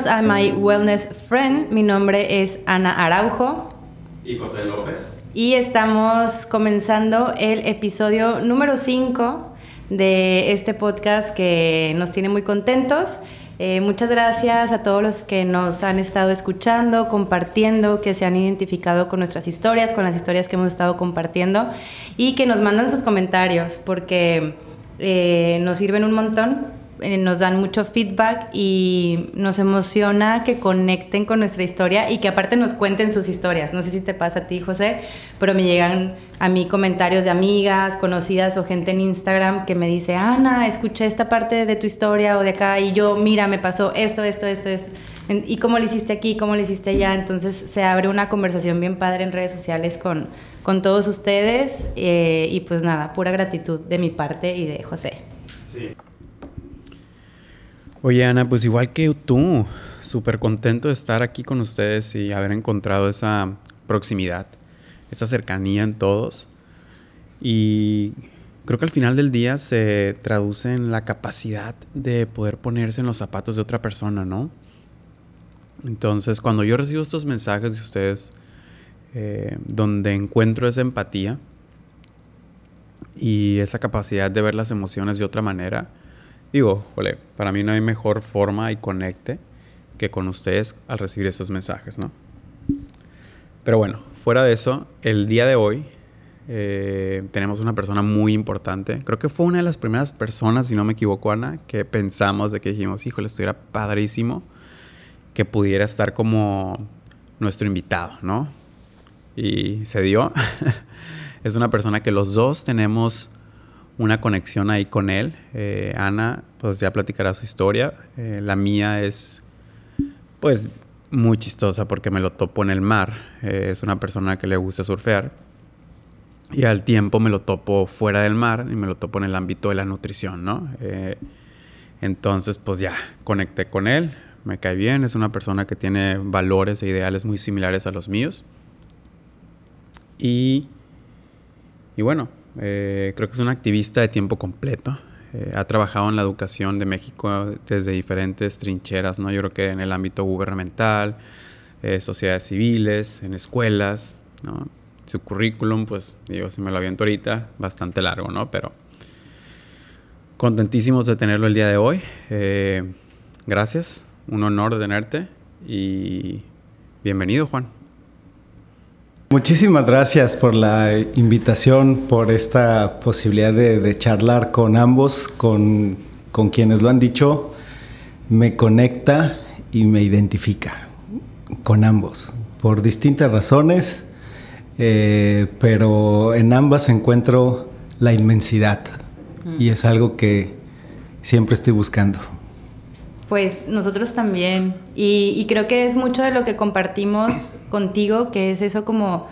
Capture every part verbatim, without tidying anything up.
Bienvenidos a My Wellness Friend. Mi nombre es Ana Araujo. Y José López. Y estamos comenzando el episodio número cinco de este podcast que nos tiene muy contentos. Eh, muchas gracias a todos los que nos han estado escuchando, compartiendo, que se han identificado con nuestras historias, con las historias que hemos estado compartiendo y que nos mandan sus comentarios porque eh, nos sirven un montón. Nos dan mucho feedback y nos emociona que conecten con nuestra historia y que aparte nos cuenten sus historias. No sé si te pasa a ti, José, pero me llegan a mí comentarios de amigas, conocidas o gente en Instagram que me dice: Ana, escuché esta parte de tu historia o de acá y yo, mira, me pasó esto, esto, esto, esto. ¿Y cómo lo hiciste aquí? ¿Cómo lo hiciste allá? Entonces se abre una conversación bien padre en redes sociales con, con todos ustedes eh, y pues nada, pura gratitud de mi parte y de José. Sí. Oye, Ana, pues igual que tú, súper contento de estar aquí con ustedes y haber encontrado esa proximidad, esa cercanía en todos. Y creo que al final del día se traduce en la capacidad de poder ponerse en los zapatos de otra persona, ¿no? Entonces, cuando yo recibo estos mensajes de ustedes, eh, donde encuentro esa empatía y esa capacidad de ver las emociones de otra manera, digo, ole, para mí no hay mejor forma y conecte que con ustedes al recibir esos mensajes, ¿no? Pero bueno, fuera de eso, el día de hoy eh, tenemos una persona muy importante. Creo que fue una de las primeras personas, si no me equivoco, Ana, que pensamos de que dijimos, híjole, estuviera padrísimo que pudiera estar como nuestro invitado, ¿no? Y se dio. Es una persona que los dos tenemos una conexión ahí con él. Eh, Ana, pues ya platicará su historia. Eh, la mía es, pues, muy chistosa porque me lo topo en el mar. Eh, es una persona que le gusta surfear. Y al tiempo me lo topo fuera del mar y me lo topo en el ámbito de la nutrición, ¿no? Eh, entonces, pues ya, conecté con él. Me cae bien. Es una persona que tiene valores e ideales muy similares a los míos. Y, y bueno, Eh, creo que es un activista de tiempo completo. Eh, ha trabajado en la educación de México desde diferentes trincheras, ¿no? Yo creo que en el ámbito gubernamental, eh, sociedades civiles, en escuelas, ¿no? Su currículum, pues, digo, si me lo aviento ahorita, bastante largo, ¿no? Pero contentísimos de tenerlo el día de hoy. Eh, gracias, un honor de tenerte y bienvenido, Juan. Muchísimas gracias por la invitación, por esta posibilidad de, de charlar con ambos, con, con quienes lo han dicho. Me conecta y me identifica con ambos, por distintas razones, eh, pero en ambas encuentro la inmensidad mm. y es algo que siempre estoy buscando. Pues nosotros también, y, y creo que es mucho de lo que compartimos contigo, que es eso como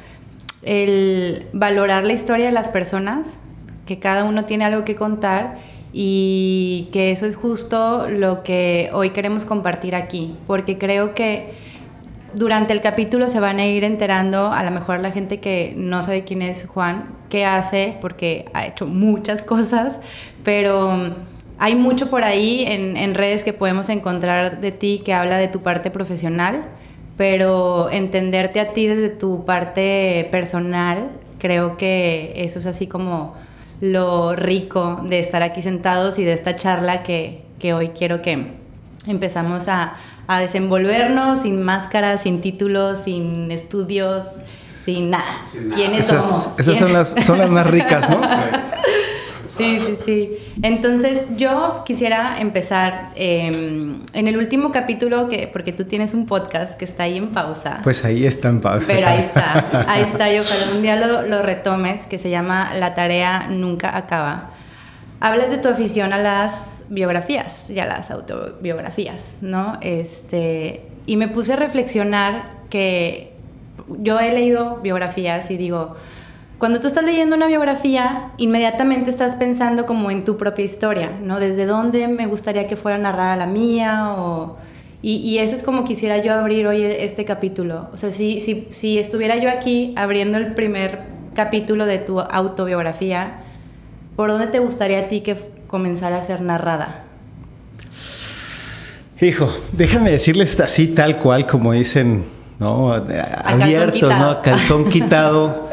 el valorar la historia de las personas, que cada uno tiene algo que contar y que eso es justo lo que hoy queremos compartir aquí, porque creo que durante el capítulo se van a ir enterando, a lo mejor la gente que no sabe quién es Juan, qué hace, porque ha hecho muchas cosas, pero hay mucho por ahí en, en redes que podemos encontrar de ti que habla de tu parte profesional, pero entenderte a ti desde tu parte personal, creo que eso es así como lo rico de estar aquí sentados y de esta charla que, que hoy quiero que empezamos a, a desenvolvernos sin máscaras, sin títulos, sin estudios, sin nada. Sin nada. ¿Quiénes esas, somos? Esas son las, son las más ricas, ¿no? Sí, sí, sí. Entonces yo quisiera empezar eh, en el último capítulo, que porque tú tienes un podcast que está ahí en pausa. Pues ahí está en pausa. Pero ahí está, ahí está. Y ojalá un día lo, lo retomes, que se llama La tarea nunca acaba. Hablas de tu afición a las biografías y a las autobiografías, ¿no? Este, y me puse a reflexionar que yo he leído biografías y digo, cuando tú estás leyendo una biografía, inmediatamente estás pensando como en tu propia historia, ¿no? ¿Desde dónde me gustaría que fuera narrada la mía? O, y, y eso es como quisiera yo abrir hoy este capítulo. O sea, si, si, si estuviera yo aquí abriendo el primer capítulo de tu autobiografía, ¿por dónde te gustaría a ti que comenzara a ser narrada? Hijo, déjame decirles así tal cual como dicen, ¿no? Abiertos, ¿no? Calzón quitado,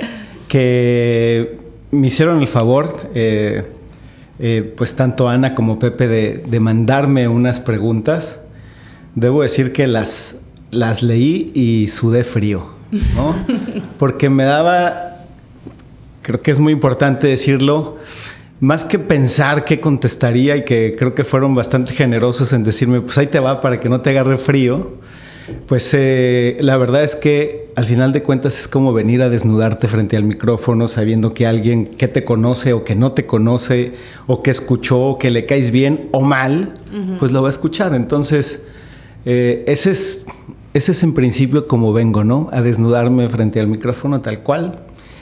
que me hicieron el favor, eh, eh, pues tanto Ana como Pepe, de, de mandarme unas preguntas. Debo decir que las, las leí y sudé frío, ¿no? Porque me daba, creo que es muy importante decirlo, más que pensar qué contestaría, y que creo que fueron bastante generosos en decirme, pues ahí te va para que no te agarre frío, pues eh, la verdad es que al final de cuentas es como venir a desnudarte frente al micrófono sabiendo que alguien que te conoce o que no te conoce o que escuchó o que le caes bien o mal, uh-huh. pues lo va a escuchar. Entonces, eh, ese es, ese es en principio como vengo, ¿no? A desnudarme frente al micrófono tal cual.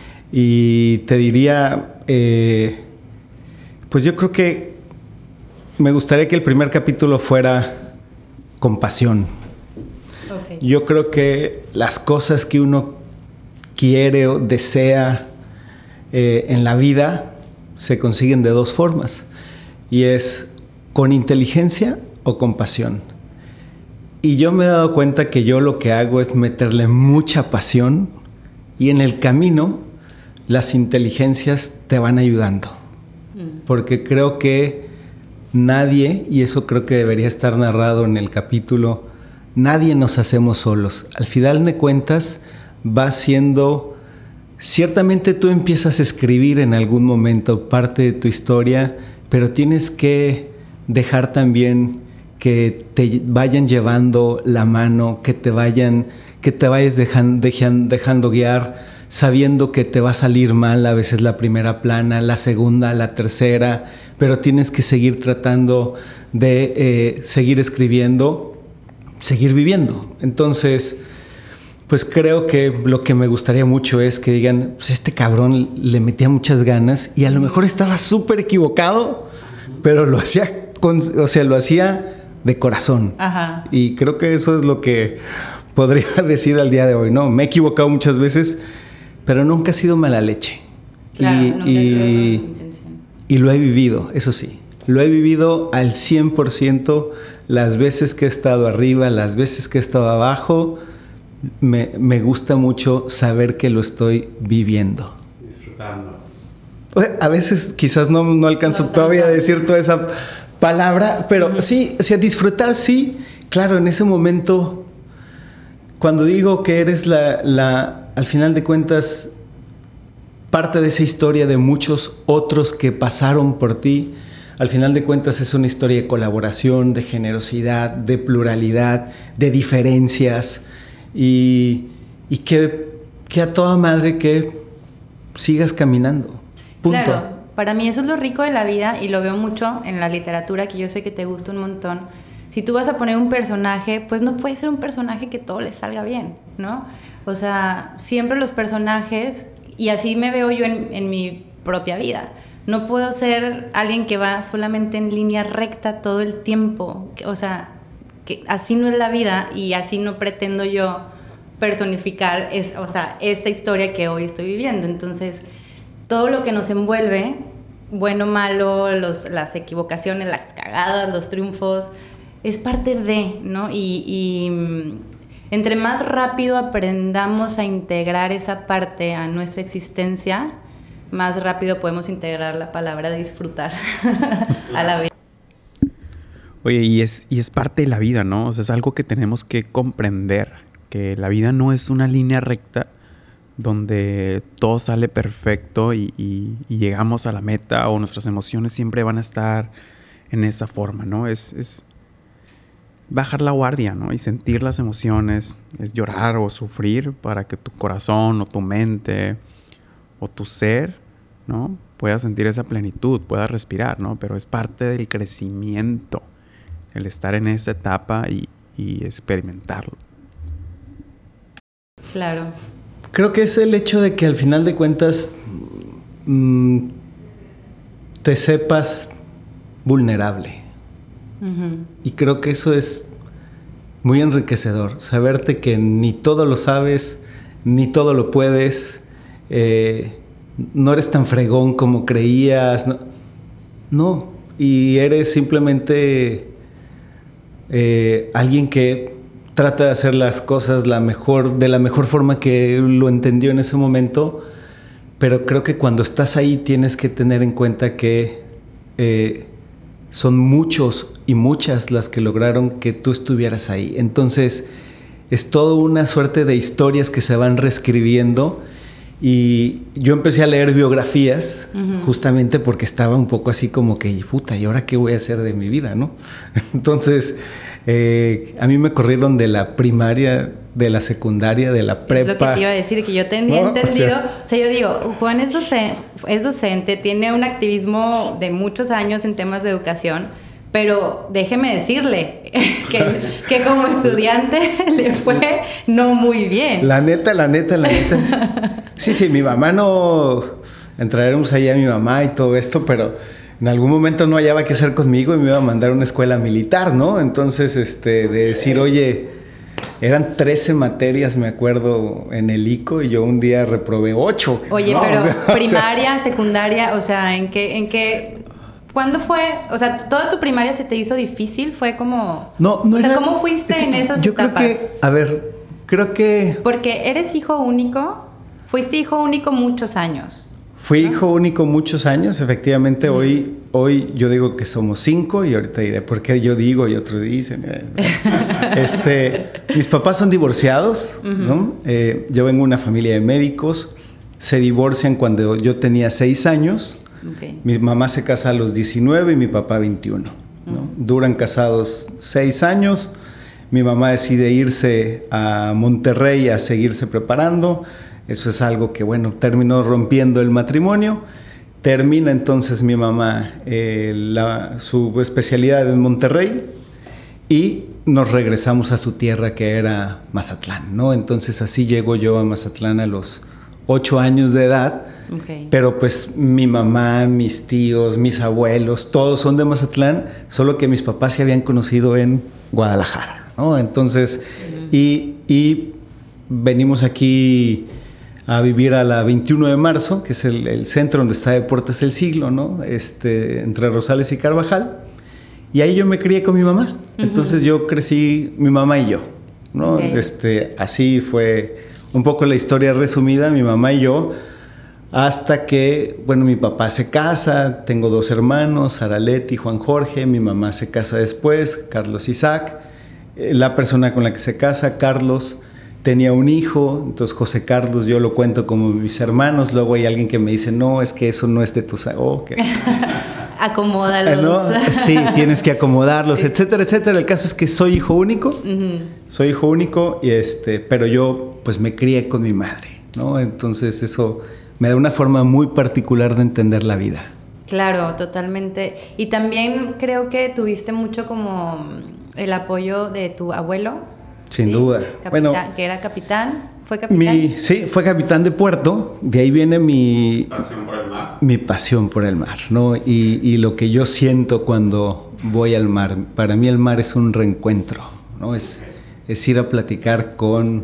Y te diría, eh, pues yo creo que me gustaría que el primer capítulo fuera compasión. Okay. Yo creo que las cosas que uno quiere o desea eh, en la vida se consiguen de dos formas, y es con inteligencia o con pasión. Y yo me he dado cuenta que yo lo que hago es meterle mucha pasión, y en el camino las inteligencias te van ayudando. Mm. Porque creo que nadie, y eso creo que debería estar narrado en el capítulo, nadie nos hacemos solos. Al final de cuentas, va siendo... Ciertamente tú empiezas a escribir en algún momento parte de tu historia, pero tienes que dejar también que te vayan llevando la mano, que te vayan, que te vayas dejan, dejan, dejando guiar, sabiendo que te va a salir mal a veces la primera plana, la segunda, la tercera, pero tienes que seguir tratando de eh, seguir escribiendo, seguir viviendo. Entonces, pues creo que lo que me gustaría mucho es que digan, pues este cabrón le metía muchas ganas y a lo mejor estaba súper equivocado, pero lo hacía, con, o sea, lo hacía de corazón. Ajá. Y creo que eso es lo que podría decir al día de hoy, ¿no? Me he equivocado muchas veces, pero nunca ha sido mala leche. Claro, y, nunca y, ha sido mala intención. Y lo he vivido, eso sí. Lo he vivido al cien por ciento, las veces que he estado arriba, las veces que he estado abajo. Me, me gusta mucho saber que lo estoy viviendo. Disfrutando. A veces quizás no, no alcanzo no, todavía no. a decir toda esa palabra, pero uh-huh. sí, o sea, disfrutar sí. Claro, en ese momento, cuando digo que eres la, la, al final de cuentas, parte de esa historia de muchos otros que pasaron por ti, al final de cuentas es una historia de colaboración, de generosidad, de pluralidad, de diferencias, y, y que, que a toda madre que sigas caminando. Punto. Claro, para mí eso es lo rico de la vida, y lo veo mucho en la literatura, que yo sé que te gusta un montón. Si tú vas a poner un personaje, pues no puede ser un personaje que todo le salga bien, ¿no? O sea, siempre los personajes, y así me veo yo en, en mi propia vida. No puedo ser alguien que va solamente en línea recta todo el tiempo. O sea, que así no es la vida, y así no pretendo yo personificar es, o sea, esta historia que hoy estoy viviendo. Entonces, todo lo que nos envuelve, bueno, malo, los, las equivocaciones, las cagadas, los triunfos, es parte de, ¿no? Y, y entre más rápido aprendamos a integrar esa parte a nuestra existencia, más rápido podemos integrar la palabra disfrutar a la vida. Oye, y es, y es parte de la vida, ¿no? O sea, es algo que tenemos que comprender, que la vida no es una línea recta donde todo sale perfecto y, y, y llegamos a la meta, o nuestras emociones siempre van a estar en esa forma, ¿no? Es, es bajar la guardia, ¿no? Y sentir las emociones, es llorar o sufrir para que tu corazón o tu mente o tu ser, ¿no? Pueda sentir esa plenitud, pueda respirar, ¿no? Pero es parte del crecimiento el estar en esa etapa y, y experimentarlo. Claro. Creo que es el hecho de que al final de cuentas mmm, te sepas vulnerable. Uh-huh. Y creo que eso es muy enriquecedor, saberte que ni todo lo sabes, ni todo lo puedes. Eh, no eres tan fregón como creías, no, no, y eres simplemente eh, alguien que trata de hacer las cosas la mejor, de la mejor forma que lo entendió en ese momento, pero creo que cuando estás ahí tienes que tener en cuenta que eh, son muchos y muchas las que lograron que tú estuvieras ahí. Entonces es toda una suerte de historias que se van reescribiendo. Y yo empecé a leer biografías uh-huh. justamente porque estaba un poco así como que, puta, ¿y ahora qué voy a hacer de mi vida, no? Entonces, eh, a mí me corrieron de la primaria, de la secundaria, de la prepa. Es lo que te iba a decir, que yo tenía ¿no? entendido. O sea, o sea, yo digo, Juan es docente, es docente, tiene un activismo de muchos años en temas de educación, pero déjeme decirle que, que como estudiante le fue no muy bien. La neta, la neta, la neta. Es, sí, sí, mi mamá no... Entraremos allá a mi mamá y todo esto, pero en algún momento no hallaba qué hacer conmigo y me iba a mandar a una escuela militar, ¿no? Entonces, este, de decir, oye, eran trece materias, me acuerdo, en el I C O y yo un día reprobé ocho. Oye, ¿no? pero o sea, primaria, o sea, secundaria, o sea, ¿en qué, en qué... ¿Cuándo fue? O sea, ¿toda tu primaria se te hizo difícil? ¿Fue como...? No, no o sea, era, ¿cómo fuiste en esas yo etapas? Creo que, a ver, creo que... Porque eres hijo único. Fuiste hijo único muchos años. Fui ¿no? hijo único muchos años. Efectivamente, mm. hoy, hoy yo digo que somos cinco y ahorita diré por qué yo digo y otros dicen. este, mis papás son divorciados, uh-huh. ¿no? Eh, yo vengo de una familia de médicos. Se divorcian cuando yo tenía seis años. Okay. Mi mamá se casa a los diecinueve y mi papá veintiuno, ¿no? Uh-huh. Duran casados seis años. Mi mamá decide irse a Monterrey a seguirse preparando. Eso es algo que, bueno, terminó rompiendo el matrimonio. Termina entonces mi mamá eh, la, su especialidad en Monterrey y nos regresamos a su tierra, que era Mazatlán, ¿no? Entonces así llego yo a Mazatlán a los ocho años de edad. Okay. Pero pues mi mamá, mis tíos, mis abuelos, todos son de Mazatlán, solo que mis papás se habían conocido en Guadalajara, ¿no? Entonces, uh-huh. y, y venimos aquí a vivir a la veintiuno de marzo, que es el, el centro donde está Deportes del Siglo, ¿no? Este, entre Rosales y Carvajal. Y ahí yo me crié con mi mamá. Uh-huh. Entonces yo crecí, mi mamá y yo, ¿no? Okay. Este, así fue un poco la historia resumida, mi mamá y yo, hasta que, bueno, mi papá se casa, tengo dos hermanos, Aralet y Juan Jorge, mi mamá se casa después, Carlos Isaac. La persona con la que se casa, Carlos, tenía un hijo, entonces José Carlos yo lo cuento como mis hermanos, luego hay alguien que me dice, no, es que eso no es de tus... Oh, okay. Acomódalos. ¿No? Sí, tienes que acomodarlos, sí. etcétera, etcétera. El caso es que soy hijo único, uh-huh. soy hijo único, y este, pero yo pues me crié con mi madre, ¿no? Entonces eso me da una forma muy particular de entender la vida. Claro, totalmente. Y también creo que tuviste mucho como el apoyo de tu abuelo. Sin sí, duda. Capitán, bueno, que era capitán, ¿fue capitán? Mi, sí, fue capitán de puerto, de ahí viene mi... Pasión por el mar. Mi pasión por el mar, ¿no? Y, y lo que yo siento cuando voy al mar, para mí el mar es un reencuentro, ¿no? Es, es ir a platicar con,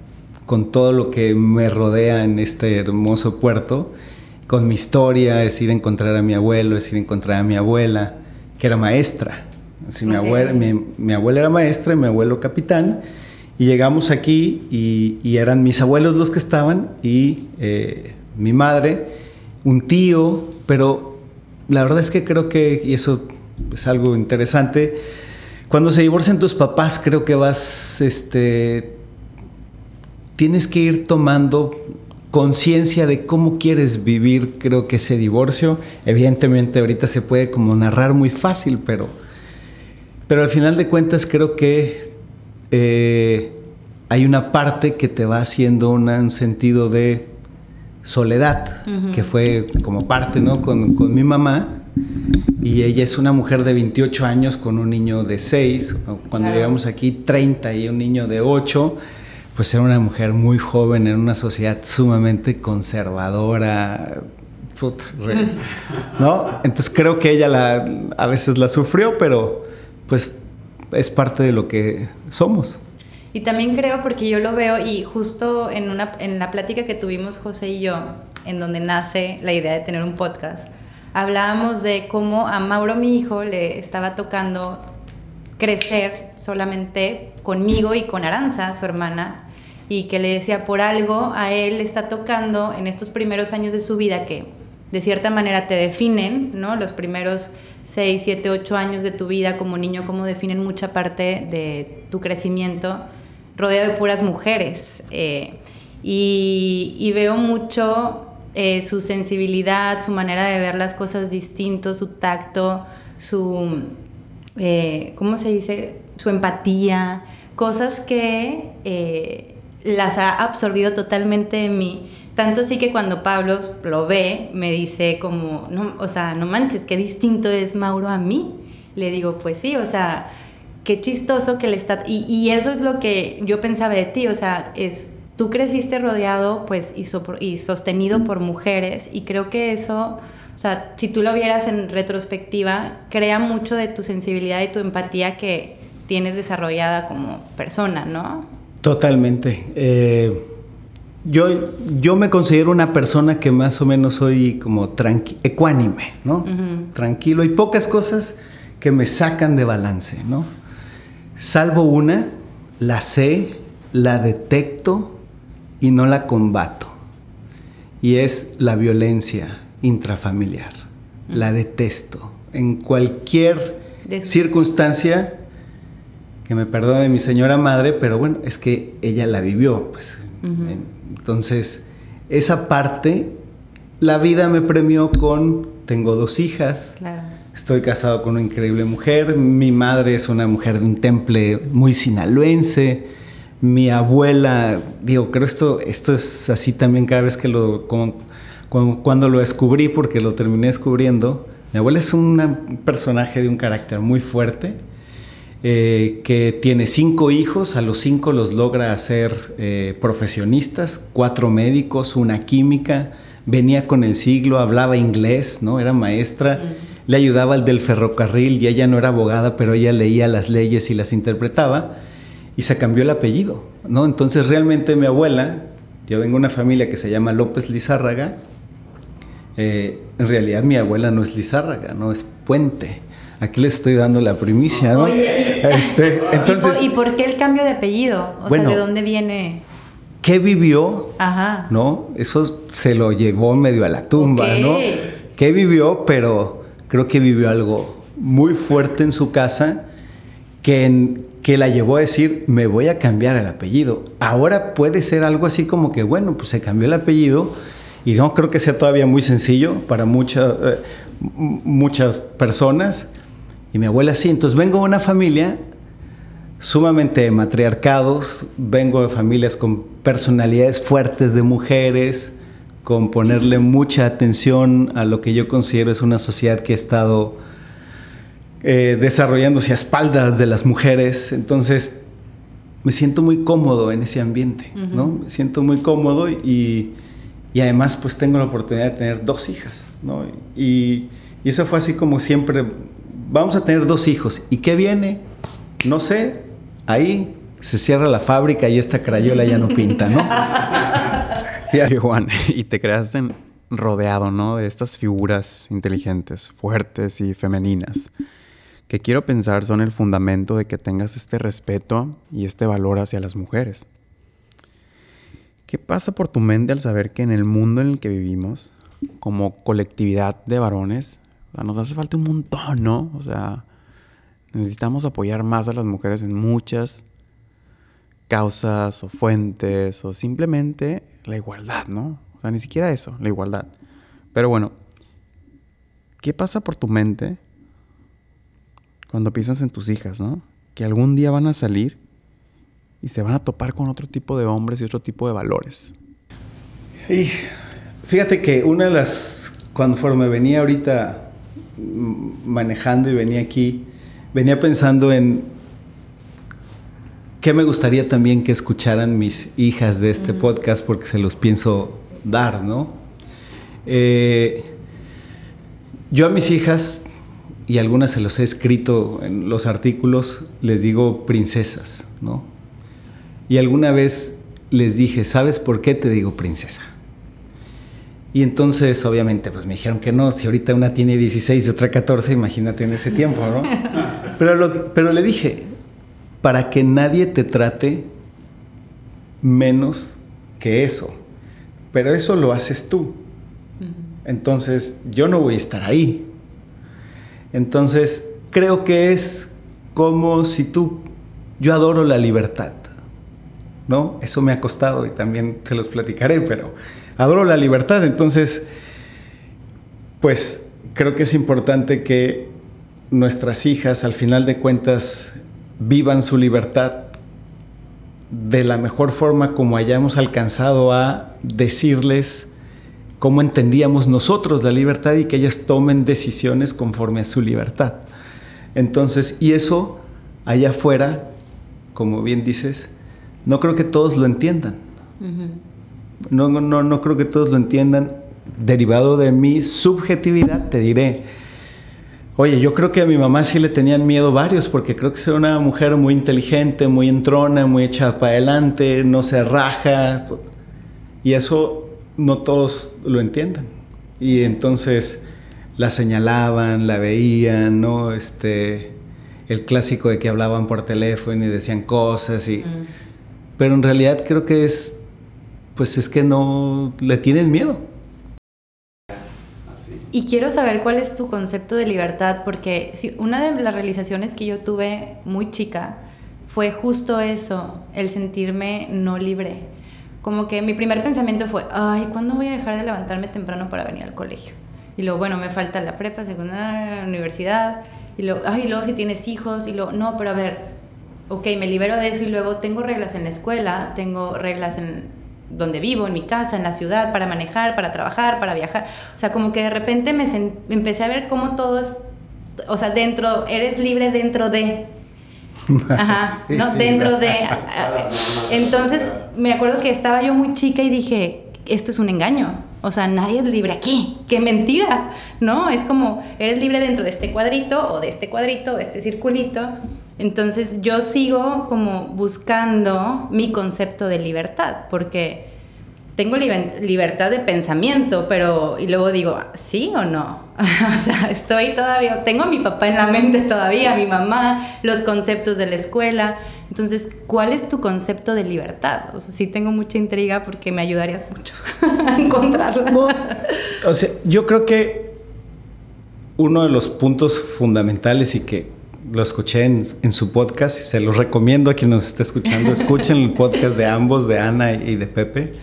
con todo lo que me rodea en este hermoso puerto, con mi historia, es ir a encontrar a mi abuelo, es ir a encontrar a mi abuela, que era maestra. Así, okay. mi, abuela, mi, mi abuela era maestra y mi abuelo capitán, y llegamos aquí y, y eran mis abuelos los que estaban y eh, mi madre, un tío, pero la verdad es que creo que, y eso es algo interesante, cuando se divorcian tus papás creo que vas, este, tienes que ir tomando conciencia de cómo quieres vivir, creo que ese divorcio. Evidentemente ahorita se puede como narrar muy fácil, pero... Pero al final de cuentas creo que eh, hay una parte que te va haciendo una, un sentido de soledad, uh-huh. que fue como parte, ¿no? Con, con mi mamá, y ella es una mujer de veintiocho años con un niño de seis, cuando claro. llegamos aquí treinta y un niño de ocho, pues era una mujer muy joven en una sociedad sumamente conservadora, puta, re, ¿no? Entonces creo que ella la, a veces la sufrió, pero... pues es parte de lo que somos. Y también creo, porque yo lo veo, y justo en, una, en la plática que tuvimos José y yo, en donde nace la idea de tener un podcast, hablábamos de cómo a Mauro, mi hijo, le estaba tocando crecer solamente conmigo y con Aranza, su hermana, y que le decía, por algo a él le está tocando en estos primeros años de su vida que de cierta manera te definen, ¿no? Los primeros seis, siete, ocho años de tu vida como niño, como definen mucha parte de tu crecimiento, rodeado de puras mujeres. Eh, y, y veo mucho eh, su sensibilidad, su manera de ver las cosas distinto, su tacto, su, eh, ¿cómo se dice? Su empatía, cosas que eh, las ha absorbido totalmente de mí. Tanto sí que cuando Pablo lo ve, me dice como, no, o sea, no manches, qué distinto es Mauro a mí. Le digo, pues sí, o sea, qué chistoso que le está... Y, y eso es lo que yo pensaba de ti, o sea, es, tú creciste rodeado, pues, y, so, y sostenido por mujeres, y creo que eso, o sea, si tú lo vieras en retrospectiva, crea mucho de tu sensibilidad y tu empatía que tienes desarrollada como persona, ¿no? Totalmente. Eh... Yo, yo me considero una persona que más o menos soy como tranqui- ecuánime, ¿no? Uh-huh. Tranquilo. Hay pocas cosas que me sacan de balance, ¿no? Salvo una, la sé, la detecto y no la combato. Y es la violencia intrafamiliar. Uh-huh. La detesto. En cualquier Des- circunstancia, que me perdone mi señora madre, pero bueno, es que ella la vivió, pues. Uh-huh. Entonces, esa parte, la vida me premió con, tengo dos hijas, claro. Estoy casado con una increíble mujer, mi madre es una mujer de un temple muy sinaloense, mi abuela, digo, creo esto, esto es así también cada vez que lo, como, como, cuando lo descubrí, porque lo terminé descubriendo, mi abuela es una, un personaje de un carácter muy fuerte, Eh, que tiene cinco hijos, a los cinco los logra hacer eh, profesionistas, cuatro médicos, una química, venía con el siglo, hablaba inglés, ¿no? Era maestra, mm. le ayudaba al del ferrocarril y ella no era abogada, pero ella leía las leyes y las interpretaba y se cambió el apellido, ¿no? Entonces realmente mi abuela, yo vengo de una familia que se llama López Lizárraga, eh, en realidad mi abuela no es Lizárraga, no es Puente. Aquí les estoy dando la primicia, ¿no? Oye, y, este, entonces, ¿y, por, ¿Y por qué el cambio de apellido? O bueno, sea, ¿de dónde viene? ¿Qué vivió? Ajá. ¿No? Eso se lo llevó medio a la tumba, okay. ¿no? ¿Qué vivió? Pero creo que vivió algo muy fuerte en su casa que, en, que la llevó a decir, me voy a cambiar el apellido. Ahora puede ser algo así como que, bueno, pues se cambió el apellido y no creo que sea todavía muy sencillo para mucha, eh, muchas personas. Y mi abuela sí, entonces vengo de una familia sumamente matriarcados, vengo de familias con personalidades fuertes de mujeres, con ponerle mucha atención a lo que yo considero es una sociedad que ha estado eh, desarrollándose a espaldas de las mujeres, entonces me siento muy cómodo en ese ambiente, uh-huh. ¿no? Me siento muy cómodo y, y además pues tengo la oportunidad de tener dos hijas, ¿no? Y, y eso fue así como siempre... Vamos a tener dos hijos. ¿Y qué viene? No sé. Ahí se cierra la fábrica y esta crayola ya no pinta, ¿no? Y Juan, y te quedaste rodeado, ¿no? De estas figuras inteligentes, fuertes y femeninas, que quiero pensar son el fundamento de que tengas este respeto y este valor hacia las mujeres. ¿Qué pasa por tu mente al saber que en el mundo en el que vivimos, como colectividad de varones, o sea, nos hace falta un montón, ¿no? O sea, necesitamos apoyar más a las mujeres en muchas causas o fuentes o simplemente la igualdad, ¿no? O sea, ni siquiera eso, la igualdad. Pero bueno, ¿qué pasa por tu mente cuando piensas en tus hijas, ¿no? Que algún día van a salir y se van a topar con otro tipo de hombres y otro tipo de valores. Y fíjate que una de las... Conforme venía ahorita manejando y venía aquí, venía pensando en qué me gustaría también que escucharan mis hijas de este uh-huh. podcast, porque se los pienso dar, ¿no? Eh, yo a mis hijas, y algunas se los he escrito en los artículos, les digo princesas, ¿no? Y alguna vez les dije, ¿sabes por qué te digo princesa? Y entonces, obviamente, pues me dijeron que no. Si ahorita una tiene dieciséis y otra catorce, imagínate en ese tiempo, ¿no? Pero, lo, pero le dije, para que nadie te trate menos que eso. Pero eso lo haces tú. Entonces, yo no voy a estar ahí. Entonces, creo que es como si tú... Yo adoro la libertad, ¿no? Eso me ha costado y también se los platicaré, pero adoro la libertad. Entonces, pues, creo que es importante que nuestras hijas, al final de cuentas, vivan su libertad de la mejor forma como hayamos alcanzado a decirles cómo entendíamos nosotros la libertad y que ellas tomen decisiones conforme a su libertad. Entonces, y eso allá afuera, como bien dices, no creo que todos lo entiendan. Uh-huh. No, no, no creo que todos lo entiendan. Derivado de mi subjetividad, te diré, oye, yo creo que a mi mamá sí le tenían miedo varios, porque creo que es una mujer muy inteligente, muy entrona, muy echada para adelante, no se raja, y eso no todos lo entiendan. Y entonces la señalaban, la veían, ¿no? Este, el clásico de que hablaban por teléfono y decían cosas, y, mm. pero en realidad creo que es, pues es que no le tienen miedo. Y quiero saber cuál es tu concepto de libertad, porque si una de las realizaciones que yo tuve muy chica fue justo eso, el sentirme no libre. Como que mi primer pensamiento fue, ay, ¿cuándo voy a dejar de levantarme temprano para venir al colegio? Y luego, bueno, me falta la prepa, secundaria, universidad, y luego, ay, y luego si tienes hijos, y luego, no, pero a ver, ok, me libero de eso, y luego tengo reglas en la escuela, tengo reglas en donde vivo, en mi casa, en la ciudad, para manejar, para trabajar, para viajar. O sea, como que de repente me sen- empecé a ver cómo todo es, o sea, dentro, eres libre dentro de... Ajá, sí, ¿no? Sí, dentro de... Entonces, me acuerdo que estaba yo muy chica y dije, esto es un engaño. O sea, nadie es libre aquí. ¡Qué mentira! ¿No? Es como, eres libre dentro de este cuadrito, o de este cuadrito, o de este circulito. Entonces, yo sigo como buscando mi concepto de libertad, porque tengo liber- libertad de pensamiento, pero... Y luego digo, ¿sí o no? O sea, estoy todavía... Tengo a mi papá en la mente todavía, a mi mamá, los conceptos de la escuela. Entonces, ¿cuál es tu concepto de libertad? O sea, sí tengo mucha intriga porque me ayudarías mucho a encontrarla. No, o sea, yo creo que uno de los puntos fundamentales y que lo escuché en, en su podcast, y se los recomiendo a quien nos esté escuchando, escuchen el podcast de ambos, de Ana y de Pepe.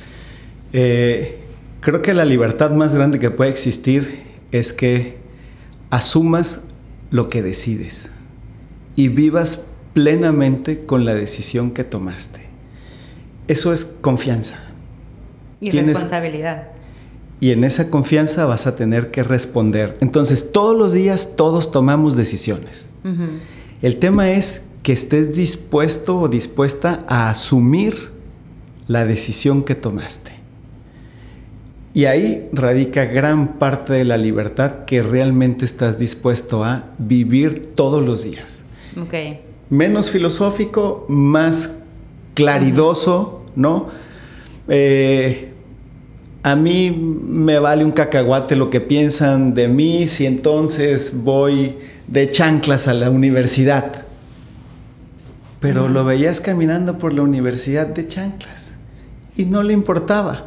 Eh, creo que la libertad más grande que puede existir es que asumas lo que decides y vivas plenamente con la decisión que tomaste. Eso es confianza. Y Tienes, responsabilidad. Y en esa confianza vas a tener que responder. Entonces, todos los días todos tomamos decisiones. Uh-huh. El tema es que estés dispuesto o dispuesta a asumir la decisión que tomaste. Y ahí radica gran parte de la libertad que realmente estás dispuesto a vivir todos los días. Okay. Menos filosófico, más claridoso, uh-huh. ¿no? Eh, a mí me vale un cacahuate lo que piensan de mí si entonces voy de chanclas a la universidad. Pero uh-huh. lo veías caminando por la universidad de chanclas y no le importaba.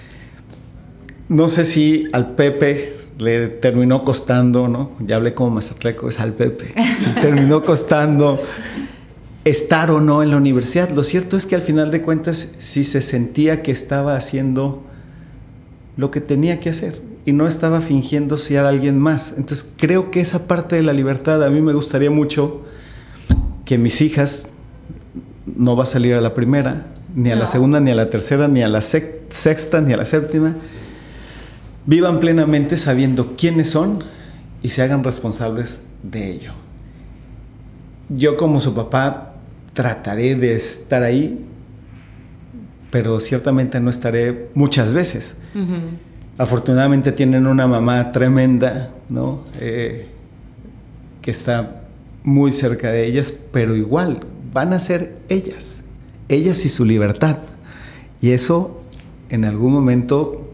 No sé si al Pepe le terminó costando, ¿no? Ya hablé como mazatleco, es al Pepe. Le terminó costando estar o no en la universidad. Lo cierto es que al final de cuentas sí se sentía que estaba haciendo lo que tenía que hacer y no estaba fingiendo ser alguien más. Entonces creo que esa parte de la libertad a mí me gustaría mucho que mis hijas, no va a salir a la primera, ni a no. la segunda, ni a la tercera, ni a la sexta, ni a la séptima, vivan plenamente sabiendo quiénes son y se hagan responsables de ello. Yo como su papá trataré de estar ahí, pero ciertamente no estaré muchas veces. Uh-huh. Afortunadamente tienen una mamá tremenda, ¿no? Eh, que está muy cerca de ellas, pero igual van a ser ellas, ellas y su libertad. Y eso en algún momento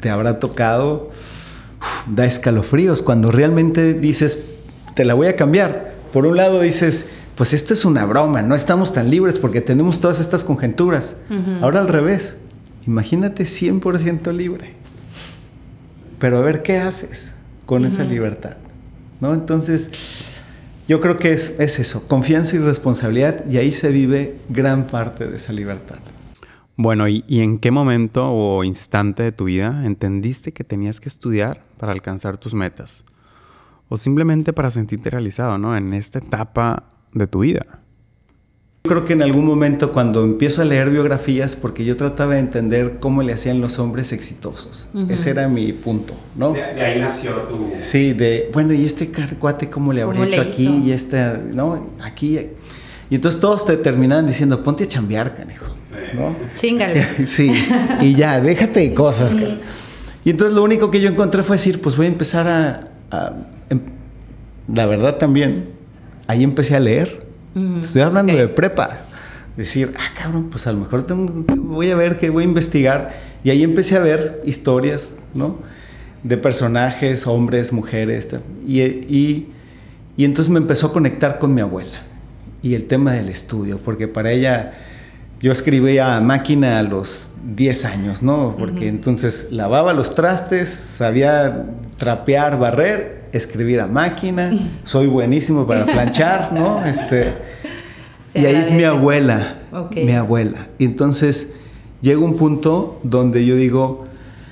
te habrá tocado, uf, da escalofríos cuando realmente dices, te la voy a cambiar. Por un lado dices, pues esto es una broma, no estamos tan libres porque tenemos todas estas conjeturas. Uh-huh. Ahora al revés, imagínate cien por ciento libre. Pero a ver qué haces con uh-huh. esa libertad, ¿no? Entonces, yo creo que es, es eso, confianza y responsabilidad, y ahí se vive gran parte de esa libertad. Bueno, ¿y, y en qué momento o instante de tu vida entendiste que tenías que estudiar para alcanzar tus metas? O simplemente para sentirte realizado, ¿no? En esta etapa de tu vida. Creo que en algún momento cuando empiezo a leer biografías, porque yo trataba de entender cómo le hacían los hombres exitosos. Uh-huh. Ese era mi punto, ¿no? De, de ahí nació tu... Sí, de, bueno, ¿y este cuate cómo le habría hecho aquí? Y este, ¿no? Aquí. Y entonces todos te terminaban diciendo, ponte a chambear, canijo. Sí. ¿No? Chíngale. Sí, y ya, déjate de cosas. Uh-huh. Y entonces lo único que yo encontré fue decir, pues voy a empezar a... a em, la verdad también, ahí empecé a leer. Mm, Estoy hablando okay. de prepa. Decir, ah, cabrón, pues a lo mejor tengo, voy a ver, que voy a investigar. Y ahí empecé a ver historias, ¿no? De personajes, hombres, mujeres. Y, y, y entonces me empezó a conectar con mi abuela. Y el tema del estudio, porque para ella, yo escribía a máquina a los diez años, ¿no? Porque uh-huh. entonces lavaba los trastes, sabía trapear, barrer, escribir a máquina, soy buenísimo para planchar, ¿no? Este, y ahí es mi abuela, okay. mi abuela. Y entonces llega un punto donde yo digo,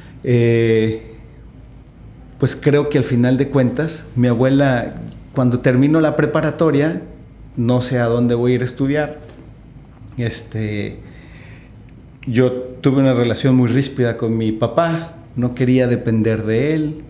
eh, pues creo que al final de cuentas, mi abuela, cuando termino la preparatoria, no sé a dónde voy a ir a estudiar. Este, yo tuve una relación muy ríspida con mi papá, no quería depender de él.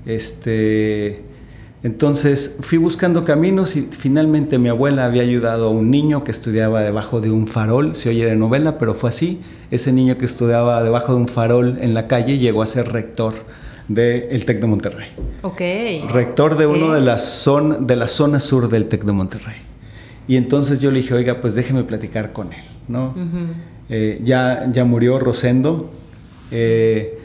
Este, entonces fui buscando caminos y finalmente mi abuela había ayudado a un niño que estudiaba debajo de un farol, se oye de novela, pero fue así. Ese niño que estudiaba debajo de un farol en la calle llegó a ser rector del TEC de Monterrey. Okay. Rector de okay. uno de la, zona, de la zona sur del TEC de Monterrey. Y entonces yo le dije, oiga, pues déjeme platicar con él, ¿no? Uh-huh. Eh, ya, ya murió Rosendo, eh,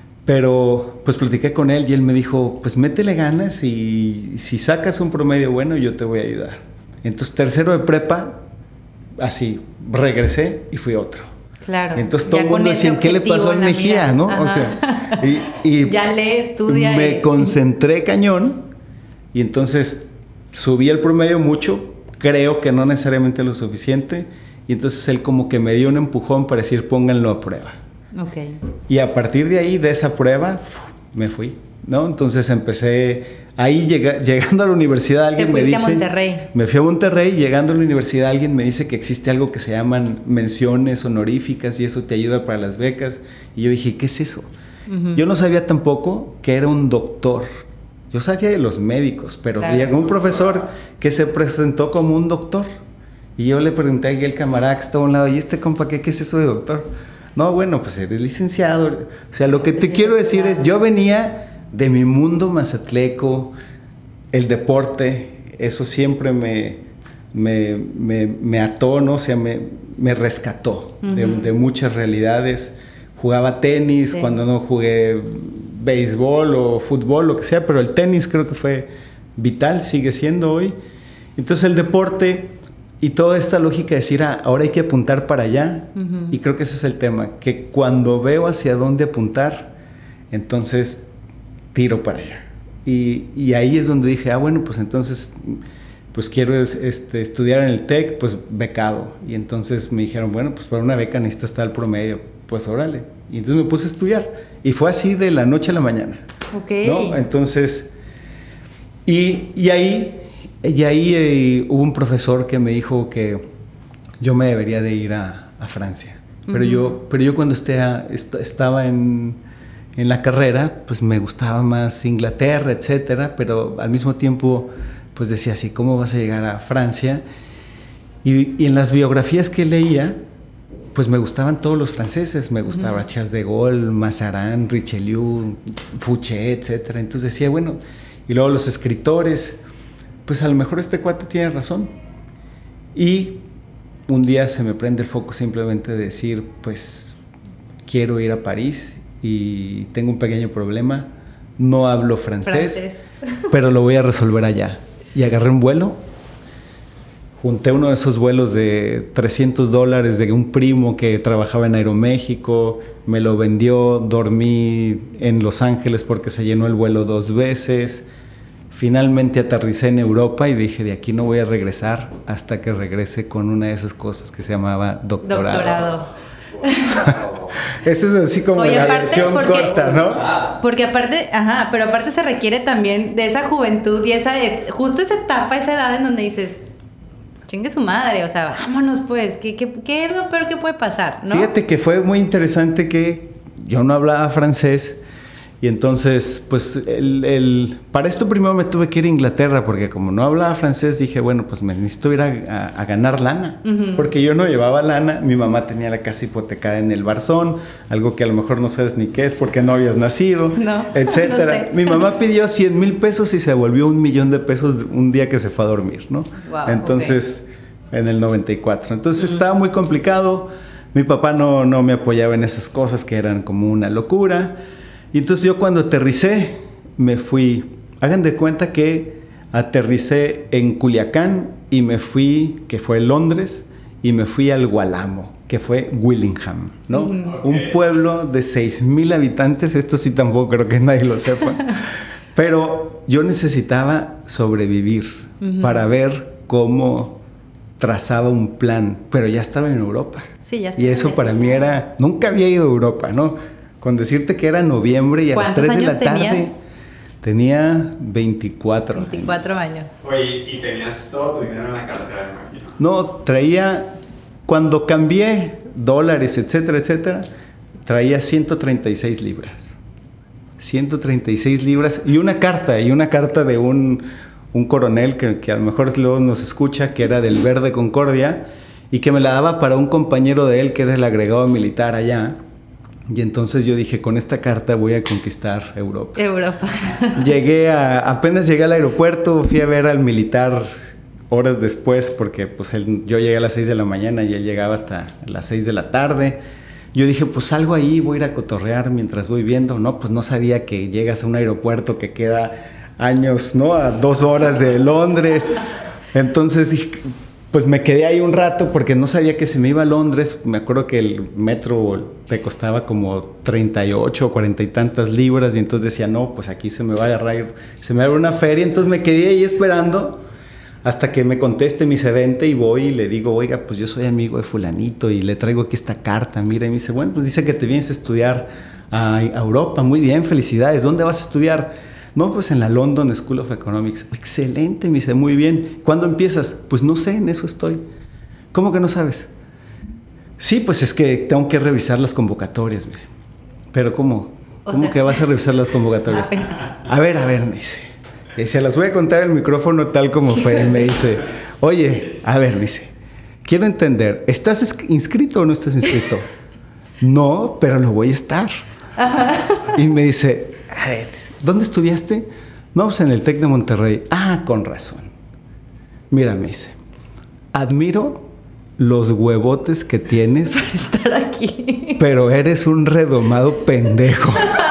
pero pues platiqué con él y él me dijo, pues métele ganas y si sacas un promedio bueno yo te voy a ayudar. Entonces tercero de prepa, así, regresé y fui otro. Claro. Entonces todo el mundo decía, ¿qué le pasó al Mejía? ¿No? O sea, y, y ya lee, estudia. Me y... concentré cañón y entonces subí el promedio mucho, creo que no necesariamente lo suficiente, y entonces él como que me dio un empujón para decir, pónganlo a prueba. Okay. Y a partir de ahí, de esa prueba, me fui, ¿no? Entonces empecé, ahí llega, llegando a la universidad alguien me dice... ¿Te fuiste a Monterrey? Me fui a Monterrey, llegando a la universidad alguien me dice que existe algo que se llaman menciones honoríficas y eso te ayuda para las becas. Y yo dije, ¿qué es eso? Uh-huh. Yo no sabía tampoco que era un doctor. Yo sabía de los médicos, pero claro. llegó un profesor que se presentó como un doctor. Y yo le pregunté a aquel camarada que estaba a un lado, ¿y este compa qué, qué es eso de doctor? No, bueno, pues eres licenciado. O sea, lo que te quiero decir es, yo venía de mi mundo mazatleco, el deporte, eso siempre me, me, me, me ató, ¿no? O sea, me, me rescató uh-huh. de, de muchas realidades. Jugaba tenis, sí. cuando no jugué béisbol o fútbol, lo que sea, pero el tenis creo que fue vital, sigue siendo hoy. Entonces el deporte y toda esta lógica de decir, ah, ahora hay que apuntar para allá, uh-huh. y creo que ese es el tema, que cuando veo hacia dónde apuntar, entonces tiro para allá. Y, y ahí es donde dije, ah, bueno, pues entonces, pues quiero este, estudiar en el TEC, pues becado. Y entonces me dijeron, bueno, pues para una beca necesitas estar al promedio, pues órale. Y entonces me puse a estudiar. Y fue así de la noche a la mañana. Ok. ¿No? Entonces, y, y ahí... Y ahí eh, hubo un profesor que me dijo que yo me debería de ir a, a Francia. Pero, uh-huh. yo, pero yo cuando esté a, est- estaba en, en la carrera, pues me gustaba más Inglaterra, etcétera. Pero al mismo tiempo, pues decía así, ¿cómo vas a llegar a Francia? Y, y en las biografías que leía, pues me gustaban todos los franceses. Me gustaba uh-huh. Charles de Gaulle, Mazarin, Richelieu, Fouché, etcétera. Entonces decía, bueno, y luego los escritores... pues a lo mejor este cuate tiene razón. Y un día se me prende el foco simplemente de decir, pues quiero ir a París y tengo un pequeño problema. No hablo francés, Francés. pero lo voy a resolver allá. Y agarré un vuelo. Junté uno de esos vuelos de trescientos dólares de un primo que trabajaba en Aeroméxico. Me lo vendió, dormí en Los Ángeles porque se llenó el vuelo dos veces. Finalmente aterricé en Europa y dije, de aquí no voy a regresar hasta que regrese con una de esas cosas que se llamaba doctorado. Doctorado. Eso es así como Oye, la aparte, versión porque- corta, ¿no? Porque aparte, ajá, pero aparte se requiere también de esa juventud y esa, et- justo esa etapa, esa edad en donde dices, chingue su madre, o sea, vámonos pues, ¿qué, qué, qué es lo peor que puede pasar, no? Fíjate que fue muy interesante que yo no hablaba francés y entonces, pues, el, el, para esto primero me tuve que ir a Inglaterra porque como no hablaba francés dije, bueno, pues me necesito ir a, a, a ganar lana, uh-huh. porque yo no llevaba lana, mi mamá tenía la casa hipotecada en el Barzón, algo que a lo mejor no sabes ni qué es porque no habías nacido, no, etcétera. No sé. Mi mamá pidió cien mil pesos y se volvió un millón de pesos un día que se fue a dormir, ¿no? Wow, entonces, okay. En el noventa y cuatro. Entonces uh-huh. estaba muy complicado. Mi papá no, no me apoyaba en esas cosas que eran como una locura. Y entonces yo cuando aterricé, me fui. Hagan de cuenta que aterricé en Culiacán y me fui, que fue Londres, y me fui al Gualamo, que fue Willingham, ¿no? Uh-huh. Okay. Un pueblo de seis mil habitantes. Esto sí tampoco creo que nadie lo sepa. Pero yo necesitaba sobrevivir uh-huh. para ver cómo trazaba un plan, pero ya estaba en Europa. Sí, ya estaba. Y eso para mí era... Nunca había ido a Europa, ¿no? Con decirte que era noviembre y a las tres de la tarde... Tenías? Tenía veinticuatro. veinticuatro años. Oye, ¿y tenías todo tu dinero en la cartera, me imagino? No, traía... Cuando cambié dólares, etcétera, etcétera, traía ciento treinta y seis libras. ciento treinta y seis libras y una carta, y una carta de un... un coronel que, que a lo mejor luego nos escucha, que era del Verde Concordia, y que me la daba para un compañero de él que era el agregado militar allá. Y entonces yo dije, con esta carta voy a conquistar Europa. Europa. Llegué a, apenas llegué al aeropuerto, fui a ver al militar horas después, porque pues él, yo llegué a las seis de la mañana y él llegaba hasta las seis de la tarde. Yo dije, pues salgo ahí, voy a ir a cotorrear mientras voy viendo. No, pues no sabía que llegas a un aeropuerto que queda años, ¿no? A dos horas de Londres. Entonces dije, pues me quedé ahí un rato porque no sabía que se me iba a Londres. Me acuerdo que el metro te costaba como treinta y ocho o cuarenta y tantas libras y entonces decía, no, pues aquí se me va a agarrar, se me va a dar una feria. Entonces me quedé ahí esperando hasta que me conteste mi sedente y voy y le digo, oiga, pues yo soy amigo de fulanito y le traigo aquí esta carta, mira. Y me dice, bueno, pues dice que te vienes a estudiar a, a Europa. Muy bien, felicidades. ¿Dónde vas a estudiar? No, pues en la London School of Economics. Excelente, me dice, muy bien. ¿Cuándo empiezas? Pues no sé, en eso estoy. ¿Cómo que no sabes? Sí, pues es que tengo que revisar las convocatorias, me dice. Pero ¿cómo? ¿Cómo o sea, que vas a revisar las convocatorias? A ver, a ver, me dice. Y se las voy a contar en el micrófono tal como fue. Y me dice, oye, a ver, me dice, quiero entender, ¿estás inscrito o no estás inscrito? No, pero lo voy a estar. Ajá. Y me dice, a ver, ¿dónde estudiaste? No, pues en el TEC de Monterrey. Ah, con razón. Mira, me dice, admiro los huevotes que tienes para estar aquí, pero eres un redomado pendejo.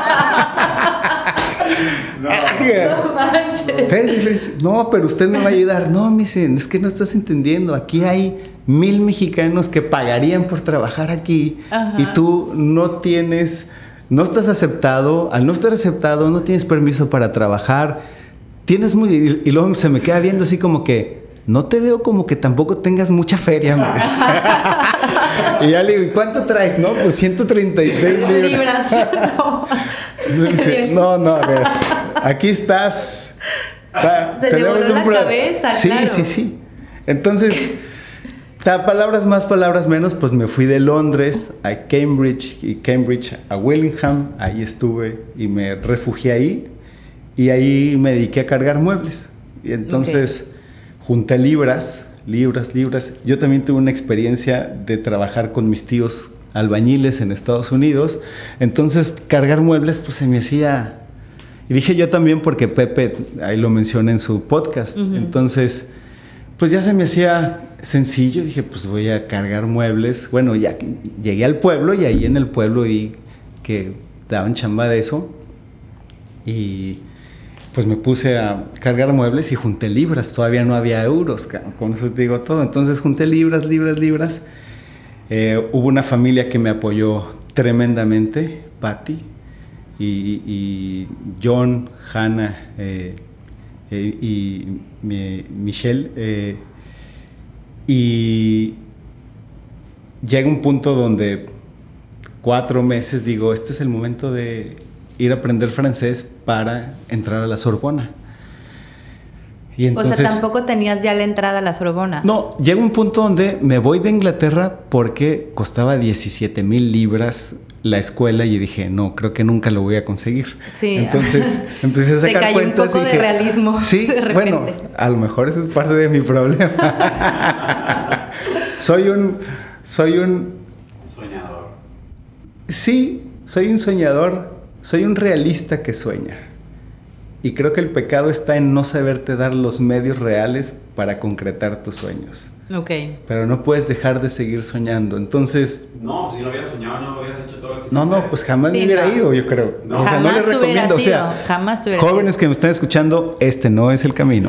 No, no manches. Espérese, espérese. No, pero usted me va a ayudar. No, me dice, es que no estás entendiendo. Aquí hay mil mexicanos que pagarían por trabajar aquí. Ajá. Y tú no tienes... No estás aceptado, al no estar aceptado, no tienes permiso para trabajar, tienes muy... Y luego se me queda viendo así como que, no te veo como que tampoco tengas mucha feria, me dice. Y ya le digo, ¿y cuánto traes? No, pues ciento treinta y seis libras. No. Me dice, no, no, a ver, aquí estás. Va, se le voló la pro... cabeza, sí, claro. Sí, sí, sí. Entonces... palabras más, palabras menos, pues me fui de Londres a Cambridge y Cambridge a Willingham, ahí estuve y me refugié ahí y ahí me dediqué a cargar muebles y entonces okay. junté libras, libras, libras. Yo también tuve una experiencia de trabajar con mis tíos albañiles en Estados Unidos, entonces cargar muebles pues se me hacía, y dije yo también porque Pepe ahí lo menciona en su podcast, uh-huh. entonces pues ya se me hacía sencillo, dije pues voy a cargar muebles. Bueno, ya llegué al pueblo y ahí en el pueblo y que daban chamba de eso. Y pues me puse a cargar muebles y junté libras. Todavía no había euros, con eso te digo todo. Entonces junté libras, libras, libras. Eh, hubo una familia que me apoyó tremendamente, Patty y, y John, Hannah eh, eh, y mi, Michelle. Eh, y llega un punto donde cuatro meses digo, este es el momento de ir a aprender francés para entrar a la Sorbona. Y entonces, o sea, tampoco tenías ya la entrada a la Sorbona. No, llega un punto donde me voy de Inglaterra porque costaba diecisiete mil libras la escuela y dije, no, creo que nunca lo voy a conseguir. Sí. Entonces empecé a sacar Te cayó cuentas un poco y dije, de realismo. Sí, de bueno, a lo mejor eso es parte de mi problema. soy un, soy un... Soñador. Sí, soy un soñador, soy un realista que sueña. Y creo que el pecado está en no saberte dar los medios reales para concretar tus sueños. Ok. Pero no puedes dejar de seguir soñando. Entonces... No, si no hubieras soñado, no hubieras hecho todo lo que No, no, pues jamás sí, me hubiera no. ido, yo creo. No. O sea, Jamás no les te hubieras recomiendo. O sea, ido, jamás te hubieras jóvenes ido. que me están escuchando, este no es el camino.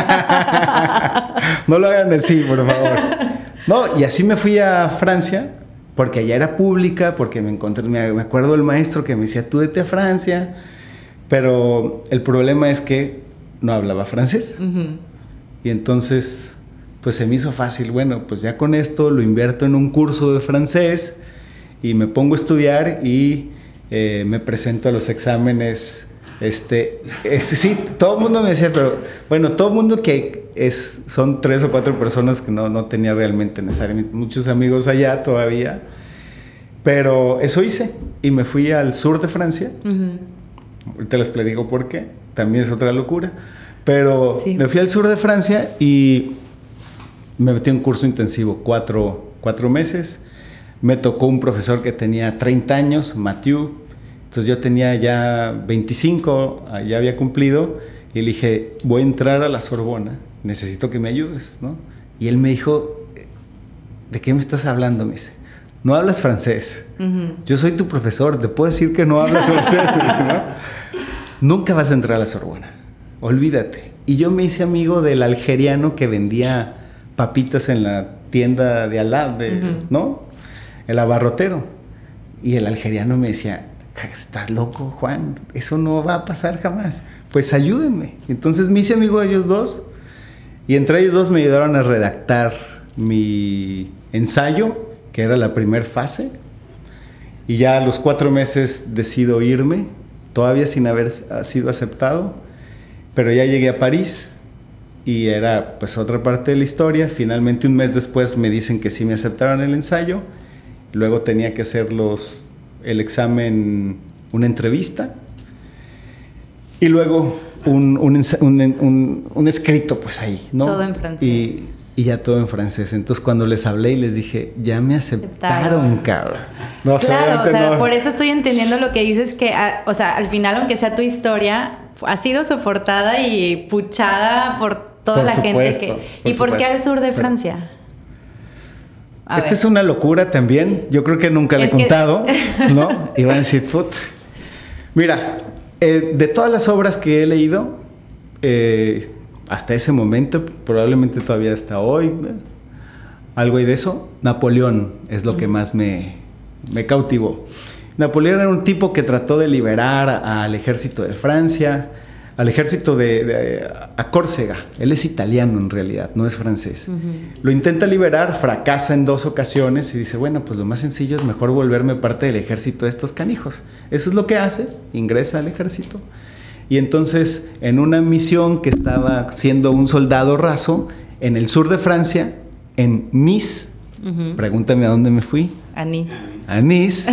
No lo hagan así, por favor. No, y así me fui a Francia, porque allá era pública, porque me encontré, me, me acuerdo del maestro que me decía, tú vete a Francia. Pero el problema es que no hablaba francés. Uh-huh. Y entonces, pues se me hizo fácil. Bueno, pues ya con esto lo invierto en un curso de francés y me pongo a estudiar y eh, me presento a los exámenes. Este, este, sí, todo el mundo me decía, pero bueno, todo el mundo que es, son tres o cuatro personas que no, no tenía realmente necesariamente muchos amigos allá todavía. Pero eso hice y me fui al sur de Francia. Uh-huh. Ahorita les platico por qué, también es otra locura. Pero sí. Me fui al sur de Francia y me metí en un curso intensivo, cuatro, cuatro meses. Me tocó un profesor que tenía treinta años, Mathieu. Entonces yo tenía ya veinticinco, ya había cumplido. Y le dije, voy a entrar a la Sorbona, necesito que me ayudes, ¿no? Y él me dijo, ¿de qué me estás hablando? Me dice, no hablas francés. Uh-huh. Yo soy tu profesor, te puedo decir que no hablas francés, ¿no? Nunca vas a entrar a la Sorbona, olvídate. Y yo me hice amigo del algeriano que vendía papitas en la tienda de al lado, de, uh-huh. ¿no? El abarrotero. Y el algeriano me decía, ¿estás loco, Juan? Eso no va a pasar jamás. Pues ayúdenme. Entonces me hice amigo de ellos dos y entre ellos dos me ayudaron a redactar mi ensayo, que era la primera fase, y ya a los cuatro meses decido irme, todavía sin haber sido aceptado, pero ya llegué a París y era pues otra parte de la historia. Finalmente un mes después me dicen que sí me aceptaron el ensayo, luego tenía que hacer los, el examen, una entrevista y luego un, un, un, un, un escrito pues ahí, ¿no? Todo en francés. Y, Y ya todo en francés. Entonces, cuando les hablé y les dije, ya me aceptaron, cabrón. No, claro, o sea, no. por eso estoy entendiendo lo que dices, que, a, o sea, al final, aunque sea tu historia, ha sido soportada y puchada por toda por la supuesto, gente que... por ¿Y por supuesto. qué al sur de Francia? A Esta ver. Es una locura también. Yo creo que nunca le he contado, que... ¿no? Y van a decir, put. Mira, eh, de todas las obras que he leído... Eh, hasta ese momento, probablemente todavía hasta hoy, algo hay de eso. Napoleón es lo que más me, me cautivó. Napoleón era un tipo que trató de liberar a, al ejército de Francia, al ejército de, de a Córcega. Él es italiano en realidad, no es francés. Uh-huh. Lo intenta liberar, fracasa en dos ocasiones y dice, bueno, pues lo más sencillo es mejor volverme parte del ejército de estos canijos. Eso es lo que hace, ingresa al ejército. Y entonces, en una misión que estaba siendo un soldado raso, en el sur de Francia, en Nice, uh-huh. Pregúntame a dónde me fui. A Nice. A Nice.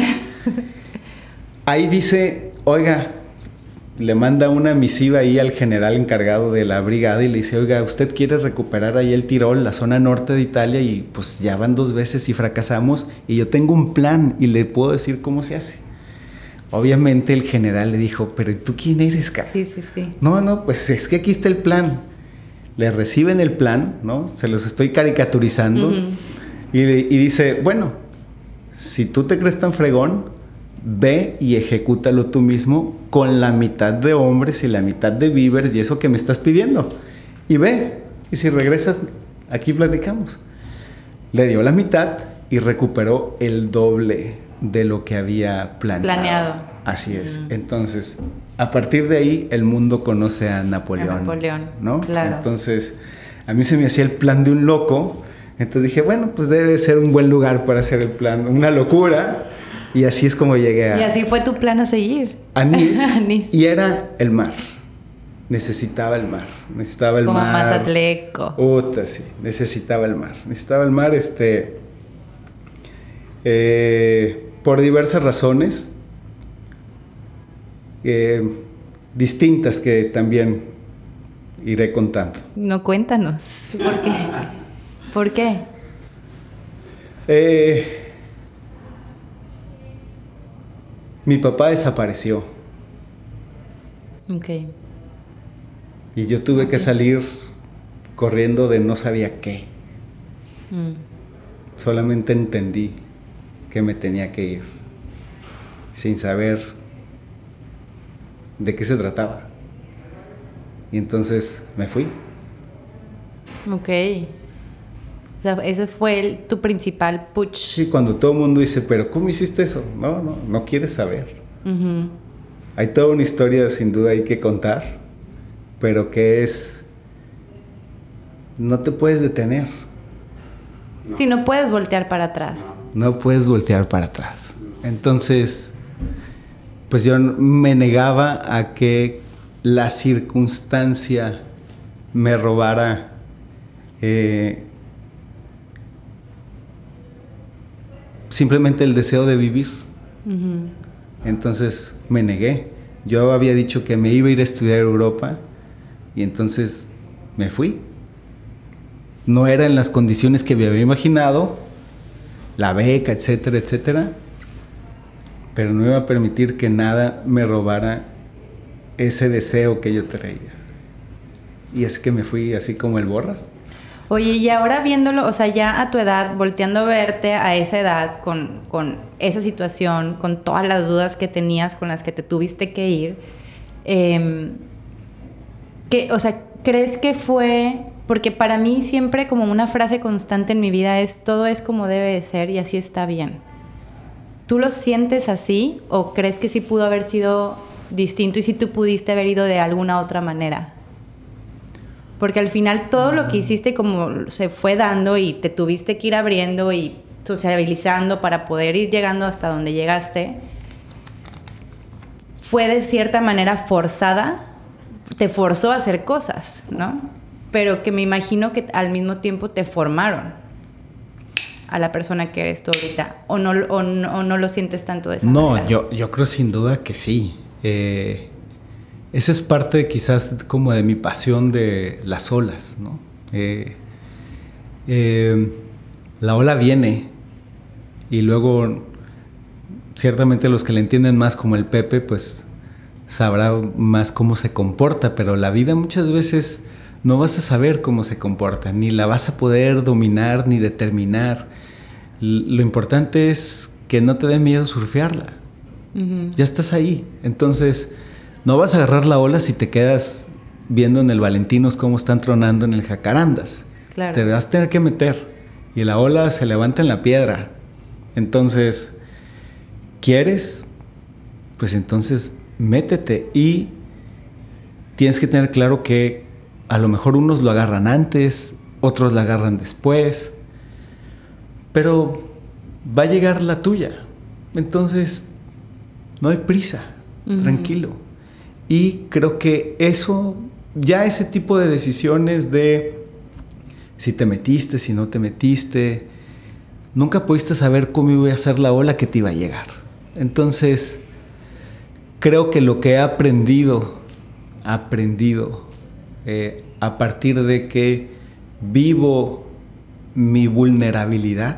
Ahí dice, oiga, le manda una misiva ahí al general encargado de la brigada y le dice, oiga, usted quiere recuperar ahí el Tirol, la zona norte de Italia, y pues ya van dos veces y fracasamos, y yo tengo un plan y le puedo decir cómo se hace. Obviamente el general le dijo, pero ¿tú quién eres, cara? Sí, sí, sí. No, no, pues es que aquí está el plan. Le reciben el plan, ¿no? Se los estoy caricaturizando. Uh-huh. y, y dice, bueno, si tú te crees tan fregón, ve y ejecútalo tú mismo con la mitad de hombres y la mitad de beavers y eso que me estás pidiendo. Y ve, y si regresas, aquí platicamos. Le dio la mitad y recuperó el doble de lo que había planeado. Planeado. Así es. Mm. Entonces, a partir de ahí, el mundo conoce a Napoleón. A Napoleón, ¿no? Claro. Entonces, a mí se me hacía el plan de un loco. Entonces dije, bueno, pues debe ser un buen lugar para hacer el plan. Una locura. Y así es como llegué a... Y así fue tu plan a seguir. A Nice. A Nice. Y era el mar. Necesitaba el mar. Necesitaba el como mar. Como Mazatleco. Uta, sí. Necesitaba el mar. Necesitaba el mar, este... Eh, por diversas razones. Eh, distintas que también iré contando. No, cuéntanos. ¿Por qué? ¿Por qué? Eh... Mi papá desapareció. Ok. Y yo tuve que salir corriendo de no sabía qué. Mm. Solamente entendí que me tenía que ir, sin saber de qué se trataba. Y entonces me fui. Ok. O sea, ese fue el, tu principal push. Sí, cuando todo el mundo dice, pero ¿cómo hiciste eso? No, no, no quieres saber. Uh-huh. Hay toda una historia sin duda hay que contar, pero que es... No te puedes detener. No. Sí, no puedes voltear para atrás. No puedes voltear para atrás. Entonces, pues yo me negaba a que la circunstancia me robara... Eh, simplemente el deseo de vivir. Uh-huh. Entonces me negué. Yo había dicho que me iba a ir a estudiar a Europa y entonces me fui. No era en las condiciones que me había imaginado, la beca, etcétera, etcétera, pero no iba a permitir que nada me robara ese deseo que yo traía. Y es que me fui así como el Borras. Oye, y ahora viéndolo, o sea, ya a tu edad, volteando a verte a esa edad, con, con esa situación, con todas las dudas que tenías, con las que te tuviste que ir, eh, que, o sea, ¿crees que fue...? Porque para mí siempre como una frase constante en mi vida es, todo es como debe de ser y así está bien. ¿Tú lo sientes así o crees que sí pudo haber sido distinto y si tú pudiste haber ido de alguna otra manera? Porque al final todo lo que hiciste como se fue dando y te tuviste que ir abriendo y sociabilizando para poder ir llegando hasta donde llegaste, fue de cierta manera forzada, te forzó a hacer cosas, ¿no? Pero que me imagino que al mismo tiempo te formaron a la persona que eres tú ahorita, o no, o no, o no lo sientes tanto de esa no, manera. No, yo, yo creo sin duda que sí. Eh... Esa es parte quizás como de mi pasión de las olas, ¿no? Eh, eh, la ola viene y luego ciertamente los que le entienden más como el Pepe pues sabrá más cómo se comporta, pero la vida muchas veces no vas a saber cómo se comporta, ni la vas a poder dominar ni determinar. L- lo importante es que no te dé miedo surfearla. Uh-huh. Ya estás ahí, entonces... No vas a agarrar la ola si te quedas viendo en el Valentinos cómo están tronando en el Jacarandas. Claro. Te vas a tener que meter. Y la ola se levanta en la piedra. Entonces, ¿quieres? Pues entonces métete. Y tienes que tener claro que a lo mejor unos lo agarran antes, otros la agarran después. Pero va a llegar la tuya. Entonces, no hay prisa. Uh-huh. Tranquilo. Y creo que eso, ya ese tipo de decisiones de si te metiste, si no te metiste, nunca pudiste saber cómo iba a ser la ola que te iba a llegar. Entonces, creo que lo que he aprendido, aprendido eh, a partir de que vivo mi vulnerabilidad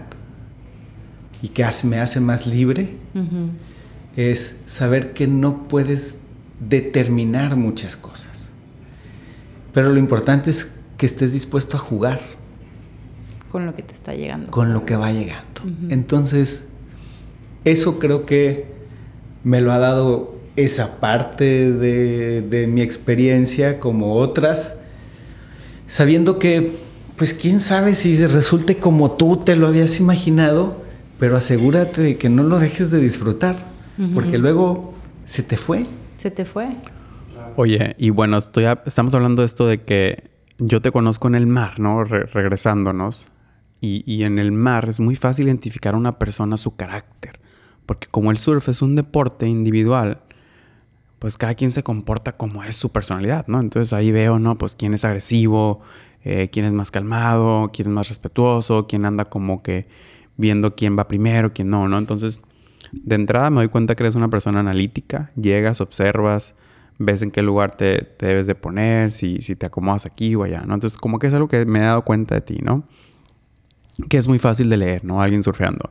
y que hace, me hace más libre, uh-huh. es saber que no puedes determinar muchas cosas. Pero lo importante es que estés dispuesto a jugar. Con lo que te está llegando. Con lo que va llegando. Uh-huh. Entonces, eso creo que me lo ha dado esa parte de, de mi experiencia como otras, sabiendo que, pues quién sabe si resulte como tú te lo habías imaginado, pero asegúrate de que no lo dejes de disfrutar, uh-huh. porque luego se te fue. Se te fue. Oye, y bueno, estoy a, estamos hablando de esto de que yo te conozco en el mar, ¿no? Re- regresándonos. Y, y en el mar es muy fácil identificar a una persona su carácter. Porque como el surf es un deporte individual, pues cada quien se comporta como es su personalidad, ¿no? Entonces ahí veo, ¿no? Pues quién es agresivo, eh, quién es más calmado, quién es más respetuoso, quién anda como que viendo quién va primero, quién no, ¿no? Entonces, de entrada me doy cuenta que eres una persona analítica. Llegas, observas, ves en qué lugar te, te debes de poner, si, si te acomodas aquí o allá, ¿no? Entonces, como que es algo que me he dado cuenta de ti, ¿no? Que es muy fácil de leer, ¿no? Alguien surfeando.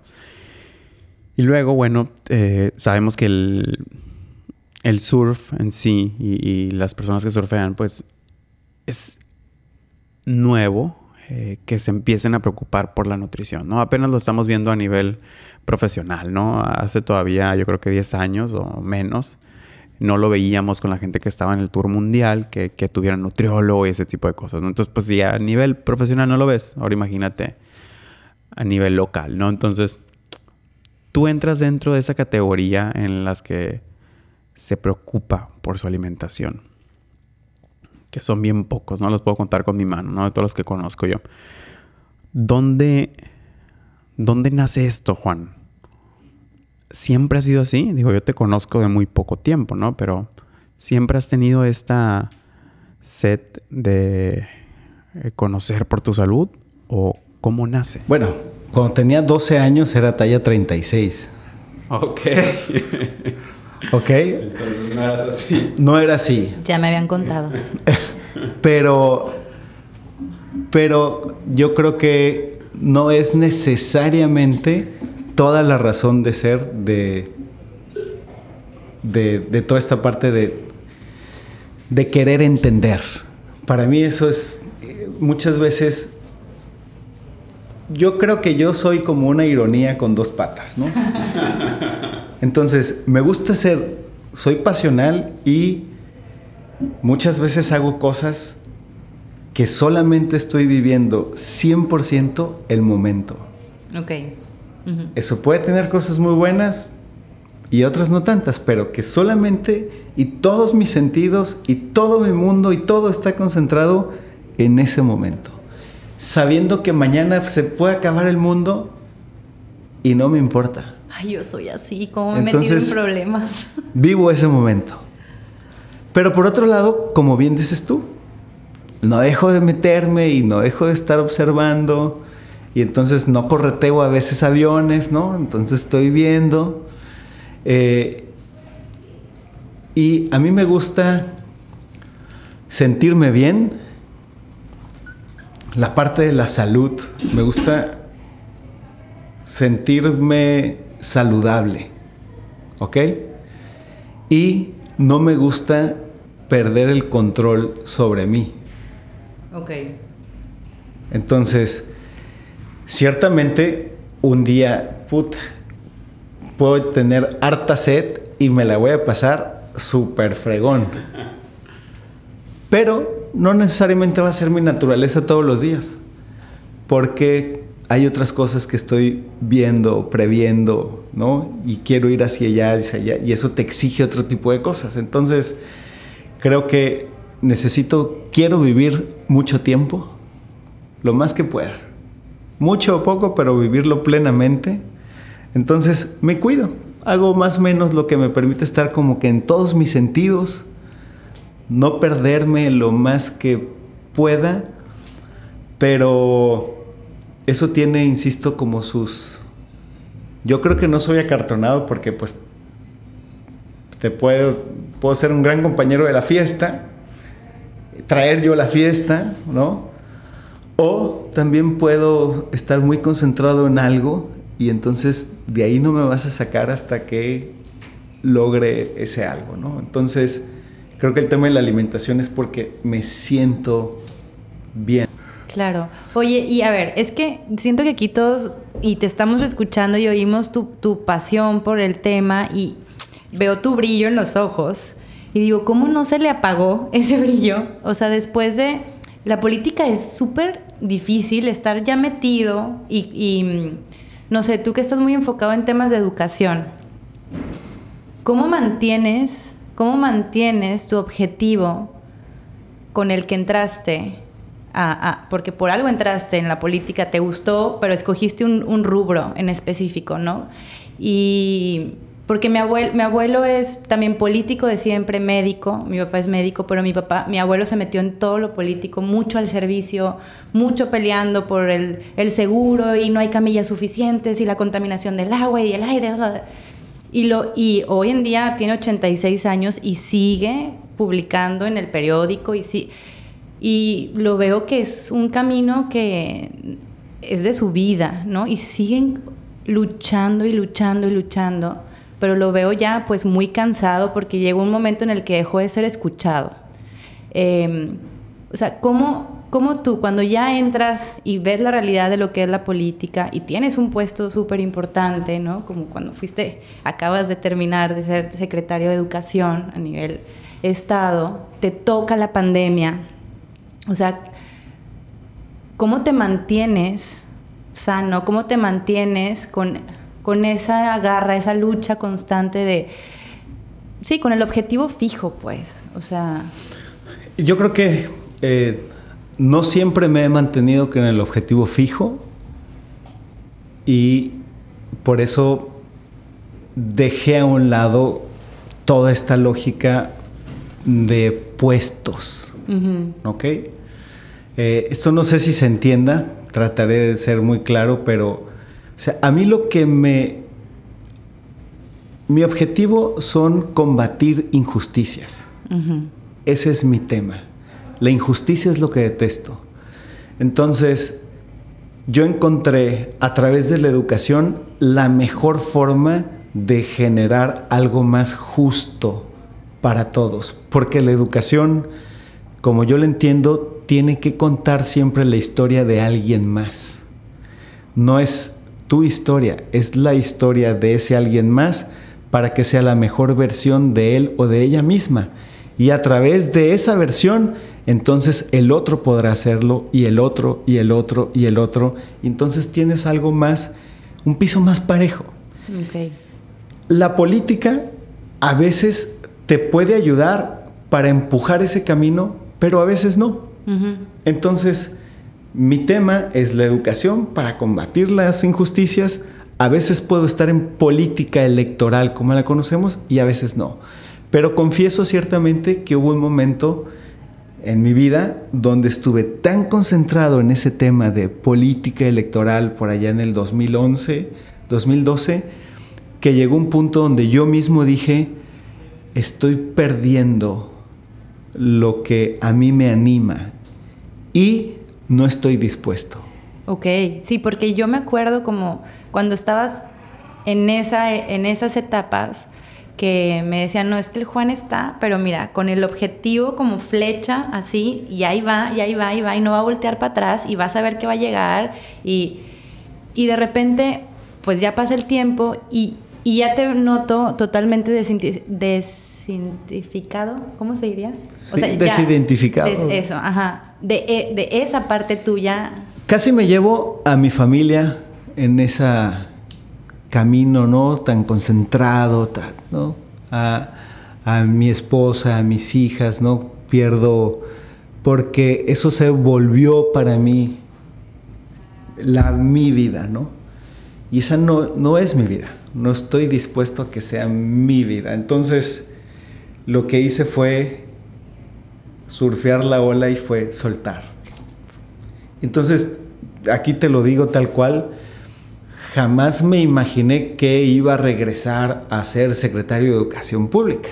Y luego, bueno, eh, sabemos que el, el surf en sí y, y las personas que surfean, pues es nuevo eh, que se empiecen a preocupar por la nutrición, ¿no? Apenas lo estamos viendo a nivel profesional, ¿no? Hace todavía, yo creo que diez años o menos, no lo veíamos con la gente que estaba en el tour mundial, que, que tuviera nutriólogo y ese tipo de cosas, ¿no? Entonces, pues si a nivel profesional no lo ves, ahora imagínate a nivel local, ¿no? Entonces, tú entras dentro de esa categoría en las que se preocupa por su alimentación. Que son bien pocos, no los puedo contar con mi mano, ¿no? De todos los que conozco yo. ¿Dónde, dónde nace esto, Juan? ¿Siempre ha sido así? Digo, yo te conozco de muy poco tiempo, ¿no? Pero ¿siempre has tenido esta sed de conocer por tu salud? ¿O cómo nace? Bueno, cuando tenía doce años era talla treinta y seis. Ok. ¿Ok? Entonces no eras así. No era así. Ya me habían contado. pero, pero yo creo que no es necesariamente toda la razón de ser de, de, de toda esta parte de, de querer entender. Para mí eso es muchas veces... Yo creo que yo soy como una ironía con dos patas, ¿no? Entonces, me gusta ser, soy pasional y muchas veces hago cosas que solamente estoy viviendo cien por ciento el momento. Ok. Uh-huh. Eso puede tener cosas muy buenas y otras no tantas, pero que solamente y todos mis sentidos y todo mi mundo y todo está concentrado en ese momento. Sabiendo que mañana se puede acabar el mundo y no me importa. Ay, yo soy así, como me he Entonces, metido en problemas. Vivo ese momento. Pero por otro lado, como bien dices tú, no dejo de meterme y no dejo de estar observando. Y entonces no correteo a veces aviones, ¿no? Entonces estoy viendo. Eh, y a mí me gusta sentirme bien. La parte de la salud, me gusta sentirme saludable, ¿ok? Y no me gusta perder el control sobre mí. Ok. Entonces, ciertamente, un día, puta, puedo tener harta sed y me la voy a pasar súper fregón. Pero no necesariamente va a ser mi naturaleza todos los días, porque hay otras cosas que estoy viendo, previendo, ¿no? Y quiero ir hacia allá, hacia allá, y eso te exige otro tipo de cosas. Entonces, creo que necesito, quiero vivir mucho tiempo, lo más que pueda. Mucho o poco, pero vivirlo plenamente. Entonces, me cuido. Hago más o menos lo que me permite estar como que en todos mis sentidos, no perderme lo más que pueda, pero eso tiene, insisto, como sus... Yo creo que no soy acartonado porque pues te puedo, puedo ser un gran compañero de la fiesta, traer yo la fiesta, ¿no? O también puedo estar muy concentrado en algo y entonces de ahí no me vas a sacar hasta que logre ese algo, ¿no? Entonces... Creo que el tema de la alimentación es porque me siento bien. Claro. Oye, y a ver, es que siento que aquí todos, y te estamos escuchando y oímos tu, tu pasión por el tema, y veo tu brillo en los ojos y digo, ¿cómo no se le apagó ese brillo? O sea, después de... La política es súper difícil estar ya metido y, y, no sé, tú que estás muy enfocado en temas de educación, ¿cómo mantienes, cómo mantienes tu objetivo con el que entraste? A, a, porque por algo entraste en la política, te gustó, pero escogiste un, un rubro en específico, ¿no? Y... Porque mi abuelo, mi abuelo es también político de siempre, médico. Mi papá es médico, pero mi papá, mi abuelo se metió en todo lo político, mucho al servicio, mucho peleando por el, el seguro y no hay camillas suficientes y la contaminación del agua y el aire. Y, lo, y hoy en día tiene ochenta y seis años y sigue publicando en el periódico y, sí, y lo veo que es un camino que es de su vida, ¿no? Y siguen luchando y luchando y luchando. Pero lo veo ya pues muy cansado porque llegó un momento en el que dejó de ser escuchado. Eh, o sea, ¿cómo, ¿cómo tú cuando ya entras y ves la realidad de lo que es la política y tienes un puesto súper importante, ¿no? Como cuando fuiste, acabas de terminar de ser secretario de Educación a nivel estado, te toca la pandemia. O sea, ¿cómo te mantienes sano? ¿Cómo te mantienes con... con esa garra, esa lucha constante de... Sí, con el objetivo fijo, pues. O sea... Yo creo que eh, no siempre me he mantenido con el objetivo fijo y por eso dejé a un lado toda esta lógica de puestos. Uh-huh. ¿Ok? Eh, esto no sé si se entienda, trataré de ser muy claro, pero... O sea, a mí lo que me... Mi objetivo son combatir injusticias. Uh-huh. Ese es mi tema. La injusticia es lo que detesto. Entonces, yo encontré a través de la educación la mejor forma de generar algo más justo para todos. Porque la educación, como yo la entiendo, tiene que contar siempre la historia de alguien más. No es... tu historia, es la historia de ese alguien más para que sea la mejor versión de él o de ella misma. Y a través de esa versión, entonces el otro podrá hacerlo, y el otro, y el otro, y el otro. Y entonces tienes algo más, un piso más parejo. Okay. La política a veces te puede ayudar para empujar ese camino, pero a veces no. Uh-huh. Entonces... mi tema es la educación para combatir las injusticias. A veces puedo estar en política electoral como la conocemos y a veces no. Pero confieso ciertamente que hubo un momento en mi vida donde estuve tan concentrado en ese tema de política electoral por allá en el dos mil once, dos mil doce, que llegó un punto donde yo mismo dije, estoy perdiendo lo que a mí me anima y no estoy dispuesto. Ok, sí, porque yo me acuerdo como cuando estabas en, esa, en esas etapas que me decían, no, es que el Juan está, pero mira, con el objetivo como flecha, así, y ahí va, y ahí va, y va, y no va a voltear para atrás, y vas a ver que va a llegar, y, y de repente, pues ya pasa el tiempo, y, y ya te noto totalmente desinti- desidentificado, ¿cómo se diría? Sí, o sea, desidentificado. Ya, de, eso, ajá. De, de esa parte tuya. Casi me llevo a mi familia en ese camino, ¿no? Tan concentrado, tan, ¿no? A, a mi esposa, a mis hijas, ¿no? Pierdo, porque eso se volvió para mí la, mi vida, ¿no? Y esa no, no es mi vida. No estoy dispuesto a que sea mi vida. Entonces, lo que hice fue surfear la ola y fue soltar. Entonces, aquí te lo digo tal cual, jamás me imaginé que iba a regresar a ser secretario de Educación Pública.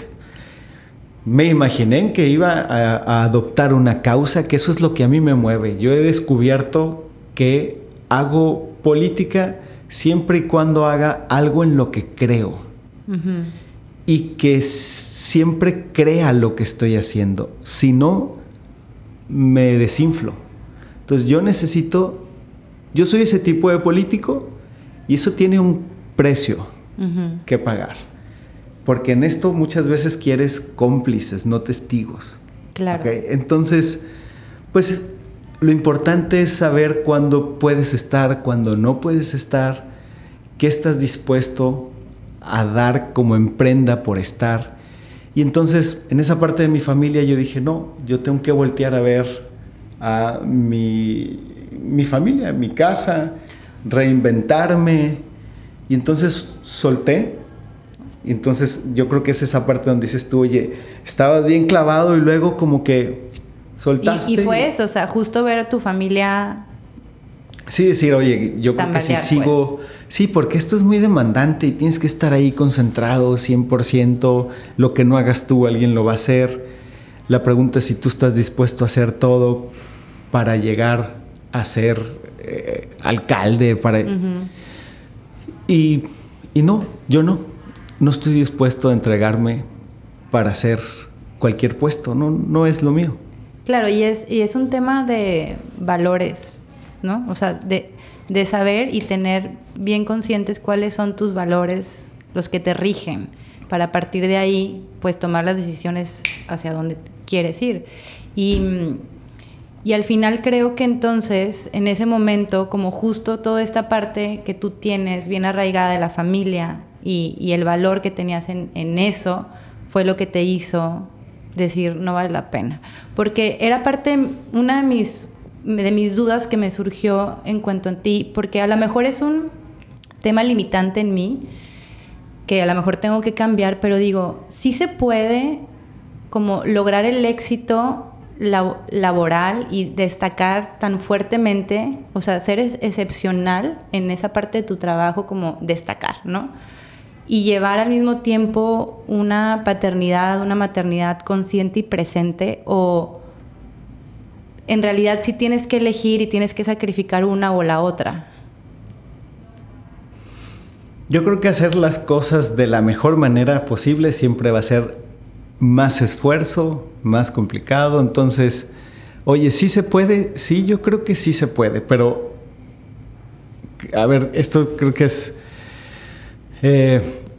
Me imaginé que iba a, a adoptar una causa, que eso es lo que a mí me mueve. Yo he descubierto que hago política siempre y cuando haga algo en lo que creo. Uh-huh. Y que siempre crea lo que estoy haciendo. Si no, me desinflo. Entonces yo necesito... Yo soy ese tipo de político y eso tiene un precio uh-huh. que pagar. Porque en esto muchas veces quieres cómplices, no testigos. Claro. ¿Okay? Entonces, pues lo importante es saber cuándo puedes estar, cuándo no puedes estar, qué estás dispuesto a dar como en prenda por estar. Y entonces, en esa parte de mi familia yo dije, no, yo tengo que voltear a ver a mi, mi familia, mi casa, reinventarme. Y entonces solté. Y entonces yo creo que es esa parte donde dices tú, oye, estabas bien clavado y luego como que soltaste. Y, y fue eso, o sea, justo ver a tu familia. Sí, decir, oye, yo creo que si sigo... Pues. Sí, porque esto es muy demandante y tienes que estar ahí concentrado cien por ciento. Lo que no hagas tú, alguien lo va a hacer. La pregunta es si tú estás dispuesto a hacer todo para llegar a ser eh, alcalde. Para... Uh-huh. y, y no, yo no. No estoy dispuesto a entregarme para hacer cualquier puesto. No, no es lo mío. Claro, y es, y es un tema de valores, ¿no? O sea, de, de saber y tener bien conscientes cuáles son tus valores, los que te rigen, para a partir de ahí, pues, tomar las decisiones hacia dónde quieres ir. Y, y al final creo que entonces, en ese momento, como justo toda esta parte que tú tienes bien arraigada de la familia y, y el valor que tenías en, en eso, fue lo que te hizo decir, no vale la pena. Porque era parte, una de mis... de mis dudas que me surgió en cuanto a ti, porque a lo mejor es un tema limitante en mí, que a lo mejor tengo que cambiar, pero digo, sí se puede como lograr el éxito lab- laboral y destacar tan fuertemente, o sea, ser es- excepcional en esa parte de tu trabajo, como destacar, ¿no? Y llevar al mismo tiempo una paternidad, una maternidad consciente y presente, o en realidad sí tienes que elegir y tienes que sacrificar una o la otra. Yo creo que hacer las cosas de la mejor manera posible siempre va a ser más esfuerzo, más complicado. Entonces, oye, ¿sí se puede? Sí, yo creo que sí se puede, pero a ver, esto creo que es eh,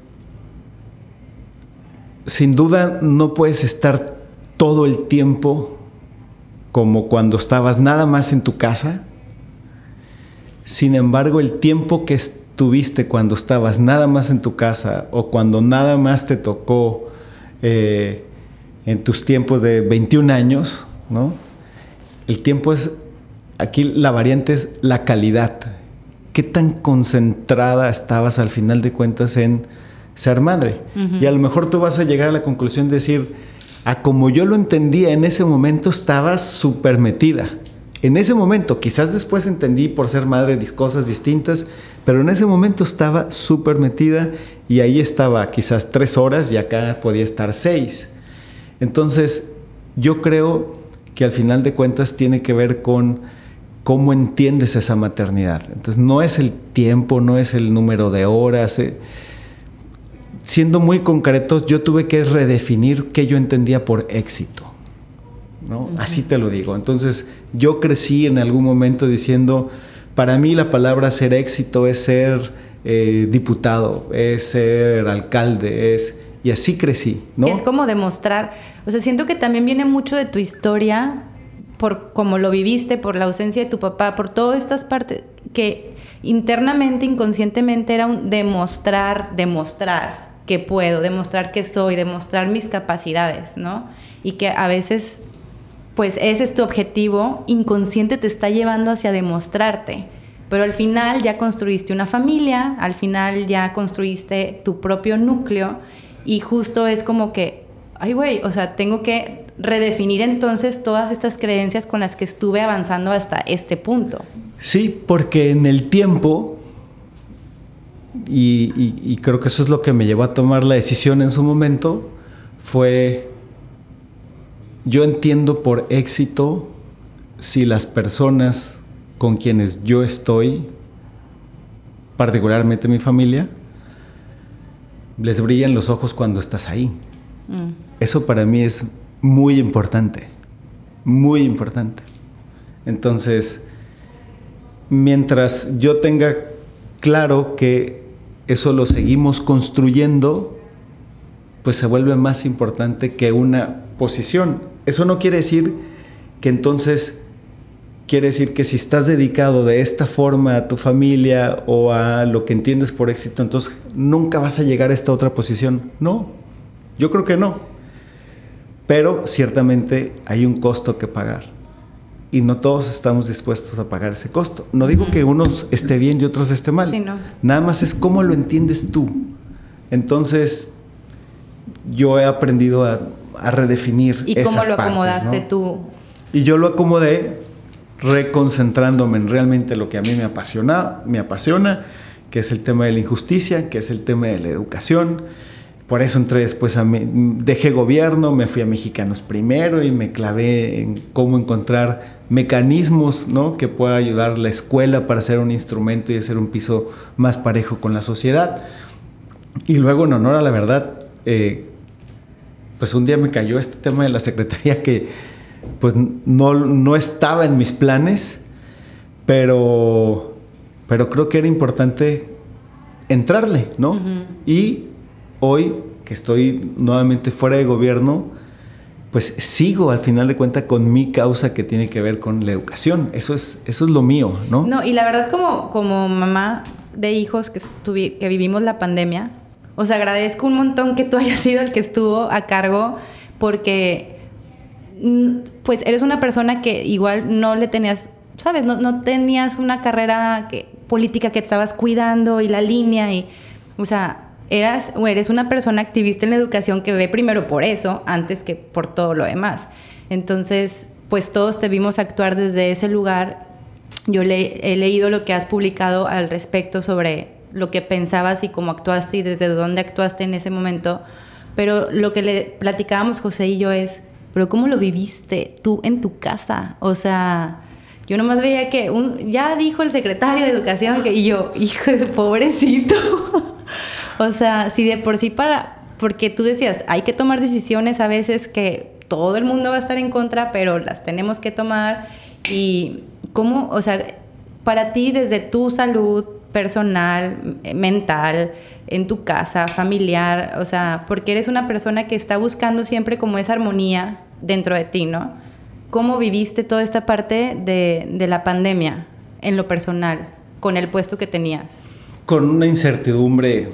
sin duda no puedes estar todo el tiempo como cuando estabas nada más en tu casa. Sin embargo, el tiempo que estuviste cuando estabas nada más en tu casa o cuando nada más te tocó eh, en tus tiempos de veintiún años, ¿no? El tiempo es, aquí la variante es la calidad. ¿Qué tan concentrada estabas al final de cuentas en ser madre? Uh-huh. Y a lo mejor tú vas a llegar a la conclusión de decir, a como yo lo entendía en ese momento, estaba súper metida. En ese momento, quizás después entendí por ser madre cosas distintas, pero en ese momento estaba súper metida y ahí estaba quizás tres horas y acá podía estar seis. Entonces, yo creo que al final de cuentas tiene que ver con cómo entiendes esa maternidad. Entonces, no es el tiempo, no es el número de horas. Eh, Siendo muy concretos, yo tuve que redefinir qué yo entendía por éxito, ¿no? Uh-huh. Así te lo digo. Entonces, yo crecí en algún momento diciendo, para mí la palabra ser éxito es ser eh, diputado, es ser alcalde, es... Y así crecí, ¿no? Es como demostrar, o sea, siento que también viene mucho de tu historia, por cómo lo viviste, por la ausencia de tu papá, por todas estas partes que internamente, inconscientemente era un demostrar, demostrar que puedo, demostrar que soy, demostrar mis capacidades, ¿no? Y que a veces, pues ese es tu objetivo, inconsciente te está llevando hacia demostrarte, pero al final ya construiste una familia, al final ya construiste tu propio núcleo y justo es como que, ay güey, o sea, tengo que redefinir entonces todas estas creencias con las que estuve avanzando hasta este punto. Sí, porque en el tiempo... Y, y, y creo que eso es lo que me llevó a tomar la decisión en su momento, fue, yo entiendo por éxito si las personas con quienes yo estoy, particularmente mi familia, les brillan los ojos cuando estás ahí. Mm. Eso para mí es muy importante, muy importante. Entonces, mientras yo tenga claro que eso lo seguimos construyendo, pues se vuelve más importante que una posición. Eso no quiere decir que entonces, quiere decir que si estás dedicado de esta forma a tu familia o a lo que entiendes por éxito, entonces nunca vas a llegar a esta otra posición. No, yo creo que no. Pero ciertamente hay un costo que pagar. Y no todos estamos dispuestos a pagar ese costo. No digo uh-huh. que unos esté bien y otros esté mal. Sí, no. Nada más es cómo lo entiendes tú. Entonces, yo he aprendido a, a redefinir ¿Y esas cómo lo partes, acomodaste ¿no? tú? Y yo lo acomodé reconcentrándome en realmente lo que a mí me apasiona, me apasiona, que es el tema de la injusticia, que es el tema de la educación. Por eso entré después a... Me, dejé gobierno, me fui a Mexicanos Primero y me clavé en cómo encontrar mecanismos, ¿no?, que pueda ayudar la escuela para ser un instrumento y hacer un piso más parejo con la sociedad. Y luego, en honor a la verdad, eh, pues un día me cayó este tema de la secretaría que pues no, no estaba en mis planes, pero, pero creo que era importante entrarle, ¿no? Uh-huh. Y hoy, que estoy nuevamente fuera de gobierno, pues sigo al final de cuentas con mi causa que tiene que ver con la educación. Eso es, eso es lo mío, ¿no? No, y la verdad como, como mamá de hijos que, estuvi, que vivimos la pandemia, o sea, agradezco un montón que tú hayas sido el que estuvo a cargo, porque pues eres una persona que igual no le tenías, ¿sabes? No, no tenías una carrera que, política que te estabas cuidando y la línea y, o sea... Eras, o eres una persona activista en la educación que ve primero por eso antes que por todo lo demás. Entonces, pues todos te vimos actuar desde ese lugar. Yo le, he leído lo que has publicado al respecto sobre lo que pensabas y cómo actuaste y desde dónde actuaste en ese momento. Pero lo que le platicábamos José y yo es, ¿pero cómo lo viviste tú en tu casa? O sea... Yo nomás veía que un, ya dijo el secretario de Educación que, y yo, hijo de pobrecito. O sea, si de por sí para... Porque tú decías, hay que tomar decisiones a veces que todo el mundo va a estar en contra, pero las tenemos que tomar. Y cómo, o sea, para ti desde tu salud personal, mental, en tu casa, familiar, o sea, porque eres una persona que está buscando siempre como esa armonía dentro de ti, ¿no? ¿Cómo viviste toda esta parte de, de la pandemia en lo personal, con el puesto que tenías? Con una incertidumbre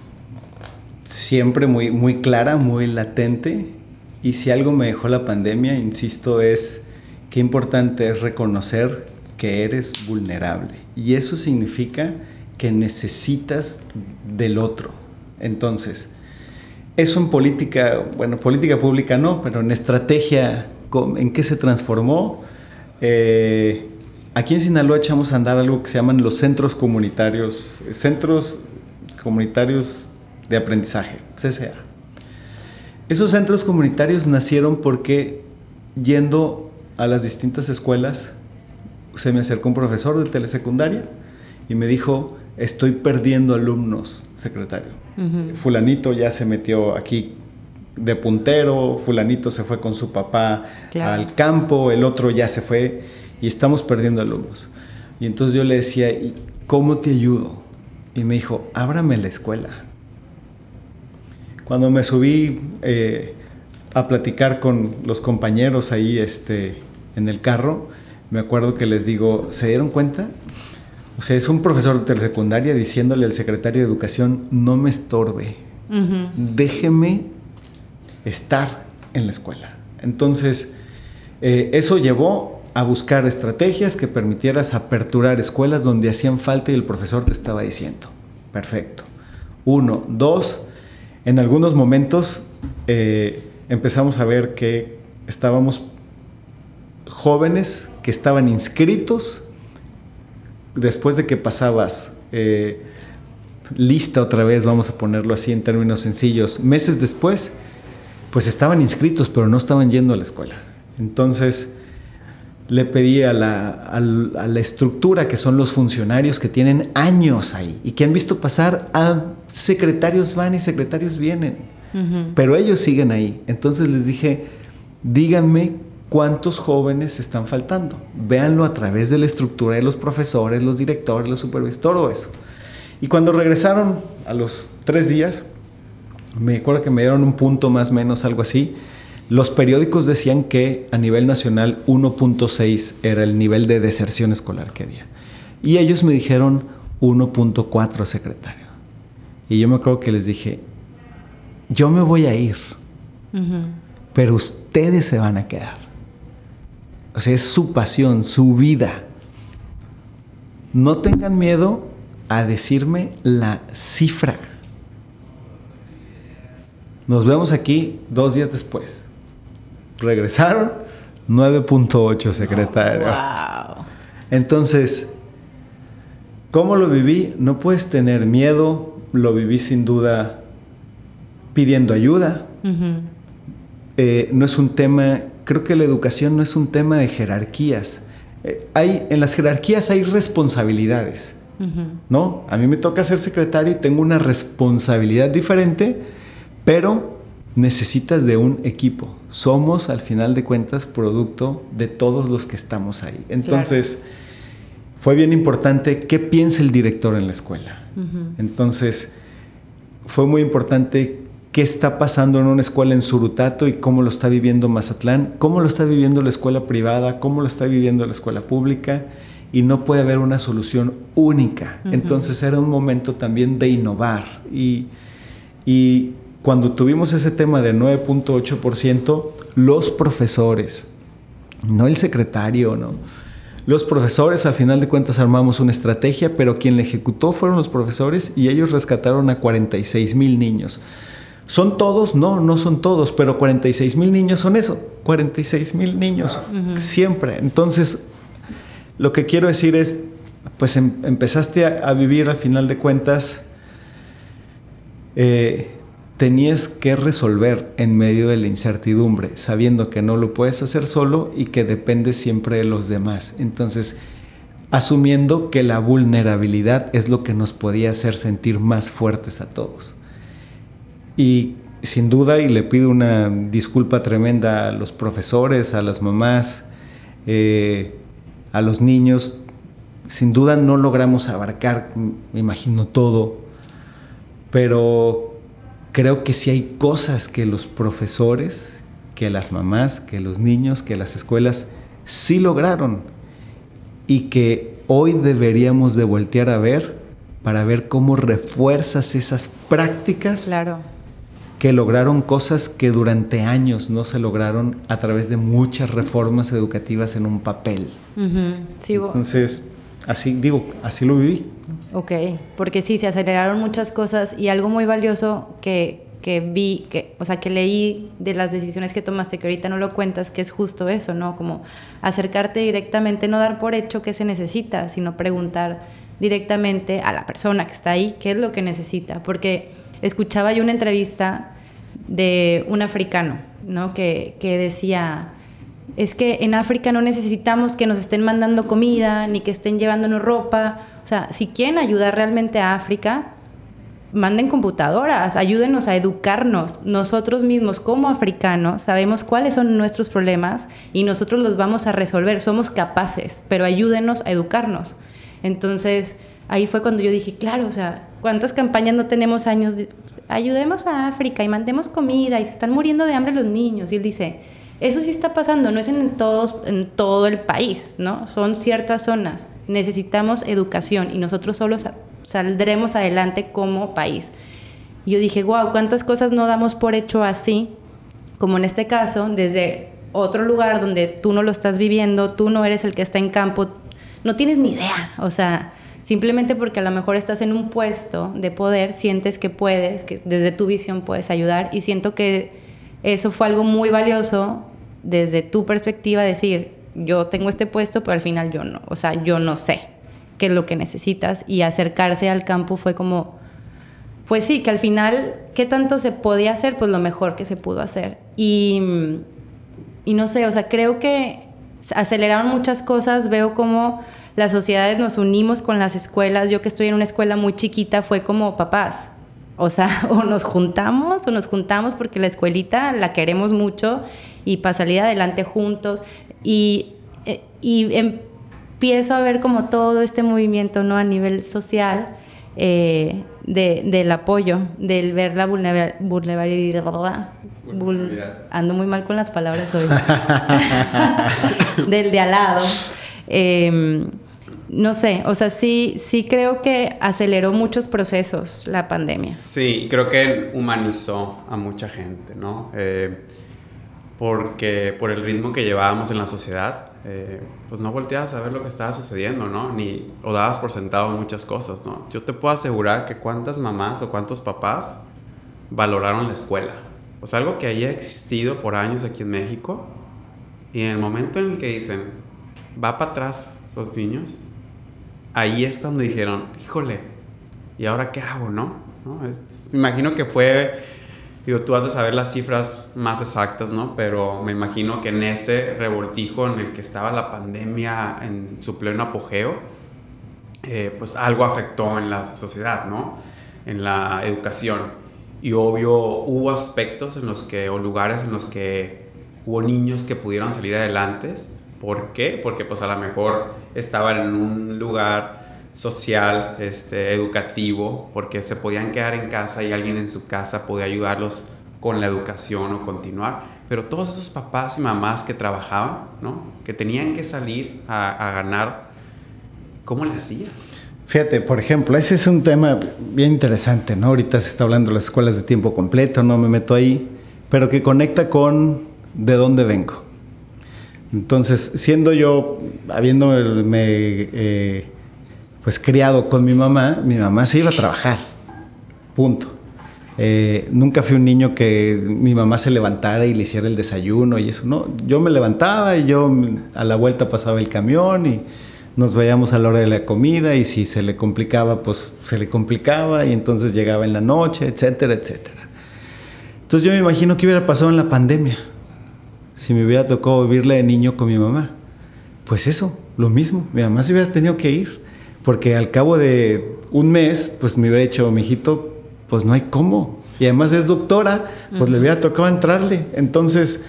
siempre muy, muy clara, muy latente. Y si algo me dejó la pandemia, insisto, es qué importante es reconocer que eres vulnerable. Y eso significa que necesitas del otro. Entonces, eso en política, bueno, política pública no, pero en estrategia... ¿En qué se transformó? Eh, aquí en Sinaloa echamos a andar algo que se llaman los centros comunitarios, centros comunitarios de aprendizaje, C C A. Esos centros comunitarios nacieron porque yendo a las distintas escuelas se me acercó un profesor de telesecundaria y me dijo, estoy perdiendo alumnos, secretario. Uh-huh. Fulanito ya se metió aquí de puntero, fulanito se fue con su papá claro. al campo, el otro ya se fue y estamos perdiendo alumnos. Y entonces yo le decía, ¿cómo te ayudo? Y me dijo, ábrame la escuela. Cuando me subí eh, a platicar con los compañeros ahí este, en el carro, me acuerdo que les digo, ¿se dieron cuenta? O sea, es un profesor de telesecundaria diciéndole al secretario de Educación, no me estorbe, uh-huh. déjeme estar en la escuela. Entonces, eh, eso llevó a buscar estrategias que permitieras aperturar escuelas donde hacían falta y el profesor te estaba diciendo. Perfecto. Uno. Dos, en algunos momentos eh, empezamos a ver que estábamos jóvenes que estaban inscritos después de que pasabas eh, lista otra vez, vamos a ponerlo así en términos sencillos, meses después, pues estaban inscritos, pero no estaban yendo a la escuela. Entonces, le pedí a la, a, a la estructura, que son los funcionarios que tienen años ahí y que han visto pasar a secretarios van y secretarios vienen, uh-huh. pero ellos siguen ahí. Entonces les dije, díganme cuántos jóvenes están faltando. Véanlo a través de la estructura de los profesores, los directores, los supervisores, todo eso. Y cuando regresaron a los tres días, me acuerdo que me dieron un punto más o menos, algo así. Los periódicos decían que a nivel nacional uno punto seis era el nivel de deserción escolar que había. Y ellos me dijeron uno punto cuatro, secretario. Y yo me acuerdo que les dije, yo me voy a ir, uh-huh. pero ustedes se van a quedar. O sea, es su pasión, su vida. No tengan miedo a decirme la cifra. Nos vemos aquí dos días después. Regresaron, nueve punto ocho, secretario. Oh, wow. Entonces, ¿cómo lo viví? No puedes tener miedo. Lo viví sin duda pidiendo ayuda. Uh-huh. Eh, no es un tema, creo que la educación no es un tema de jerarquías. Eh, hay, en las jerarquías hay responsabilidades, uh-huh. ¿no? A mí me toca ser secretario y tengo una responsabilidad diferente, pero necesitas de un equipo. Somos, al final de cuentas, producto de todos los que estamos ahí. Entonces, claro. fue bien importante qué piensa el director en la escuela. Uh-huh. Entonces, fue muy importante qué está pasando en una escuela en Surutato y cómo lo está viviendo Mazatlán, cómo lo está viviendo la escuela privada, cómo lo está viviendo la escuela pública, y no puede haber una solución única. Uh-huh. Entonces, era un momento también de innovar. Y, y cuando tuvimos ese tema de nueve punto ocho por ciento, los profesores, no el secretario, ¿no? Los profesores, al final de cuentas, armamos una estrategia, pero quien la ejecutó fueron los profesores y ellos rescataron a cuarenta y seis mil niños. ¿Son todos? No, no son todos, pero cuarenta y seis mil niños son eso, cuarenta y seis mil niños, uh-huh. siempre. Entonces, lo que quiero decir es, pues em, empezaste a, a vivir, al final de cuentas, eh, tenías que resolver en medio de la incertidumbre, sabiendo que no lo puedes hacer solo y que dependes siempre de los demás. Entonces, asumiendo que la vulnerabilidad es lo que nos podía hacer sentir más fuertes a todos. Y sin duda, y le pido una disculpa tremenda a los profesores, a las mamás, eh, a los niños, sin duda no logramos abarcar, me imagino, todo, pero creo que sí hay cosas que los profesores, que las mamás, que los niños, que las escuelas sí lograron y que hoy deberíamos de voltear a ver para ver cómo refuerzas esas prácticas. Claro. Que lograron cosas que durante años no se lograron a través de muchas reformas educativas en un papel. Uh-huh. Sí, entonces, así digo, así lo viví. Ok, porque sí, se aceleraron muchas cosas y algo muy valioso que, que vi, que, o sea, que leí de las decisiones que tomaste, que ahorita no lo cuentas, que es justo eso, ¿no? Como acercarte directamente, no dar por hecho qué se necesita, sino preguntar directamente a la persona que está ahí qué es lo que necesita. Porque escuchaba yo una entrevista de un africano, ¿no? Que, que decía, es que en África no necesitamos que nos estén mandando comida, ni que estén llevándonos ropa. O sea, si quieren ayudar realmente a África, manden computadoras, ayúdenos a educarnos. Nosotros mismos como africanos sabemos cuáles son nuestros problemas y nosotros los vamos a resolver. Somos capaces, pero ayúdenos a educarnos. Entonces, ahí fue cuando yo dije, claro, o sea, ¿cuántas campañas no tenemos años de ayudemos a África y mandemos comida y se están muriendo de hambre los niños? Y él dice, eso sí está pasando, no es en, todos, en todo el país, ¿no? Son ciertas zonas. Necesitamos educación y nosotros solos saldremos adelante como país. Y yo dije, wow, ¿cuántas cosas no damos por hecho así? Como en este caso, desde otro lugar donde tú no lo estás viviendo, tú no eres el que está en campo, no tienes ni idea, o sea, simplemente porque a lo mejor estás en un puesto de poder, sientes que puedes, que desde tu visión puedes ayudar, y siento que eso fue algo muy valioso desde tu perspectiva, decir, yo tengo este puesto, pero al final yo no, o sea, yo no sé qué es lo que necesitas, y acercarse al campo fue como, pues sí, que al final, ¿qué tanto se podía hacer? Pues lo mejor que se pudo hacer, y, y no sé, o sea, creo que aceleraron muchas cosas, veo como las sociedades nos unimos con las escuelas. Yo que estoy en una escuela muy chiquita, fue como papás, o sea, o nos juntamos o nos juntamos porque la escuelita la queremos mucho y para salir adelante juntos, y, y empiezo a ver como todo este movimiento, ¿no? A nivel social, eh, de, del apoyo, del ver la vulnera- vulnerabilidad. Vul- ando muy mal con las palabras hoy. Del de al lado. Eh, no sé, o sea, sí, sí creo que aceleró muchos procesos la pandemia. Sí, creo que humanizó a mucha gente, ¿no? Eh, porque por el ritmo que llevábamos en la sociedad, eh, pues no volteabas a ver lo que estaba sucediendo, ¿no? Ni, o dabas por sentado muchas cosas, ¿no? Yo te puedo asegurar que cuántas mamás o cuántos papás valoraron la escuela. O sea, algo que haya existido por años aquí en México, y en el momento en el que dicen, va para atrás los niños, ahí es cuando dijeron, híjole, ¿y ahora qué hago, no? ¿No? Es, me imagino que fue, digo, tú has de saber las cifras más exactas, ¿no? Pero me imagino que en ese revoltijo en el que estaba la pandemia en su pleno apogeo, eh, pues algo afectó en la sociedad, ¿no? En la educación. Y obvio hubo aspectos en los que, o lugares en los que hubo niños que pudieron salir adelante. ¿Por qué? Porque pues a lo mejor estaban en un lugar social, este, educativo, porque se podían quedar en casa y alguien en su casa podía ayudarlos con la educación o continuar. Pero todos esos papás y mamás que trabajaban, ¿no? Que tenían que salir a, a ganar, ¿cómo le hacías? Fíjate, por ejemplo, ese es un tema bien interesante, ¿no? Ahorita se está hablando de las escuelas de tiempo completo, no me meto ahí, pero que conecta con de dónde vengo. Entonces, siendo yo, habiéndome eh, pues criado con mi mamá, mi mamá se iba a trabajar, punto. Eh, nunca fui un niño que mi mamá se levantara y le hiciera el desayuno y eso, no. Yo me levantaba y yo a la vuelta pasaba el camión y nos veíamos a la hora de la comida y si se le complicaba, pues se le complicaba y entonces llegaba en la noche, etcétera, etcétera. Entonces yo me imagino qué hubiera pasado en la pandemia si me hubiera tocado vivirla de niño con mi mamá. Pues eso, lo mismo, mi mamá se hubiera tenido que ir porque al cabo de un mes, pues me hubiera dicho, mijito, pues no hay cómo. Y además es doctora, pues uh-huh. le hubiera tocado entrarle. Entonces,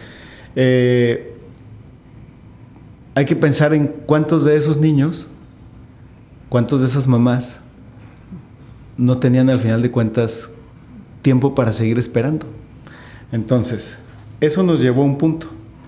eh, hay que pensar en cuántos de esos niños, cuántos de esas mamás no tenían al final de cuentas tiempo para seguir esperando. Entonces, eso nos llevó a un punto.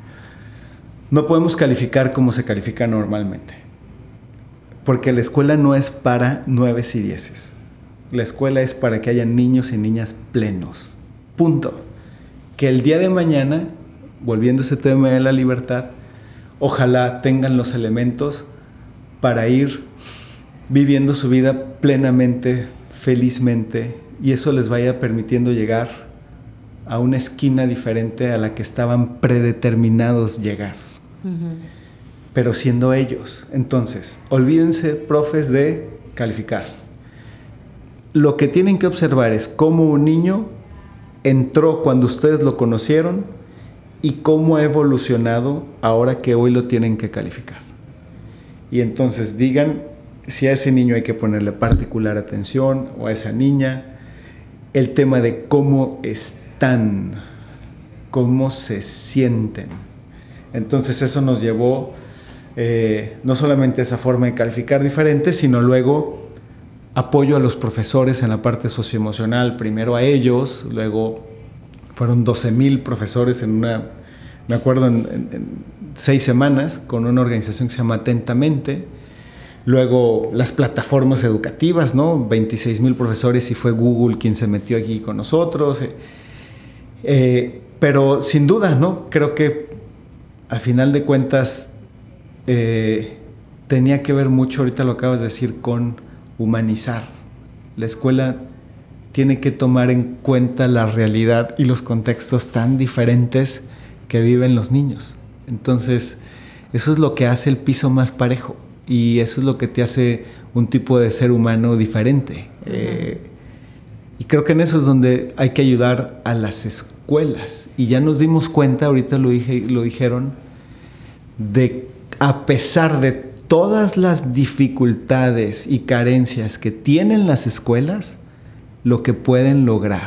No podemos calificar como se califica normalmente, porque la escuela no es para nueves y dieces. La escuela es para que haya niños y niñas plenos. Punto. Que el día de mañana, volviendo a ese tema de la libertad, ojalá tengan los elementos para ir viviendo su vida plenamente, felizmente, y eso les vaya permitiendo llegar a una esquina diferente a la que estaban predeterminados llegar. Uh-huh. Pero siendo ellos. Entonces, olvídense, profes, de calificar. Lo que tienen que observar es cómo un niño entró cuando ustedes lo conocieron y cómo ha evolucionado ahora que hoy lo tienen que calificar. Y entonces digan si a ese niño hay que ponerle particular atención o a esa niña, el tema de cómo están, cómo se sienten. Entonces eso nos llevó eh, no solamente a esa forma de calificar diferente, sino luego apoyo a los profesores en la parte socioemocional, primero a ellos, luego fueron doce mil profesores en una, me acuerdo, en, en, en seis semanas con una organización que se llama Atentamente. Luego las plataformas educativas, ¿no? veintiséis mil profesores y fue Google quien se metió aquí con nosotros. Eh, eh, pero sin duda, ¿no? Creo que al final de cuentas eh, tenía que ver mucho, ahorita lo acabas de decir, con humanizar. La escuela tiene que tomar en cuenta la realidad y los contextos tan diferentes que viven los niños. Entonces, eso es lo que hace el piso más parejo y eso es lo que te hace un tipo de ser humano diferente. Uh-huh. Eh, y creo que en eso es donde hay que ayudar a las escuelas. Y ya nos dimos cuenta, ahorita lo, dije, lo dijeron, de a pesar de todas las dificultades y carencias que tienen las escuelas, lo que pueden lograr.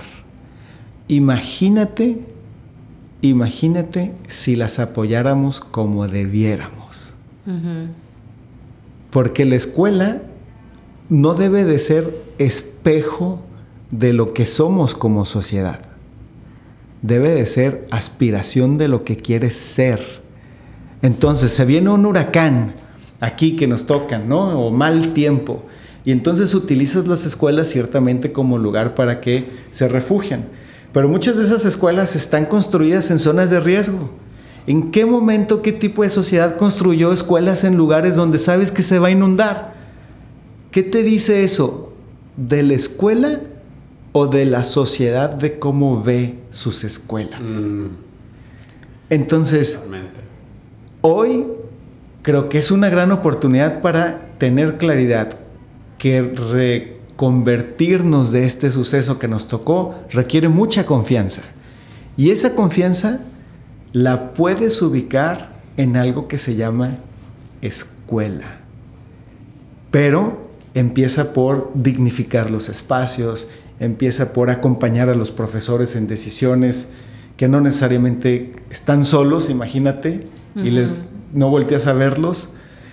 Imagínate, imagínate si las apoyáramos como debiéramos. Uh-huh. Porque la escuela no debe de ser espejo de lo que somos como sociedad. Debe de ser aspiración de lo que quieres ser. Entonces, se viene un huracán aquí que nos toca, ¿no? O mal tiempo. Y entonces utilizas las escuelas ciertamente como lugar para que se refugian. Pero muchas de esas escuelas están construidas en zonas de riesgo. ¿En qué momento, qué tipo de sociedad construyó escuelas en lugares donde sabes que se va a inundar? ¿Qué te dice eso? ¿De la escuela o de la sociedad de cómo ve sus escuelas? Mm. Entonces, Totalmente. Hoy creo que es una gran oportunidad para tener claridad que reconvertirnos de este suceso que nos tocó requiere mucha confianza. Y esa confianza la puedes ubicar en algo que se llama escuela. Pero empieza por dignificar los espacios, empieza por acompañar a los profesores en decisiones que no necesariamente están solos, imagínate, uh-huh. y les, no volteas a verlos,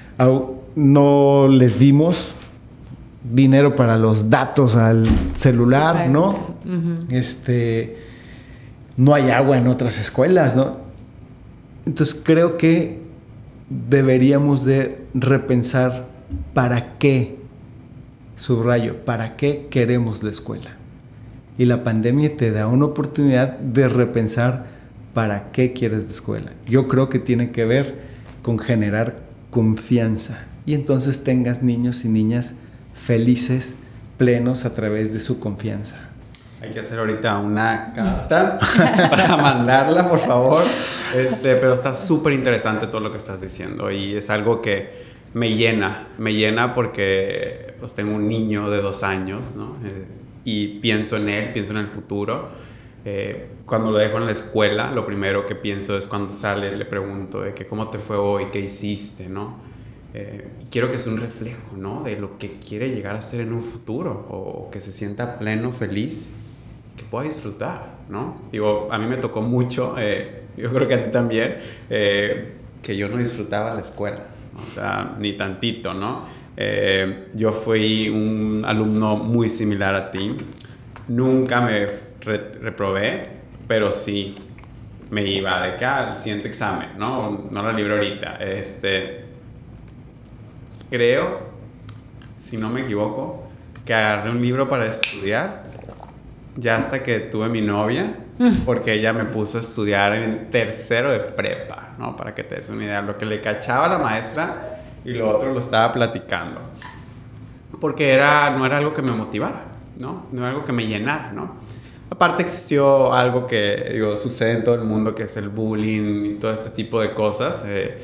no les dimos dinero para los datos al celular, Super. ¿no? Uh-huh. Este, no hay agua en otras escuelas, ¿no? Entonces creo que deberíamos de repensar para qué, subrayo, para qué queremos la escuela. Y la pandemia te da una oportunidad de repensar para qué quieres la escuela. Yo creo que tiene que ver con generar confianza y entonces tengas niños y niñas felices, plenos a través de su confianza. Hay que hacer ahorita una carta para mandarla, por favor. Este, pero está súper interesante todo lo que estás diciendo y es algo que me llena, me llena porque pues, tengo un niño de dos años, ¿no? Eh, y pienso en él, pienso en el futuro. Eh, cuando lo dejo en la escuela, lo primero que pienso es cuando sale, le pregunto de que cómo te fue hoy, qué hiciste, ¿no? Eh, y quiero que sea un reflejo, ¿no? De lo que quiere llegar a ser en un futuro o que se sienta pleno, feliz, que pueda disfrutar, ¿no? Digo, a mí me tocó mucho, eh, yo creo que a ti también, eh, que yo no disfrutaba la escuela, ¿no? O sea, ni tantito, ¿no? Eh, yo fui un alumno muy similar a ti, nunca me re- reprobé, pero sí me iba de acá al siguiente examen, ¿no? No lo libro ahorita, este... Creo, si no me equivoco, que agarré un libro para estudiar ya hasta que tuve mi novia, porque ella me puso a estudiar en tercero de prepa, ¿no? Para que te des una idea, lo que le cachaba a la maestra y lo otro lo estaba platicando. Porque era, no era algo que me motivara, ¿no? No era algo que me llenara, ¿no? Aparte existió algo que, digo, sucede en todo el mundo, que es el bullying y todo este tipo de cosas. Eh,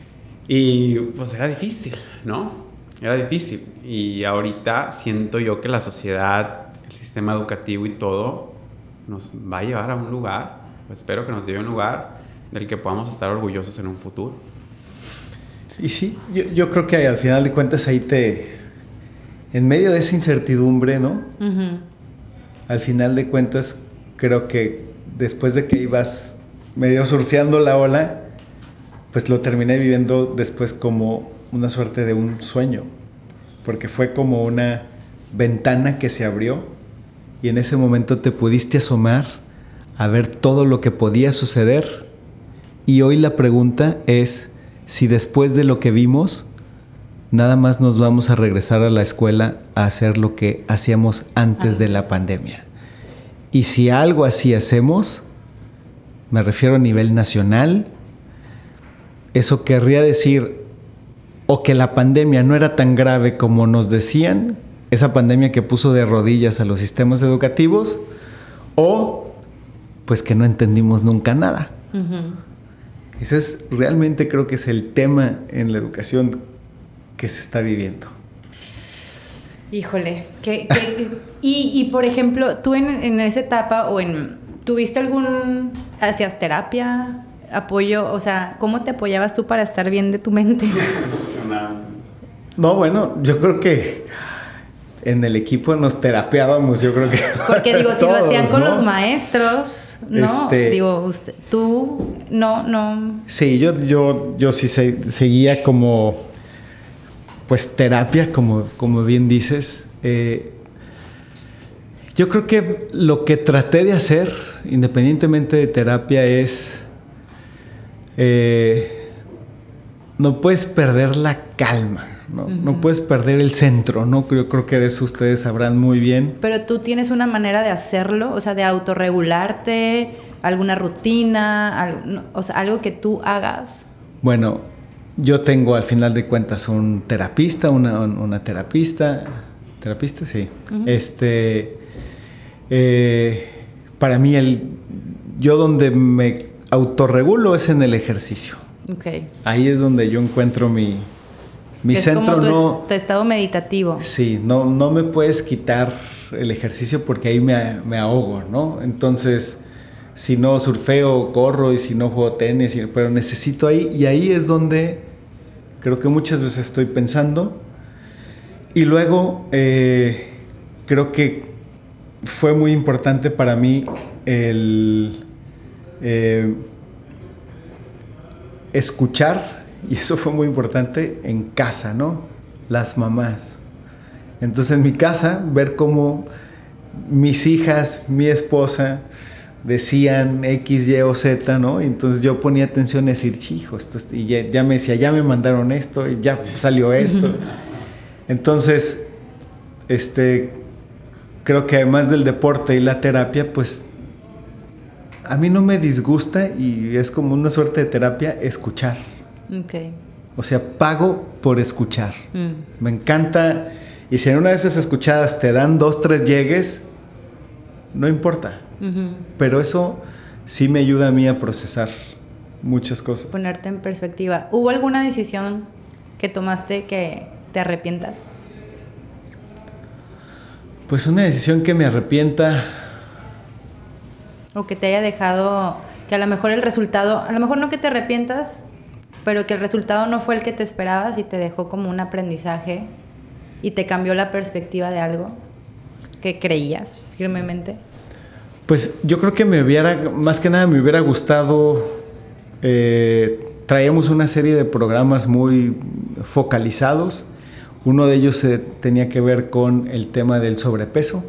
Y pues era difícil, ¿no? Era difícil. Y ahorita siento yo que la sociedad, el sistema educativo y todo nos va a llevar a un lugar, pues espero que nos lleve a un lugar del que podamos estar orgullosos en un futuro. Y sí, yo, yo creo que al final de cuentas ahí te... En medio de esa incertidumbre, ¿no? Uh-huh. Al final de cuentas creo que después de que ibas medio surfeando la ola, pues lo terminé viviendo después como una suerte de un sueño, porque fue como una ventana que se abrió y en ese momento te pudiste asomar a ver todo lo que podía suceder. Y hoy la pregunta es si después de lo que vimos, nada más nos vamos a regresar a la escuela a hacer lo que hacíamos antes de la pandemia. Y si algo así hacemos, me refiero a nivel nacional, eso querría decir o que la pandemia no era tan grave como nos decían, esa pandemia que puso de rodillas a los sistemas educativos, o pues que no entendimos nunca nada. Uh-huh. Eso es realmente, creo que es el tema en la educación que se está viviendo. Híjole, que, que, y, y por ejemplo, tú en, en esa etapa o en, ¿tuviste algún, hacías terapia? Apoyo, o sea, ¿cómo te apoyabas tú para estar bien de tu mente? No, bueno, yo creo que en el equipo nos terapeábamos, yo creo que... Porque digo, si todos, lo hacían con ¿no? los maestros, ¿no? Este, digo, usted, tú, no, no... Sí, yo, yo, yo sí se, seguía como pues terapia, como, como bien dices. Eh, yo creo que lo que traté de hacer, independientemente de terapia, es... Eh, no puedes perder la calma, ¿no? Uh-huh. No puedes perder el centro, ¿no? Yo creo que de eso ustedes sabrán muy bien. Pero tú tienes una manera de hacerlo, o sea, de autorregularte, alguna rutina, algo, o sea, algo que tú hagas. Bueno, yo tengo al final de cuentas un terapista, una, una terapista, terapista, sí. Uh-huh. Este, eh, para mí el, yo donde me autorregulo es en el ejercicio. Okay. Ahí es donde yo encuentro mi, mi es centro. Como tu, no, tu estado meditativo. Sí, no, no me puedes quitar el ejercicio porque ahí me, me ahogo, ¿no? Entonces, si no surfeo, corro, y si no juego tenis, pero necesito ahí, y ahí es donde creo que muchas veces estoy pensando. Y luego, eh, creo que fue muy importante para mí el... Eh, escuchar, y eso fue muy importante en casa, ¿no? Las mamás. Entonces en mi casa, ver cómo mis hijas, mi esposa decían X, Y o Z, ¿no? Y entonces yo ponía atención a decir, hijo, esto es... y ya, ya me decía, ya me mandaron esto, y ya salió esto. Entonces, este, creo que además del deporte y la terapia, pues a mí no me disgusta, y es como una suerte de terapia, escuchar. Okay. O sea, pago por escuchar. Mm. Me encanta. Y si en una de esas escuchadas te dan dos, tres llegues, no importa. Uh-huh. Pero eso sí me ayuda a mí a procesar muchas cosas. Ponerte en perspectiva. ¿Hubo alguna decisión que tomaste que te arrepientas? Pues una decisión que me arrepienta... O que te haya dejado, que a lo mejor el resultado, a lo mejor no que te arrepientas, pero que el resultado no fue el que te esperabas y te dejó como un aprendizaje y te cambió la perspectiva de algo que creías firmemente. Pues yo creo que me hubiera, más que nada me hubiera gustado, eh, traíamos una serie de programas muy focalizados. Uno de ellos eh, tenía que ver con el tema del sobrepeso.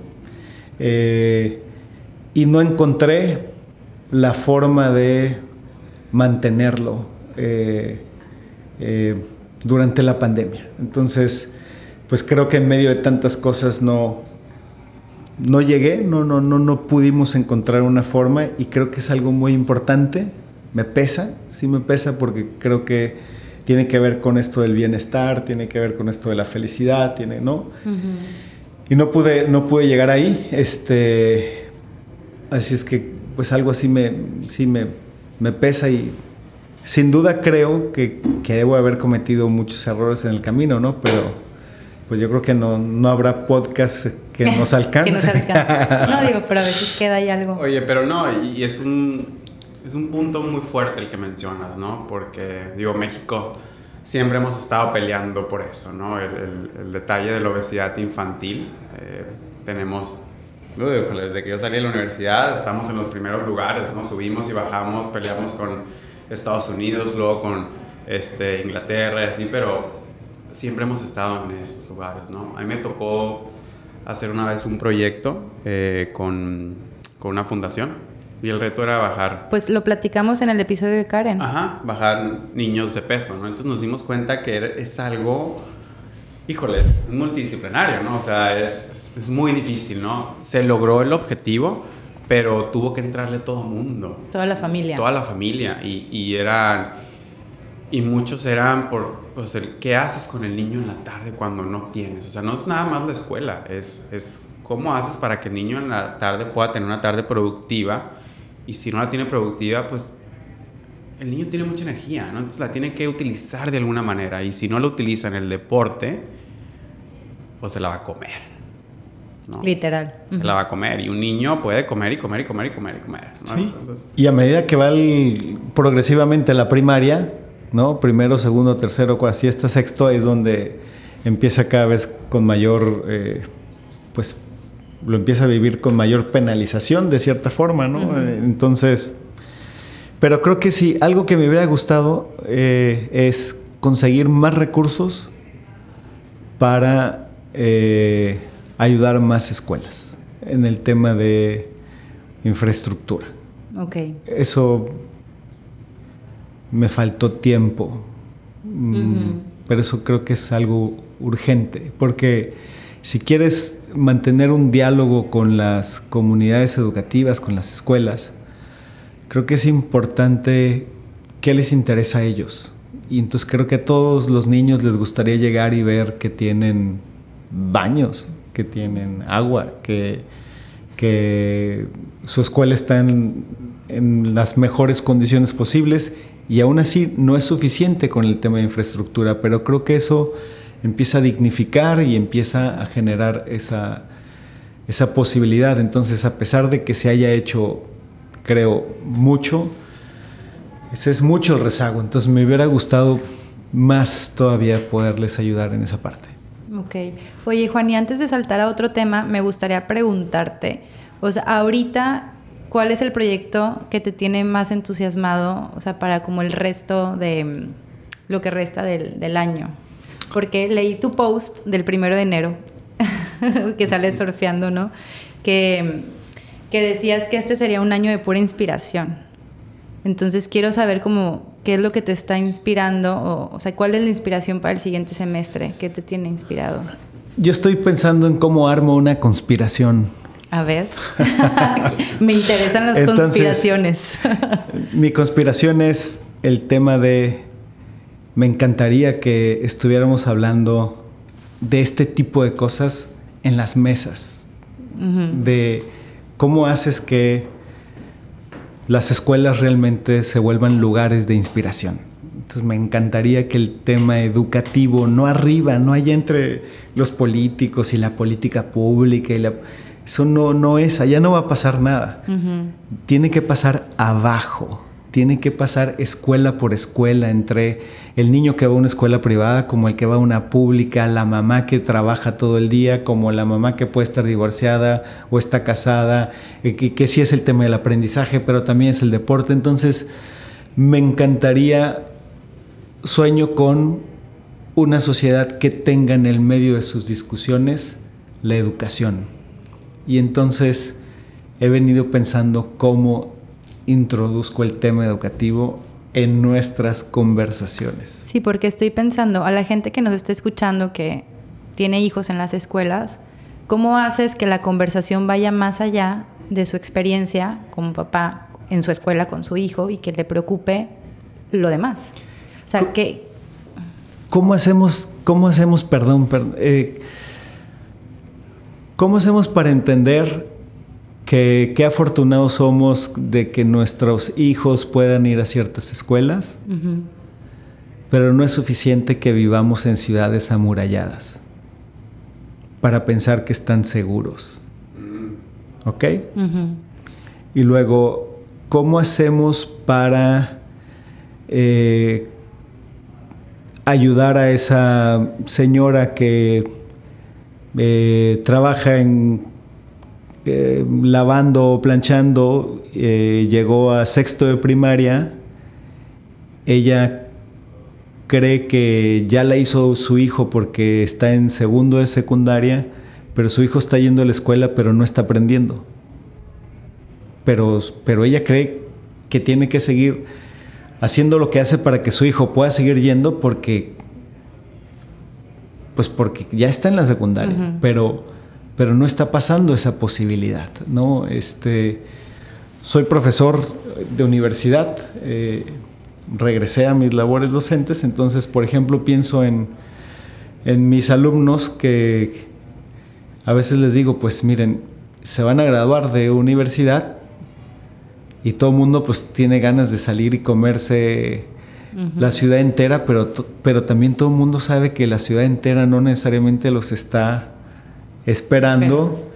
Eh, Y no encontré la forma de mantenerlo eh, eh, durante la pandemia. Entonces, pues creo que en medio de tantas cosas no, no llegué, no, no, no, no pudimos encontrar una forma, y creo que es algo muy importante. Me pesa, sí me pesa, porque creo que tiene que ver con esto del bienestar, tiene que ver con esto de la felicidad, tiene, ¿no? Uh-huh. Y no pude, no pude llegar ahí, este... Así es que, pues algo así me, sí me, me pesa, y sin duda creo que, que debo haber cometido muchos errores en el camino, ¿no? Pero pues yo creo que no, no habrá podcast que nos alcance. que nos alcance. No, digo, pero a veces queda ahí algo. Oye, pero no, y es un, es un punto muy fuerte el que mencionas, ¿no? Porque, digo, México siempre hemos estado peleando por eso, ¿no? El, el, el detalle de la obesidad infantil. Eh, tenemos... Desde que yo salí de la universidad estamos en los primeros lugares, ¿no? Subimos y bajamos, peleamos con Estados Unidos, luego con este, Inglaterra y así, pero siempre hemos estado en esos lugares, ¿no? A mí me tocó hacer una vez un proyecto eh, con, con una fundación, y el reto era bajar... Pues lo platicamos en el episodio de Karen. Ajá, bajar niños de peso, ¿no? Entonces nos dimos cuenta que es algo... Híjole, es multidisciplinario, ¿no? O sea, es, es muy difícil, ¿no? Se logró el objetivo, pero tuvo que entrarle todo el mundo. Toda la familia. Toda la familia. Y, y eran... Y muchos eran por... Pues, el, ¿qué haces con el niño en la tarde cuando no tienes? O sea, no es nada más la escuela. Es, es cómo haces para que el niño en la tarde pueda tener una tarde productiva. Y si no la tiene productiva, pues... El niño tiene mucha energía, ¿no? Entonces la tiene que utilizar de alguna manera. Y si no la utiliza en el deporte... pues se la va a comer, ¿no? Literal. Se uh-huh. la va a comer. Y un niño puede comer y comer y comer y comer y comer, ¿no? Sí. Entonces... Y a medida que va el, progresivamente la primaria, ¿no? Primero, segundo, tercero, así hasta sexto, es donde empieza cada vez con mayor, eh, pues lo empieza a vivir con mayor penalización de cierta forma, ¿no? Uh-huh. Entonces, pero creo que sí, algo que me hubiera gustado eh, es conseguir más recursos para eh, ayudar a más escuelas en el tema de infraestructura. Ok. Eso me faltó tiempo, Uh-huh. pero eso creo que es algo urgente, porque si quieres mantener un diálogo con las comunidades educativas, con las escuelas, creo que es importante qué les interesa a ellos. Y entonces creo que a todos los niños les gustaría llegar y ver que tienen baños, que tienen agua, que, que su escuela está en, en las mejores condiciones posibles, y aún así no es suficiente con el tema de infraestructura, pero creo que eso empieza a dignificar y empieza a generar esa, esa posibilidad. Entonces, a pesar de que se haya hecho, creo, mucho, ese es mucho el rezago. Entonces, me hubiera gustado más todavía poderles ayudar en esa parte. Ok. Oye, Juan, y antes de saltar a otro tema, me gustaría preguntarte, o sea, ahorita, ¿cuál es el proyecto que te tiene más entusiasmado, o sea, para como el resto de lo que resta del, del año? Porque leí tu post del primero de enero, que sales surfeando, ¿no? Que, que decías que este sería un año de pura inspiración. Entonces quiero saber cómo, qué es lo que te está inspirando, o, o sea, cuál es la inspiración para el siguiente semestre, qué te tiene inspirado. Yo estoy pensando en cómo armo una conspiración. A ver, me interesan las Entonces, conspiraciones. Mi conspiración es el tema de, me encantaría que estuviéramos hablando de este tipo de cosas en las mesas, uh-huh. de cómo haces que las escuelas realmente se vuelvan lugares de inspiración. Entonces me encantaría que el tema educativo, no arriba, no allá entre los políticos y la política pública y la... Eso no, no es, allá no va a pasar nada. Uh-huh. Tiene que pasar abajo, tiene que pasar escuela por escuela, entre el niño que va a una escuela privada como el que va a una pública, la mamá que trabaja todo el día, como la mamá que puede estar divorciada o está casada, eh, que, que sí es el tema del aprendizaje, pero también es el deporte. Entonces, me encantaría, sueño con una sociedad que tenga en el medio de sus discusiones la educación. Y entonces he venido pensando cómo introduzco el tema educativo en nuestras conversaciones. Sí, porque estoy pensando, a la gente que nos está escuchando que tiene hijos en las escuelas, ¿cómo haces que la conversación vaya más allá de su experiencia como papá en su escuela con su hijo y que le preocupe lo demás? O sea, que... ¿Cómo hacemos, cómo hacemos, perdón, perdón eh, ¿Cómo hacemos para entender que qué afortunados somos de que nuestros hijos puedan ir a ciertas escuelas? Uh-huh. Pero no es suficiente que vivamos en ciudades amuralladas para pensar que están seguros. ¿Ok? Uh-huh. Y luego, ¿cómo hacemos para eh, ayudar a esa señora que Eh, trabaja en eh, lavando o planchando, eh, llegó a sexto de primaria, ella cree que ya la hizo su hijo porque está en segundo de secundaria, pero su hijo está yendo a la escuela pero no está aprendiendo, pero, pero ella cree que tiene que seguir haciendo lo que hace para que su hijo pueda seguir yendo porque pues porque ya está en la secundaria, uh-huh. pero, pero no está pasando esa posibilidad, ¿no? Este, soy profesor de universidad, eh, regresé a mis labores docentes, entonces, por ejemplo, pienso en, en mis alumnos que a veces les digo, pues miren, se van a graduar de universidad y todo el mundo pues tiene ganas de salir y comerse... Uh-huh. La ciudad entera, pero, pero también todo el mundo sabe que la ciudad entera no necesariamente los está esperando, pero...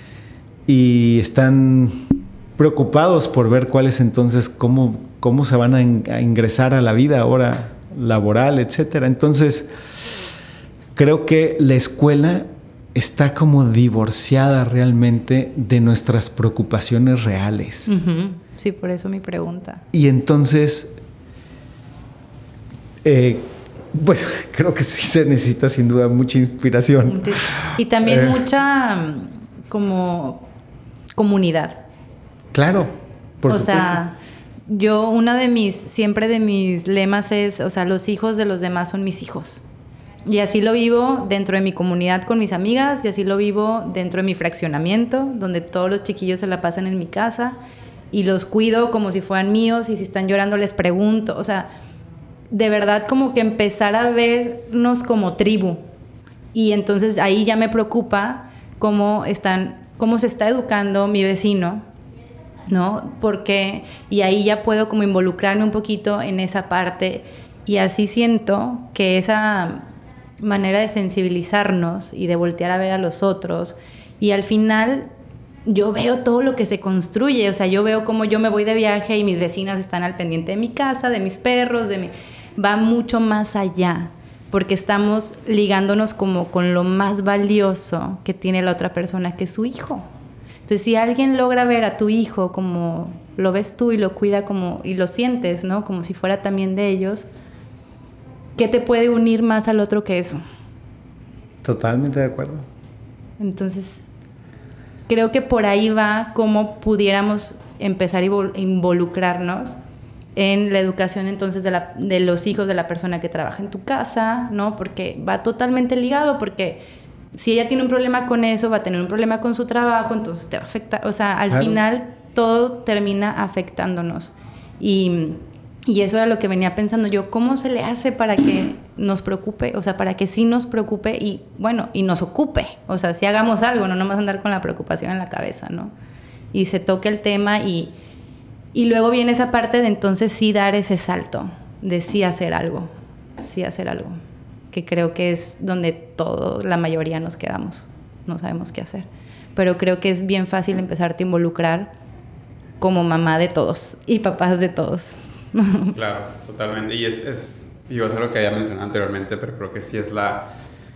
y están preocupados por ver cuáles entonces, cómo, cómo se van a, in- a ingresar a la vida ahora laboral, etcétera. Entonces, creo que la escuela está como divorciada realmente de nuestras preocupaciones reales. Uh-huh. Sí, por eso mi pregunta. Y entonces... Eh, Pues creo que sí se necesita sin duda mucha inspiración. Y también Eh. mucha como comunidad. Claro, por o supuesto. sea, yo una de mis, siempre de mis lemas es, o sea, los hijos de los demás son mis hijos. Y así lo vivo dentro de mi comunidad con mis amigas, y así lo vivo dentro de mi fraccionamiento, donde todos los chiquillos se la pasan en mi casa, y los cuido como si fueran míos, y si están llorando les pregunto, o sea, de verdad como que empezar a vernos como tribu. Y entonces ahí ya me preocupa cómo están, cómo se está educando mi vecino, ¿no? Porque, y ahí ya puedo como involucrarme un poquito en esa parte, y así siento que esa manera de sensibilizarnos y de voltear a ver a los otros, y al final yo veo todo lo que se construye, o sea, yo veo cómo yo me voy de viaje y mis vecinas están al pendiente de mi casa, de mis perros, de mi... va mucho más allá, porque estamos ligándonos como con lo más valioso que tiene la otra persona, que es su hijo. Entonces, si alguien logra ver a tu hijo como lo ves tú y lo cuida como, y lo sientes, ¿no? Como si fuera también de ellos, ¿qué te puede unir más al otro que eso? Totalmente de acuerdo. Entonces, creo que por ahí va cómo pudiéramos empezar a involucrarnos en la educación entonces de, la, de los hijos de la persona que trabaja en tu casa, ¿no? Porque va totalmente ligado, porque si ella tiene un problema con eso, va a tener un problema con su trabajo, entonces te va a afectar, o sea, al Claro. final todo termina afectándonos. Y, y eso era lo que venía pensando yo, ¿cómo se le hace para que nos preocupe? O sea, para que sí nos preocupe y, bueno, y nos ocupe. O sea, si hagamos algo, no nomás andar con la preocupación en la cabeza, ¿no? Y se toque el tema y... Y luego viene esa parte de entonces sí dar ese salto, de sí hacer algo, sí hacer algo, que creo que es donde todo, la mayoría nos quedamos, no sabemos qué hacer. Pero creo que es bien fácil empezarte a involucrar como mamá de todos y papás de todos. Claro, totalmente. Y es, es, digo, es algo que había mencionado anteriormente, pero creo que sí es la,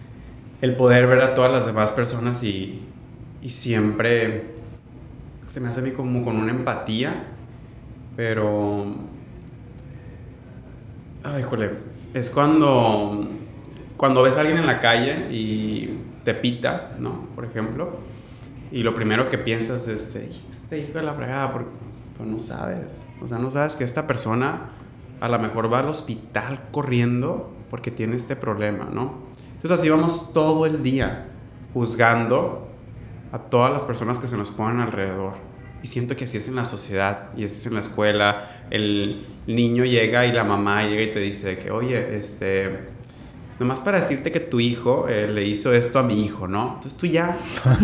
el poder ver a todas las demás personas y, y siempre se me hace a mí como con una empatía. Pero, ay, jole, es cuando, cuando ves a alguien en la calle y te pita, ¿no? Por ejemplo, y lo primero que piensas es, este, este hijo de la fregada, porque pues no sabes, o sea, no sabes que esta persona a lo mejor va al hospital corriendo porque tiene este problema, ¿no? Entonces así vamos todo el día juzgando a todas las personas que se nos ponen alrededor. Y siento que así es en la sociedad y así es en la escuela. El niño llega y la mamá llega y te dice que, oye, este, nomás para decirte que tu hijo eh, le hizo esto a mi hijo, ¿no? Entonces tú ya,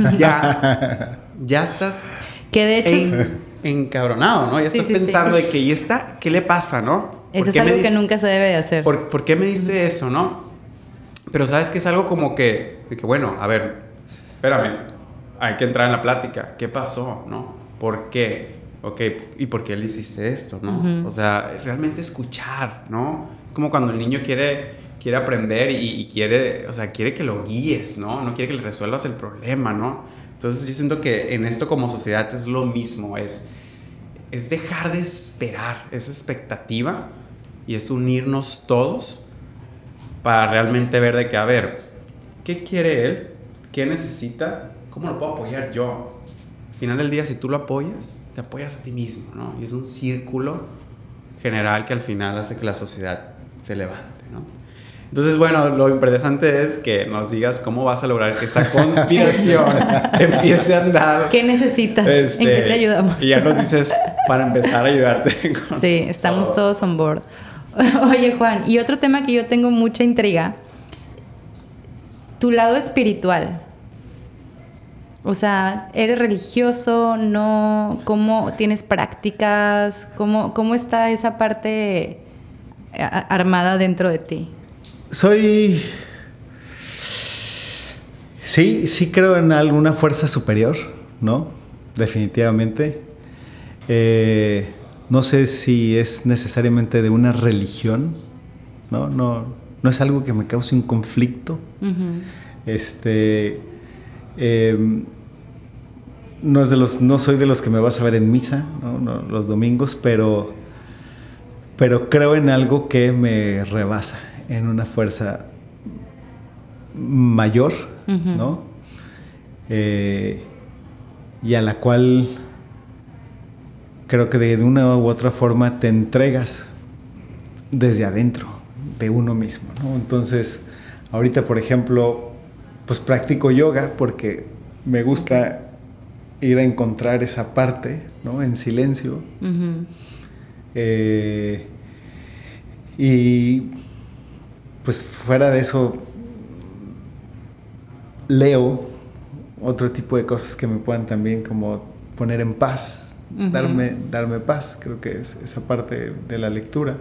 ya, ya estás Que de hecho en, es, encabronado, ¿no? Ya Sí, estás sí, pensando sí. de que, ¿y esta qué le pasa, no? ¿Por eso es qué me algo que dice- nunca se debe de hacer. ¿Por, ¿Por qué me dice eso, no? Pero sabes que es algo como que, de que, bueno, a ver, espérame, hay que entrar en la plática. ¿Qué pasó, no? ¿Por qué? Ok, ¿y por qué le hiciste esto, no? Ujú. O sea, realmente escuchar, ¿no? Es como cuando el niño quiere, quiere aprender y, y quiere, o sea, quiere que lo guíes, ¿no? No quiere que le resuelvas el problema, ¿no? Entonces yo siento que en esto como sociedad es lo mismo, es, es dejar de esperar esa expectativa y es unirnos todos para realmente ver de que, a ver, ¿qué quiere él? ¿Qué necesita? ¿Cómo lo puedo apoyar yo? Al final del día, si tú lo apoyas, te apoyas a ti mismo, ¿no? Y es un círculo general que al final hace que la sociedad se levante, ¿no? Entonces, bueno, lo interesante es que nos digas cómo vas a lograr que esa conspiración empiece a andar. ¿Qué necesitas? Este, ¿En qué te ayudamos? Y ya nos dices para empezar a ayudarte con Sí, estamos todo. todos on board. Oye, Juan, y otro tema que yo tengo mucha intriga, tu lado espiritual. O sea, ¿eres religioso? ¿No? ¿Cómo tienes prácticas? ¿Cómo, cómo está esa parte a- armada dentro de ti? Soy... Sí, sí creo en alguna fuerza superior, ¿no? Definitivamente. Eh, no sé si es necesariamente de una religión, ¿no? No, no es algo que me cause un conflicto. Ujú. Este... eh, no, es de los, no soy de los que me vas a ver en misa, ¿no? No, los domingos, pero, pero creo en algo que me rebasa, en una fuerza mayor, uh-huh. ¿no? Eh, y a la cual creo que de una u otra forma te entregas desde adentro de uno mismo, ¿no? Entonces, ahorita, por ejemplo, pues practico yoga porque me gusta ir a encontrar esa parte, ¿no? En silencio. Uh-huh. Eh, y pues fuera de eso, leo otro tipo de cosas que me puedan también como poner en paz, uh-huh. darme, darme paz, creo que es esa parte de la lectura.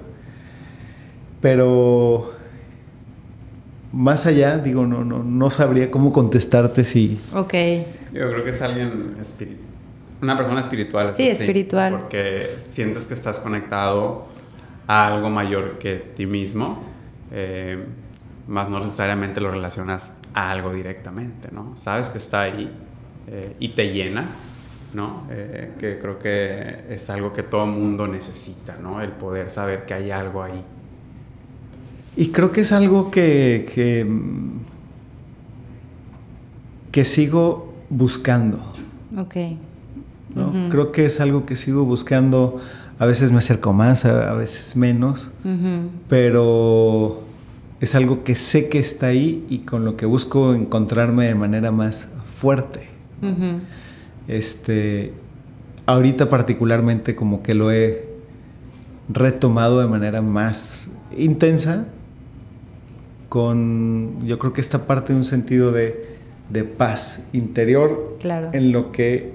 Pero más allá, digo, no, no, no sabría cómo contestarte si... Ok. Yo creo que es alguien espiritual, una persona espiritual. Sí, espiritual. Porque sientes que estás conectado a algo mayor que ti mismo, eh, más no necesariamente lo relacionas a algo directamente, ¿no? Sabes que está ahí eh, y te llena, ¿no? Eh, que creo que es algo que todo mundo necesita, ¿no? El poder saber que hay algo ahí. Y creo que es algo que, que, que sigo buscando. Ok. ¿No? Uh-huh. Creo que es algo que sigo buscando. A veces me acerco más, a, a veces menos. Uh-huh. Pero es algo que sé que está ahí y con lo que busco encontrarme de manera más fuerte. Uh-huh. Este, ahorita particularmente como que lo he retomado de manera más intensa, con yo creo que esta parte de un sentido de, de paz interior, claro. en lo que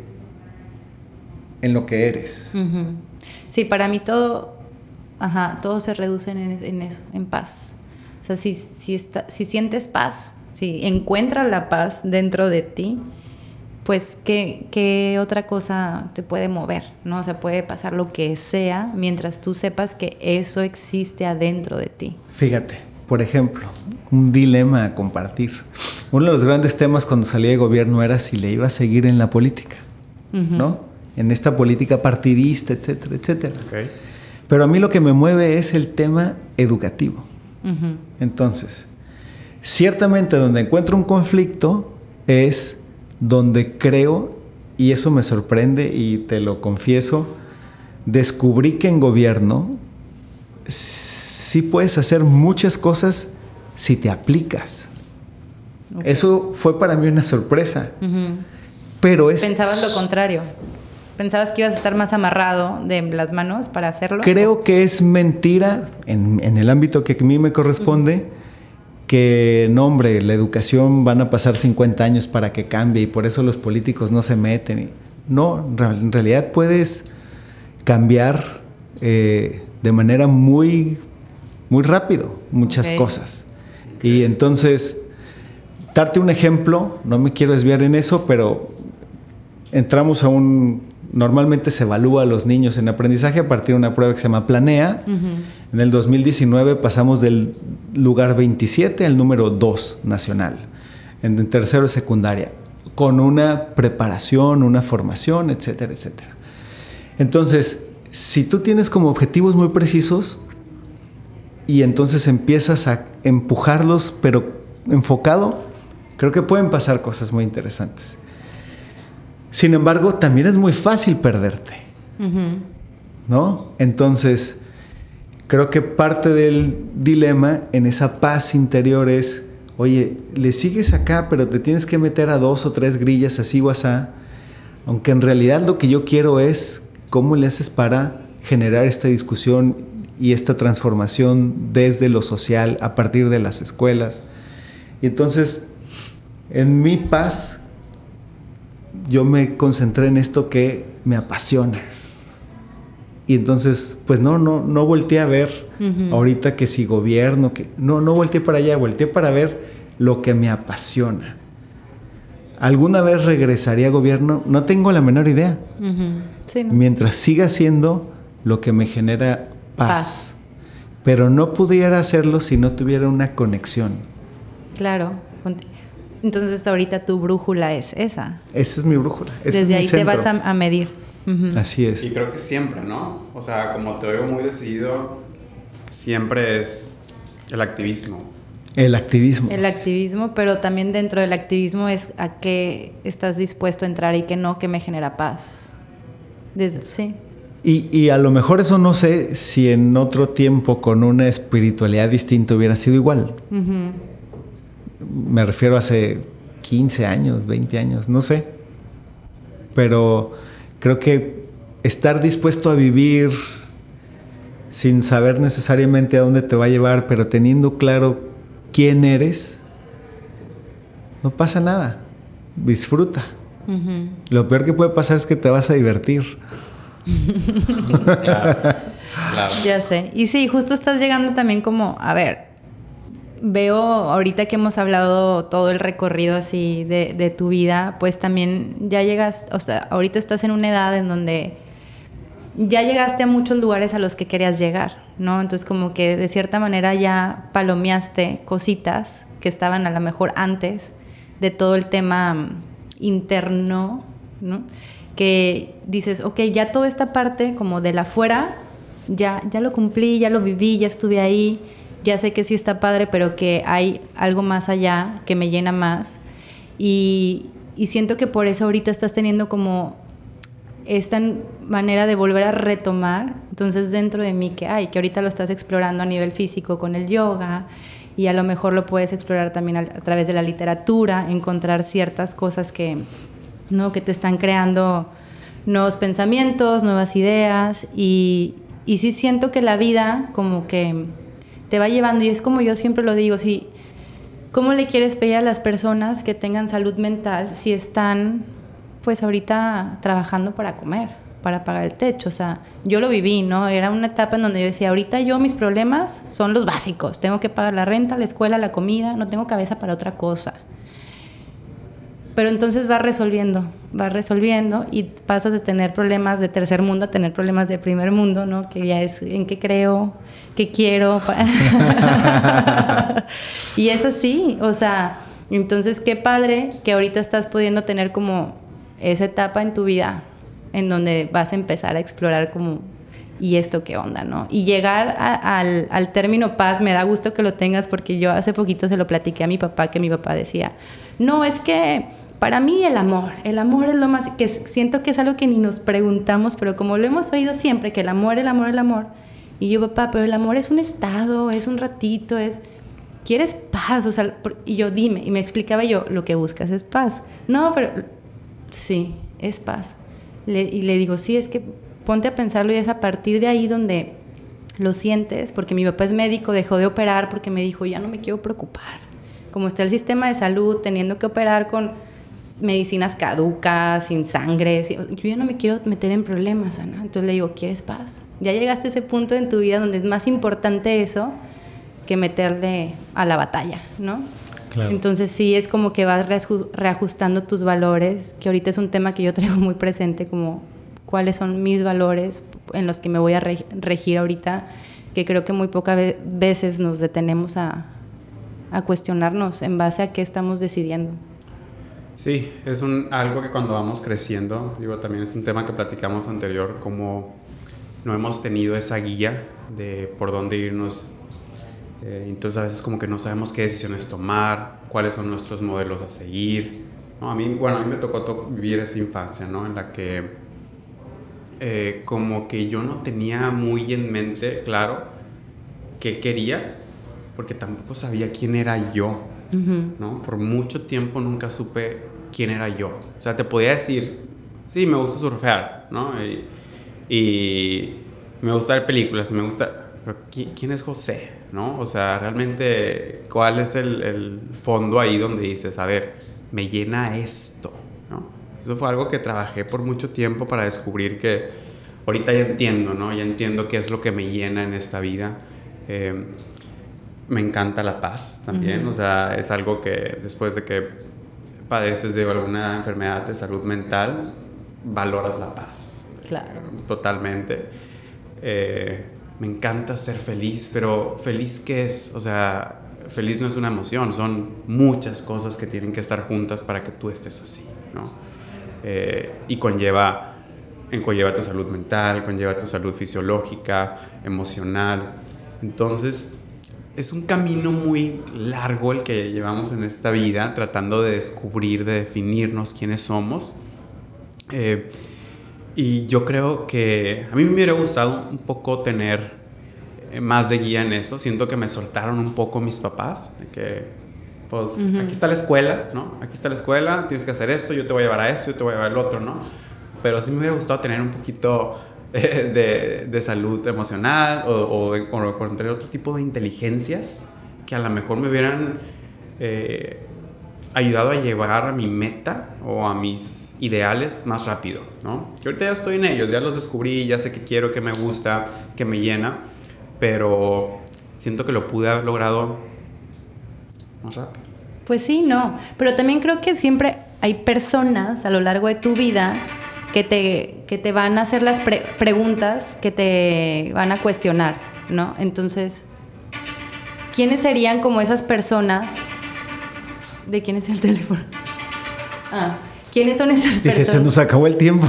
en lo que eres. Uh-huh. Sí, para mí todo, ajá, todo se reduce en, en eso, en paz. O sea, si, si, está, si sientes paz, si encuentras la paz dentro de ti, pues ¿qué, qué otra cosa te puede mover, ¿no? O sea, puede pasar lo que sea mientras tú sepas que eso existe adentro de ti. Fíjate, por ejemplo, un dilema a compartir. Uno de los grandes temas cuando salí de gobierno era si le iba a seguir en la política, uh-huh. ¿no? En esta política partidista, etcétera, etcétera. Okay. Pero a mí lo que me mueve es el tema educativo. Uh-huh. Entonces, ciertamente donde encuentro un conflicto es donde creo, y eso me sorprende y te lo confieso, descubrí que en gobierno sí puedes hacer muchas cosas si te aplicas. Okay. Eso fue para mí una sorpresa. Uh-huh. Pero es... Pensabas lo contrario. ¿Pensabas que ibas a estar más amarrado de las manos para hacerlo? Creo que es mentira, en, en el ámbito que a mí me corresponde, uh-huh. que, no hombre, la educación van a pasar cincuenta años para que cambie y por eso los políticos no se meten. No, en realidad puedes cambiar eh, de manera muy, muy rápido muchas okay. cosas. Y entonces, darte un ejemplo, no me quiero desviar en eso, pero entramos a un... Normalmente se evalúa a los niños en aprendizaje a partir de una prueba que se llama Planea. Uh-huh. En el dos mil diecinueve pasamos del lugar veintisiete al número dos nacional, en, en tercero de secundaria, con una preparación, una formación, etcétera, etcétera. Entonces, si tú tienes como objetivos muy precisos y entonces empiezas a empujarlos, pero enfocado, creo que pueden pasar cosas muy interesantes. Sin embargo, también es muy fácil perderte, uh-huh. ¿no? Entonces, creo que parte del dilema en esa paz interior es, oye, le sigues acá, pero te tienes que meter a dos o tres grillas así o asá, aunque en realidad lo que yo quiero es cómo le haces para generar esta discusión y esta transformación desde lo social a partir de las escuelas. Y entonces, en mi paz, yo me concentré en esto que me apasiona. Y entonces, pues no, no, no volteé a ver uh-huh. ahorita que si gobierno, que no, no volteé para allá, volteé para ver lo que me apasiona. ¿Alguna vez regresaría a gobierno? No tengo la menor idea. Uh-huh. Sí, ¿no? Mientras siga siendo lo que me genera paz. paz. Pero no pudiera hacerlo si no tuviera una conexión. Claro. Entonces ahorita tu brújula es esa. Esa es mi brújula. Ese Desde es ahí mi centro. Te vas a, a medir. Uh-huh. Así es. Y creo que siempre, ¿no? O sea, como te veo muy decidido, siempre es El activismo. El activismo. El activismo, pero también dentro del activismo es a qué estás dispuesto a entrar y qué no, que me genera paz. Desde, sí. Y, y a lo mejor eso no sé si en otro tiempo con una espiritualidad distinta hubiera sido igual. Uh-huh. Me refiero a hace quince años, veinte años, no sé. Pero creo que estar dispuesto a vivir sin saber necesariamente a dónde te va a llevar, pero teniendo claro quién eres, no pasa nada. Disfruta. Uh-huh. Lo peor que puede pasar es que te vas a divertir. Claro, claro. Ya sé. Y sí, justo estás llegando también como, a ver, veo ahorita que hemos hablado todo el recorrido así de, de tu vida, pues también ya llegas, o sea, ahorita estás en una edad en donde ya llegaste a muchos lugares a los que querías llegar, ¿no? Entonces como que de cierta manera ya palomeaste cositas que estaban a lo mejor antes de todo el tema interno, ¿no? Que dices, ok, ya toda esta parte como de la afuera, ya, ya lo cumplí, ya lo viví, ya estuve ahí, ya sé que sí está padre, pero que hay algo más allá que me llena más. Y, y siento que por eso ahorita estás teniendo como esta manera de volver a retomar. Entonces dentro de mí que hay, que ahorita lo estás explorando a nivel físico con el yoga, y a lo mejor lo puedes explorar también a, a través de la literatura, encontrar ciertas cosas que... ¿no? Que te están creando nuevos pensamientos, nuevas ideas, y, y sí siento que la vida como que te va llevando, y es como yo siempre lo digo, sí, ¿cómo le quieres pedir a las personas que tengan salud mental si están pues ahorita trabajando para comer, para pagar el techo? O sea, yo lo viví, ¿no? Era una etapa en donde yo decía, ahorita yo mis problemas son los básicos, tengo que pagar la renta, la escuela, la comida, no tengo cabeza para otra cosa. Pero entonces vas resolviendo, vas resolviendo y pasas de tener problemas de tercer mundo a tener problemas de primer mundo, ¿no? Que ya es en qué creo, qué quiero. Y eso sí, o sea, entonces qué padre que ahorita estás pudiendo tener como esa etapa en tu vida en donde vas a empezar a explorar como, ¿y esto qué onda, no? Y llegar a, al, al término paz, me da gusto que lo tengas, porque yo hace poquito se lo platiqué a mi papá, que mi papá decía, no, es que para mí el amor, el amor es lo más, que siento que es algo que ni nos preguntamos, pero como lo hemos oído siempre, que el amor, el amor, el amor. Y yo, papá, pero el amor es un estado, es un ratito, es, ¿quieres paz? O sea, y yo, dime, y me explicaba yo, lo que buscas es paz. No, pero, sí, es paz. Le, y le digo, sí, es que ponte a pensarlo, y es a partir de ahí donde lo sientes, porque mi papá es médico, dejó de operar porque me dijo, ya no me quiero preocupar. Como está el sistema de salud, teniendo que operar con medicinas caducas, sin sangre, yo ya no me quiero meter en problemas, Ana. Entonces le digo, ¿quieres paz? Ya llegaste a ese punto en tu vida donde es más importante eso que meterle a la batalla, ¿no? Claro. Entonces sí, es como que vas reajustando tus valores, que ahorita es un tema que yo traigo muy presente, como cuáles son mis valores en los que me voy a regir ahorita, que creo que muy pocas veces nos detenemos a, a cuestionarnos en base a qué estamos decidiendo. Sí, es un, algo que cuando vamos creciendo, digo, también es un tema que platicamos anterior, como no hemos tenido esa guía de por dónde irnos, eh, entonces a veces como que no sabemos qué decisiones tomar, cuáles son nuestros modelos a seguir, ¿no? A mí, bueno, a mí me tocó to- vivir esa infancia, ¿no? En la que eh, como que yo no tenía muy en mente, claro, qué quería, porque tampoco sabía quién era yo. Uh-huh. ¿No? Por mucho tiempo nunca supe quién era yo. O sea, te podía decir, sí, me gusta surfear, ¿no? Y, y me gusta ver películas, me gusta... Pero ¿quién es José? ¿No? O sea, realmente, ¿cuál es el, el fondo ahí donde dices, a ver, me llena esto, ¿no? Eso fue algo que trabajé por mucho tiempo para descubrir que ahorita ya entiendo, ¿no? Ya entiendo qué es lo que me llena en esta vida. Eh, Me encanta la paz también, uh-huh. O sea, es algo que después de que padeces de alguna enfermedad de salud mental, valoras la paz. Claro. Totalmente. Eh, me encanta ser feliz, pero ¿feliz qué es? O sea, feliz no es una emoción, son muchas cosas que tienen que estar juntas para que tú estés así, ¿no? Eh, y conlleva, conlleva tu salud mental, conlleva tu salud fisiológica, emocional. Entonces... es un camino muy largo el que llevamos en esta vida, tratando de descubrir, de definirnos quiénes somos. Eh, y yo creo que a mí me hubiera gustado un poco tener más de guía en eso. Siento que me soltaron un poco mis papás, de que, pues, uh-huh. aquí está la escuela, ¿no? Aquí está la escuela, tienes que hacer esto, yo te voy a llevar a esto, yo te voy a llevar al otro, ¿no? Pero sí me hubiera gustado tener un poquito eh, de, de salud emocional o, o, de, o encontrar otro tipo de inteligencias que a lo mejor me hubieran eh, ayudado a llevar a mi meta o a mis ideales más rápido, ¿no? Que ahorita ya estoy en ellos, ya los descubrí, ya sé qué quiero, qué me gusta, qué me llena, pero siento que lo pude haber logrado más rápido. Pues sí, no, pero también creo que siempre hay personas a lo largo de tu vida que te, que te van a hacer las pre- preguntas que te van a cuestionar, ¿no? Entonces, ¿quiénes serían como esas personas? ¿De quién es el teléfono? Ah, ¿quiénes son esas Dije, personas? se nos acabó el tiempo.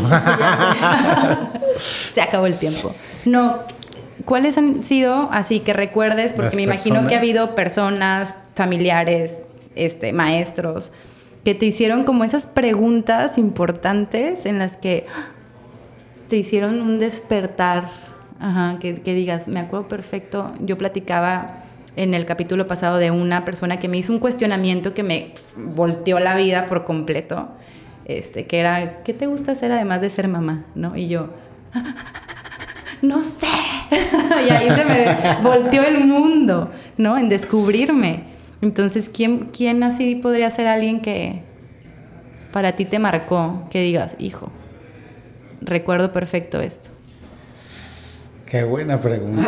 Se acabó el tiempo. No, ¿cuáles han sido así que recuerdes? Porque Las me imagino personas. que ha habido personas, familiares, este, maestros, que te hicieron como esas preguntas importantes en las que te hicieron un despertar. Ajá, que, que digas, me acuerdo perfecto, yo platicaba en el capítulo pasado de una persona que me hizo un cuestionamiento que me volteó la vida por completo, este, que era, ¿qué te gusta hacer además de ser mamá? ¿No? Y yo, no sé. Y ahí se me volteó el mundo, ¿no? En descubrirme. Entonces, ¿quién, quién así podría ser alguien que para ti te marcó? Que digas, hijo, recuerdo perfecto esto. Qué buena pregunta.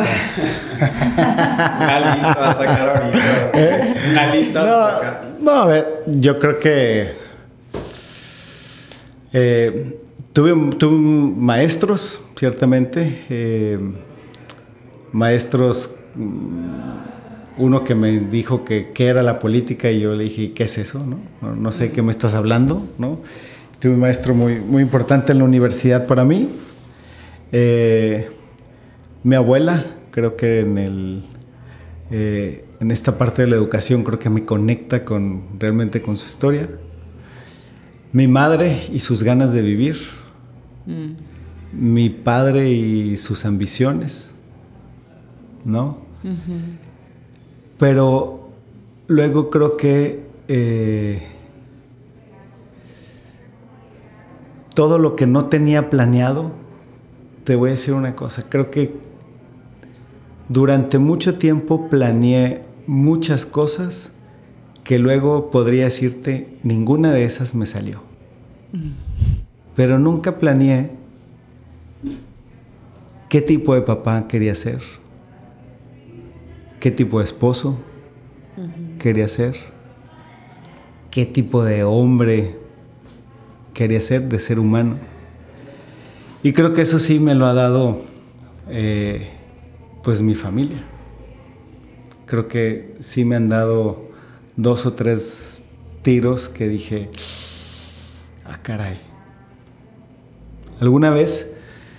Una lista va a sacar ahorita. ¿Eh? Una lista no, va a sacar. No, a ver, yo creo que eh, tuve, tuve maestros, ciertamente. Eh, maestros, uno que me dijo que qué era la política y yo le dije, ¿qué es eso? No, no, no sé qué me estás hablando, ¿no? Tuve un maestro muy, muy importante en la universidad para mí. Eh, Mi abuela, creo que en el eh, en esta parte de la educación creo que me conecta con realmente con su historia. Mi madre y sus ganas de vivir. Mm. Mi padre y sus ambiciones, ¿no? Uh-huh. Pero luego creo que eh, todo lo que no tenía planeado, te voy a decir una cosa, creo que durante mucho tiempo planeé muchas cosas que luego podría decirte, ninguna de esas me salió. Mm. Pero nunca planeé qué tipo de papá quería ser, qué tipo de esposo uh-huh. quería ser, qué tipo de hombre quería ser, de ser humano. Y creo que eso sí me lo ha dado eh, pues mi familia. Creo que sí me han dado dos o tres tiros que dije, ah, caray. Alguna vez,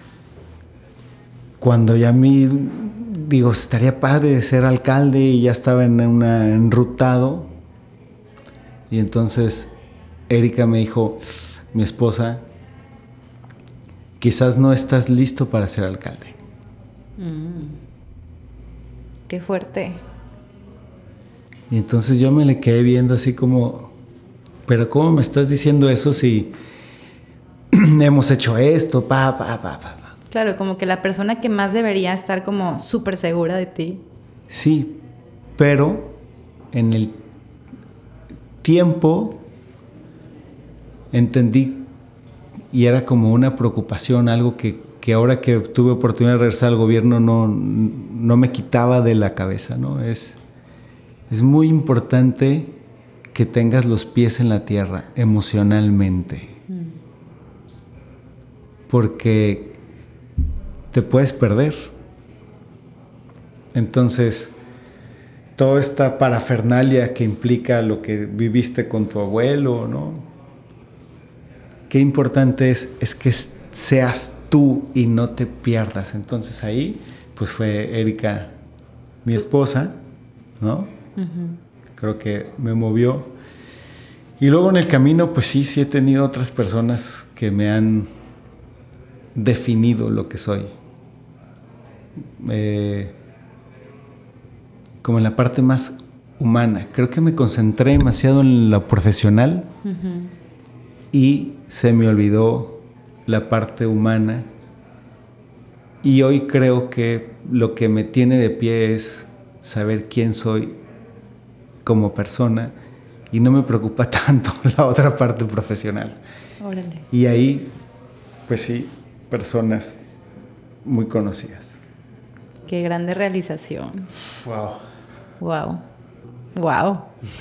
cuando ya a mí, digo, estaría padre ser alcalde y ya estaba en una enrutado, y entonces Erika me dijo, mi esposa, quizás no estás listo para ser alcalde. Mm. Qué fuerte. Y entonces yo me le quedé viendo así como, pero ¿cómo me estás diciendo eso si hemos hecho esto? Pa, pa, pa, pa, pa. Claro, como que la persona que más debería estar como súper segura de ti. Sí, pero en el tiempo entendí y era como una preocupación, algo que, que ahora que tuve oportunidad de regresar al gobierno no, no me quitaba de la cabeza, ¿no? Es, es muy importante que tengas los pies en la tierra emocionalmente. Mm. Porque te puedes perder. Entonces, toda esta parafernalia que implica lo que viviste con tu abuelo, ¿no? Qué importante es, es que seas tú y no te pierdas. Entonces ahí, pues fue Erika, mi esposa, ¿no? Uh-huh. Creo que me movió. Y luego en el camino, pues sí, sí he tenido otras personas que me han definido lo que soy. Eh, como en la parte más humana. Creo que me concentré demasiado en lo profesional uh-huh. y se me olvidó la parte humana. Y hoy creo que lo que me tiene de pie es saber quién soy como persona y no me preocupa tanto la otra parte profesional. Órale. Y ahí, pues sí, personas muy conocidas. Qué grande realización. Wow. Wow. Wow.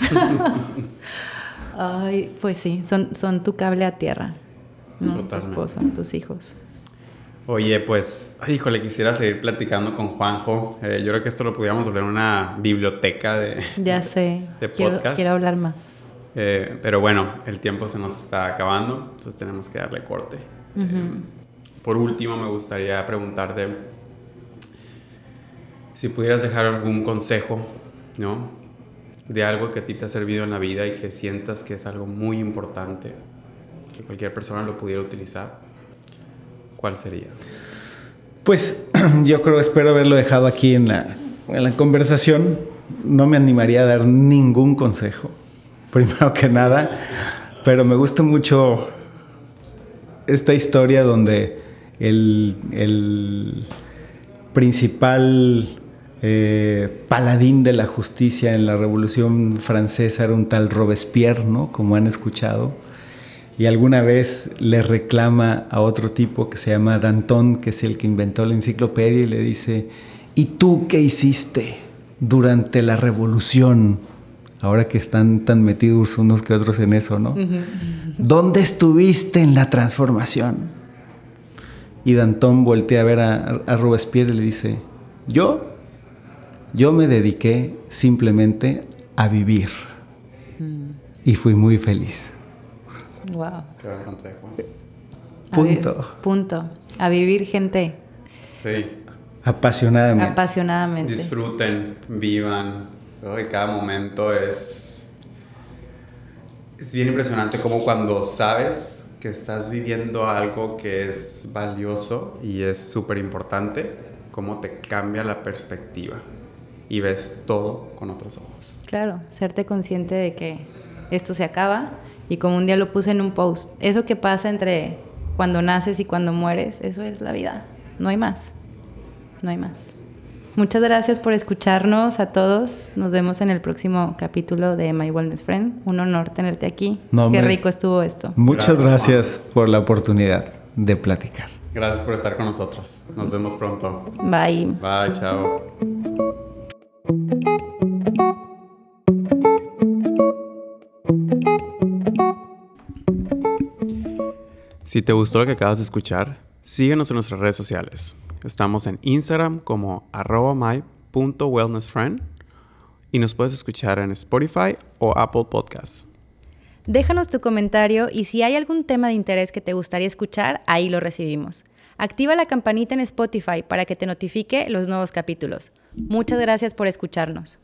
Ay, pues sí, son, son tu cable a tierra, ¿no? Totalmente. Tu esposo, tus hijos. Oye, pues, híjole, quisiera seguir platicando con Juanjo. Eh, yo creo que esto lo pudiéramos volver una biblioteca de, ya sé. de quiero, podcast. Quiero hablar más. Eh, pero bueno, el tiempo se nos está acabando, entonces tenemos que darle corte. Uh-huh. Eh, por último, me gustaría preguntarte si pudieras dejar algún consejo, ¿no? De algo que a ti te ha servido en la vida y que sientas que es algo muy importante, que cualquier persona lo pudiera utilizar, ¿cuál sería? Pues yo creo, espero haberlo dejado aquí en la, en la conversación. No me animaría a dar ningún consejo, primero que nada, pero me gusta mucho esta historia donde el, el principal eh, paladín de la justicia en la Revolución Francesa era un tal Robespierre, ¿no? Como han escuchado. Y alguna vez le reclama a otro tipo que se llama Danton, que es el que inventó la enciclopedia, y le dice: ¿y tú qué hiciste durante la revolución? Ahora que están tan metidos unos que otros en eso, ¿no? Uh-huh. ¿Dónde estuviste en la transformación? Y Danton voltea a ver a, a Robespierre y le dice: ¿yo? Yo me dediqué simplemente a vivir. Uh-huh. Y fui muy feliz. Wow. Qué buen consejo. Punto. A vi- punto. A vivir, gente. Sí. Apasionadamente. Apasionadamente. Disfruten, vivan. Hoy cada momento es... Es bien impresionante como cuando sabes que estás viviendo algo que es valioso y es súper importante, cómo te cambia la perspectiva y ves todo con otros ojos. Claro, serte consciente de que esto se acaba. Y como un día lo puse en un post, eso que pasa entre cuando naces y cuando mueres, eso es la vida. No hay más. No hay más. Muchas gracias por escucharnos a todos. Nos vemos en el próximo capítulo de My Wellness Friend. Un honor tenerte aquí. No, Qué me... rico estuvo esto. Muchas gracias, gracias por la oportunidad de platicar. Gracias por estar con nosotros. Nos vemos pronto. Bye. Bye, chao. Si te gustó lo que acabas de escuchar, síguenos en nuestras redes sociales. Estamos en Instagram como arroba my punto wellnessfriend y nos puedes escuchar en Spotify o Apple Podcasts. Déjanos tu comentario y si hay algún tema de interés que te gustaría escuchar, ahí lo recibimos. Activa la campanita en Spotify para que te notifique los nuevos capítulos. Muchas gracias por escucharnos.